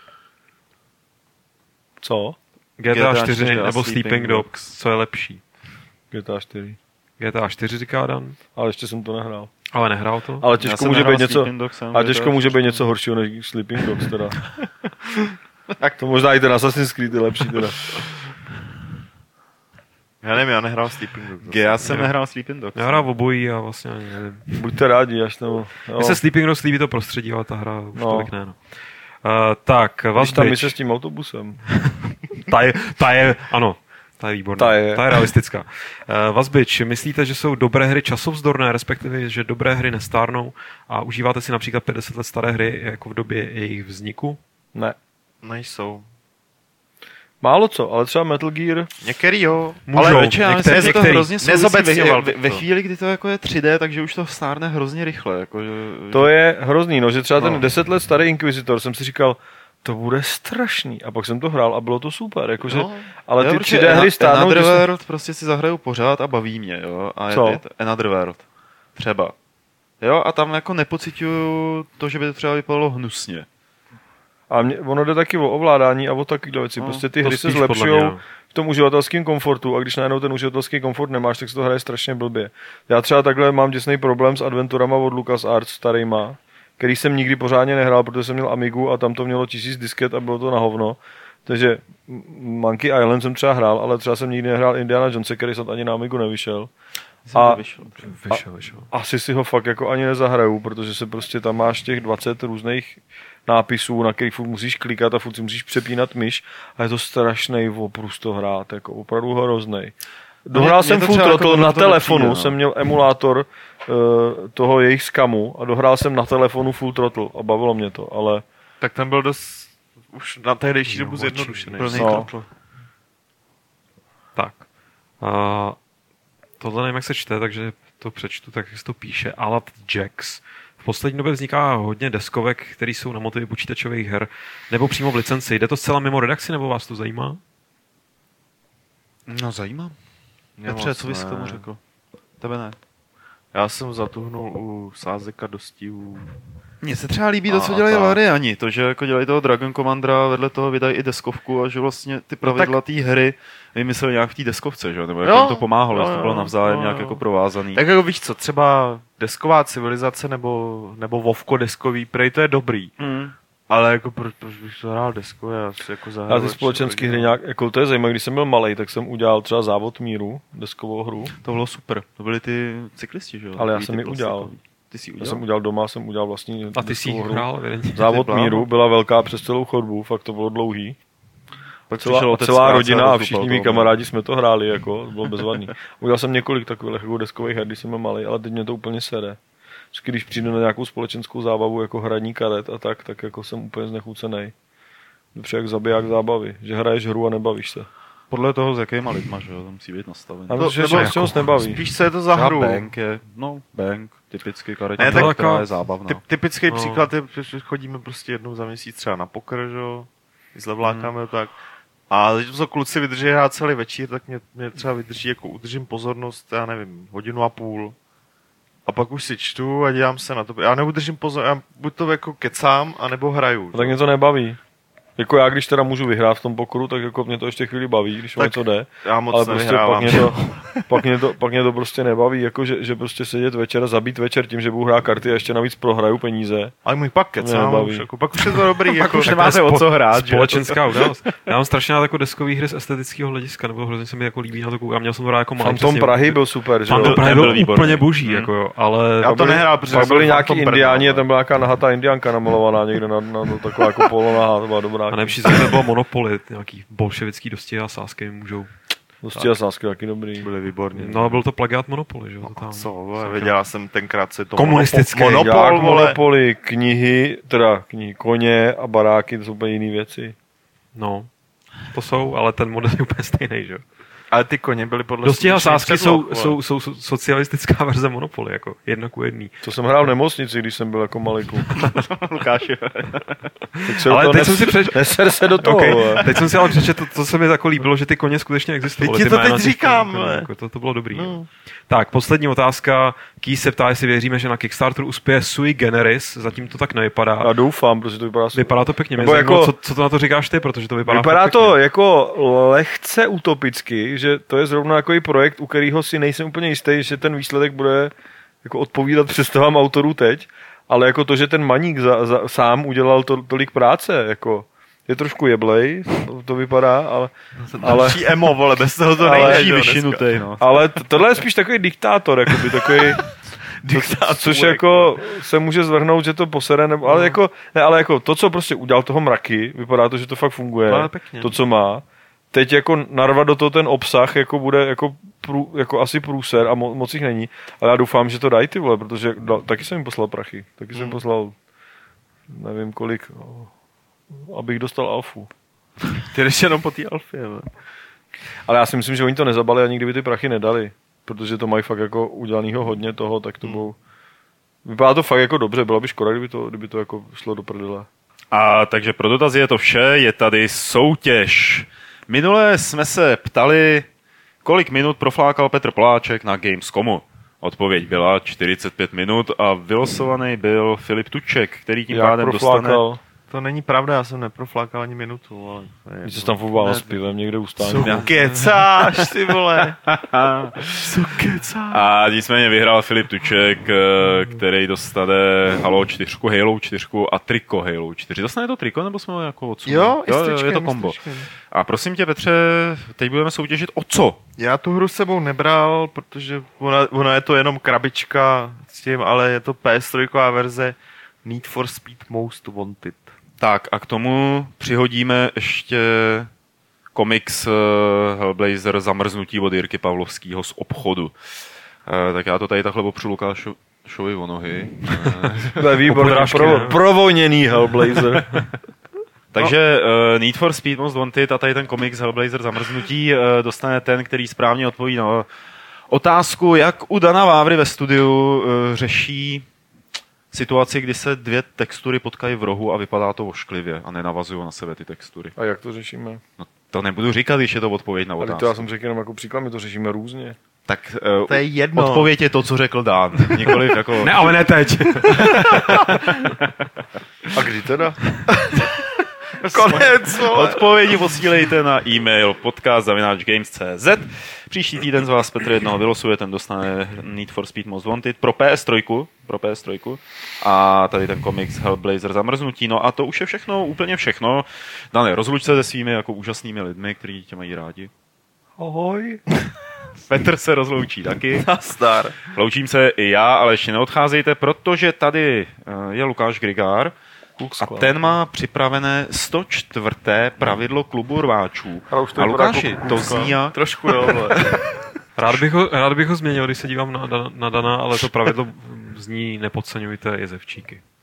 Co? GTA 4 nebo Sleeping Dogs, co je lepší? GTA 4. GTA 4 říká Dan. Ale ještě jsem to nehrál. Ale nehrál to? Ale těžko může být něco horšího než Sleeping Dogs teda. Tak to možná i ten Assassin's Creed je lepší teda. Já nevím, já nehrál Sleeping Dogs. Já jsem nehrál Sleeping Dogs. Já hrál obojí a vlastně ani nevím. Buďte rádi, až nebo... Mně se Sleeping Dogs líbí to prostředí, ale ta hra už tolik ne. No. Tak, Když tam my se s tím autobusem. ta je, ano. Ta je výborná. Ta je realistická. Vazbič, myslíte, že jsou dobré hry časovzdorné, respektive, že dobré hry nestárnou a užíváte si například 50 let staré hry jako v době jejich vzniku? Ne. Nejsou. Málo co, ale třeba Metal Gear. Některý jo. Ale některý to hrozně nezobecňoval. Ve chvíli, kdy to jako je 3D, takže už to stárne hrozně rychle. Jako, to je hrozný, no, že třeba ten 10 let starý Inquisitor jsem si říkal, to bude strašný. A pak jsem to hrál a bylo to super. Jakože, ale ty 3D hry stárnou... Another World prostě si zahraju pořád a baví mě. Jo? A co? Another World. Třeba. Jo, a tam jako nepociťuju to, že by to třeba vypadalo hnusně. A ono jde taky o ovládání a o takovýhle věci. Prostě ty hry se zlepšujou v tom uživatelském komfortu a když najednou ten uživatelský komfort nemáš, tak se to hraje strašně blbě. Já třeba takhle mám děsný problém s adventurama od LucasArts starýma, který jsem nikdy pořádně nehrál, protože jsem měl Amigu a tam to mělo 1000 disket a bylo to na hovno. Takže Monkey Island jsem třeba hrál, ale třeba jsem nikdy nehrál Indiana Jonese, který snad ani na Amigu nevyšel. Vyšel. Asi si ho fakt jako ani nezahraju, protože se prostě tam máš těch 20 různých nápisů, na kterých furt musíš klikat a furt si musíš přepínat myš a je to strašnej oprus to hrát, jako opravdu hroznej. Dohrál jsem Full Throttle jako na telefonu, jsem měl emulátor toho jejich skamu a dohrál jsem na telefonu Full Throttle a bavilo mě to, ale... Tak ten byl dost už na tehdejší dobu zjednodušený. Tak. Tohle nevím, jak se čte, takže to přečtu tak, jak se to píše. Alat Jax. V poslední době vzniká hodně deskovek, které jsou na motivy počítačových her, nebo přímo v licenci. Jde to zcela mimo redakci, nebo vás to zajímá? No zajímá. Petře, co bys k tomu řekl? Tebe ne. Já jsem zatuhnul u Sázeka do Steve'u. Mně se třeba líbí to, co dělají Lariani. To, že jako dělají toho Dragon Commandera, vedle toho vydají i deskovku a že vlastně ty pravidla té hry vymysleli nějak v té deskovce, že? Nebo jak jim to pomáhalo, že to bylo navzájem nějak jako provázaný. Tak jako víš co, třeba desková civilizace nebo Vovko deskový, prej to je dobrý. Ale jako proč bych to hrál deskově, já si jako zahrál. A ty společenské hry nějak, jako to je zajímavé, když jsem byl malej, tak jsem udělal třeba Závod míru, deskovou hru. To bylo super, to byly ty cyklisti, že jo? Ale já jsem ji udělal. Ty jsi udělal? Já jsem udělal doma, jsem udělal vlastní. A ty jsi ji hrál, evidentně. Závod míru byla velká přes celou chodbu, fakt to bylo dlouhý. Celá rodina a všichni mý kamarádi jsme to hráli, jako, to bylo bezvadný. Udělal jsem několik takových jako deskových her, když jsem byl malý, ale teď mě to úplně sere. Když přijdu na nějakou společenskou zábavu, jako hraní karet a tak jako jsem úplně znechucenej. Dobře jak zabiják zábavy, že hraješ hru a nebavíš se. Podle toho, s jakýma lidma, že jo, to musí být nastavený. A protože se jako, nebaví. Spíš se je to za hru. Bank je, bank, typicky karetní, která je zábavná. Typický příklad je, že chodíme prostě jednou za měsíc třeba na poker, že jo, s levlákami tak. A když to kluci vydrží hrát celý večer, tak mě třeba vydrží, jako udržím pozornost, já nevím, 1,5 hodiny. A pak už si čtu a dívám se na to. Já neudržím pozor, já buď to jako kecám, anebo hraju. A tak mě to nebaví. Jako já, když teda můžu vyhrát v tom pokeru, tak jako mě to ještě chvíli baví, když mi to jde. Já moc ale prostě pak mě to prostě nebaví, jako že prostě sedět večer a zabít večer tím, že budu hrát karty a ještě navíc prohraju peníze. Ale můj pak kecám, jako, pak už je to dobrý, jako už nemáte o co hrát. Společenská událost. Já mám strašně rád jako deskový hry z estetického hlediska, nebo hrozně se mi jako líbí na to koukám, měl jsem to rád jako malý. Phantom Prahy byl super, že jo? Phantom Prahy byl úplně boží, jako jo, ale... Já to nehrál, protože pak byli nějaký indiáni, tam byla nějaká nahatá indiánka namalovaná někde na taková jako polonaha, to byla dobrá. A nejlepší zase bylo Monopoly, nějaký bolševický dosti a sásky můžou. Dosti a sásky taky dobrý. Byly výborní. No a byl to plagiát Monopoly, že jo? No, co, věděla jsem tenkrát se to komunistické. Monopoly, knihy, koně a baráky, to jsou úplně jiné věci. No, to jsou, ale ten model je úplně stejný, že jo? Ale ty koně byly podle... Dosti a sásky jsou socialistická verze Monopoly, jako 1:1. To jsem hrál v nemocnici, když jsem byl jako malý kluk. Lukáši. Ale teď jsem si neser se do toho. Okay. Teď jsem si ale přečetl, to se mi jako líbilo, že ty koně skutečně existovaly. Teď to teď říkám. Jako, to bylo dobrý. No. Tak, poslední otázka. Ký se ptá, jestli věříme, že na Kickstarteru uspěje Sui Generis. Zatím to tak nevypadá. Já doufám, protože to vypadá super. Vypadá to pěkně. Mě jako, co to na to říkáš ty, protože to vypadá to pěkně. Jako lehce utopicky, že to je zrovna takový projekt, u kterého si nejsem úplně jistý, že ten výsledek bude jako odpovídat představám autorů teď, ale jako to, že ten Maník sám udělal tolik práce, jako je trošku jeblej, to vypadá, ale emo, vole, bez toho to nejde. Vyšinutej, no. Ale tohle je spíš takový diktátor, jakoby takový což jako se může zvrhnout, že to posere, nebo, ale jako to, co prostě udělal toho Mraky, vypadá to, že to fakt funguje, to, co má. Teď jako narvat do toho ten obsah, jako bude jako asi průser a moc jich není, ale já doufám, že to dají ty vole, protože taky jsem jim poslal prachy, taky jsem poslal nevím kolik, abych dostal alfu. Ty jdeš jenom po té alfě, ne? Ale já si myslím, že oni to nezabali a nikdy by ty prachy nedali, protože to mají fakt jako udělanýho hodně toho, tak to budou... Vypadá to fakt jako dobře, byla by škoda, kdyby to jako šlo do prdele. A takže pro dotazy je to vše, je tady soutěž. Minule jsme se ptali, kolik minut proflákal Petr Poláček na Gamescomu. Odpověď byla 45 minut a vylosovaný byl Filip Tuček, který tím pádem dostane... To není pravda, já jsem neproflákal ani minutu, ale... Když jsi tam fubál s pivem někde u stánku. Co kecáš, ty vole? Co kecáš? A nicméně vyhrál Filip Tuček, který dostane Halo 4, Halo 4 a triko Halo 4. Dostane to triko, nebo jsme ho jako odsunuli? Jo, je to kombo. A prosím tě, Petře, teď budeme soutěžit o co? Já tu hru s sebou nebral, protože ona je to jenom krabička s tím, ale je to PS3 verze Need for Speed Most Wanted. Tak a k tomu přihodíme ještě komiks Hellblazer Zamrznutí od Jirky Pavlovského z obchodu. Tak já to tady takhle opřu Lukášovi o nohy. To je výborný, provoněný Hellblazer. Takže Need for Speed Most Wanted a tady ten komiks Hellblazer Zamrznutí dostane ten, který správně odpoví na otázku, jak u Dana Vávry ve studiu řeší situaci, kdy se dvě textury potkají v rohu a vypadá to ošklivě a nenavazují na sebe ty textury. A jak to řešíme? No, to nebudu říkat, když je to odpověď na otázku. Ale to já jsem řekl jenom jako příklad, my to řešíme různě. Tak to je jedno. Odpověď je to, co řekl Dan. Nikoliv jako... Ne, ale ne teď. A kdy teda? Konec, odpovědi posílejte na e-mail podcast@games.cz. Příští týden z vás Petr jednoho vylosuje, ten dostane Need for Speed Most Wanted pro PS3 a tady ten komiks Hellblazer Zamrznutí. No a to už je všechno, úplně všechno. Dane, rozluč se se svými jako úžasnými lidmi, kteří tě mají rádi. Ahoj. Petr se rozloučí taky. Nazdar. Loučím se i já, ale ještě neodcházejte, protože tady je Lukáš Grigár, a ten má připravené 104. pravidlo klubu rváčů. A Lukáši, to zní jak... Trošku jo, Rád bych ho změnil, když se dívám na Dana, ale to pravidlo zní nepodceňujte jezevčíky.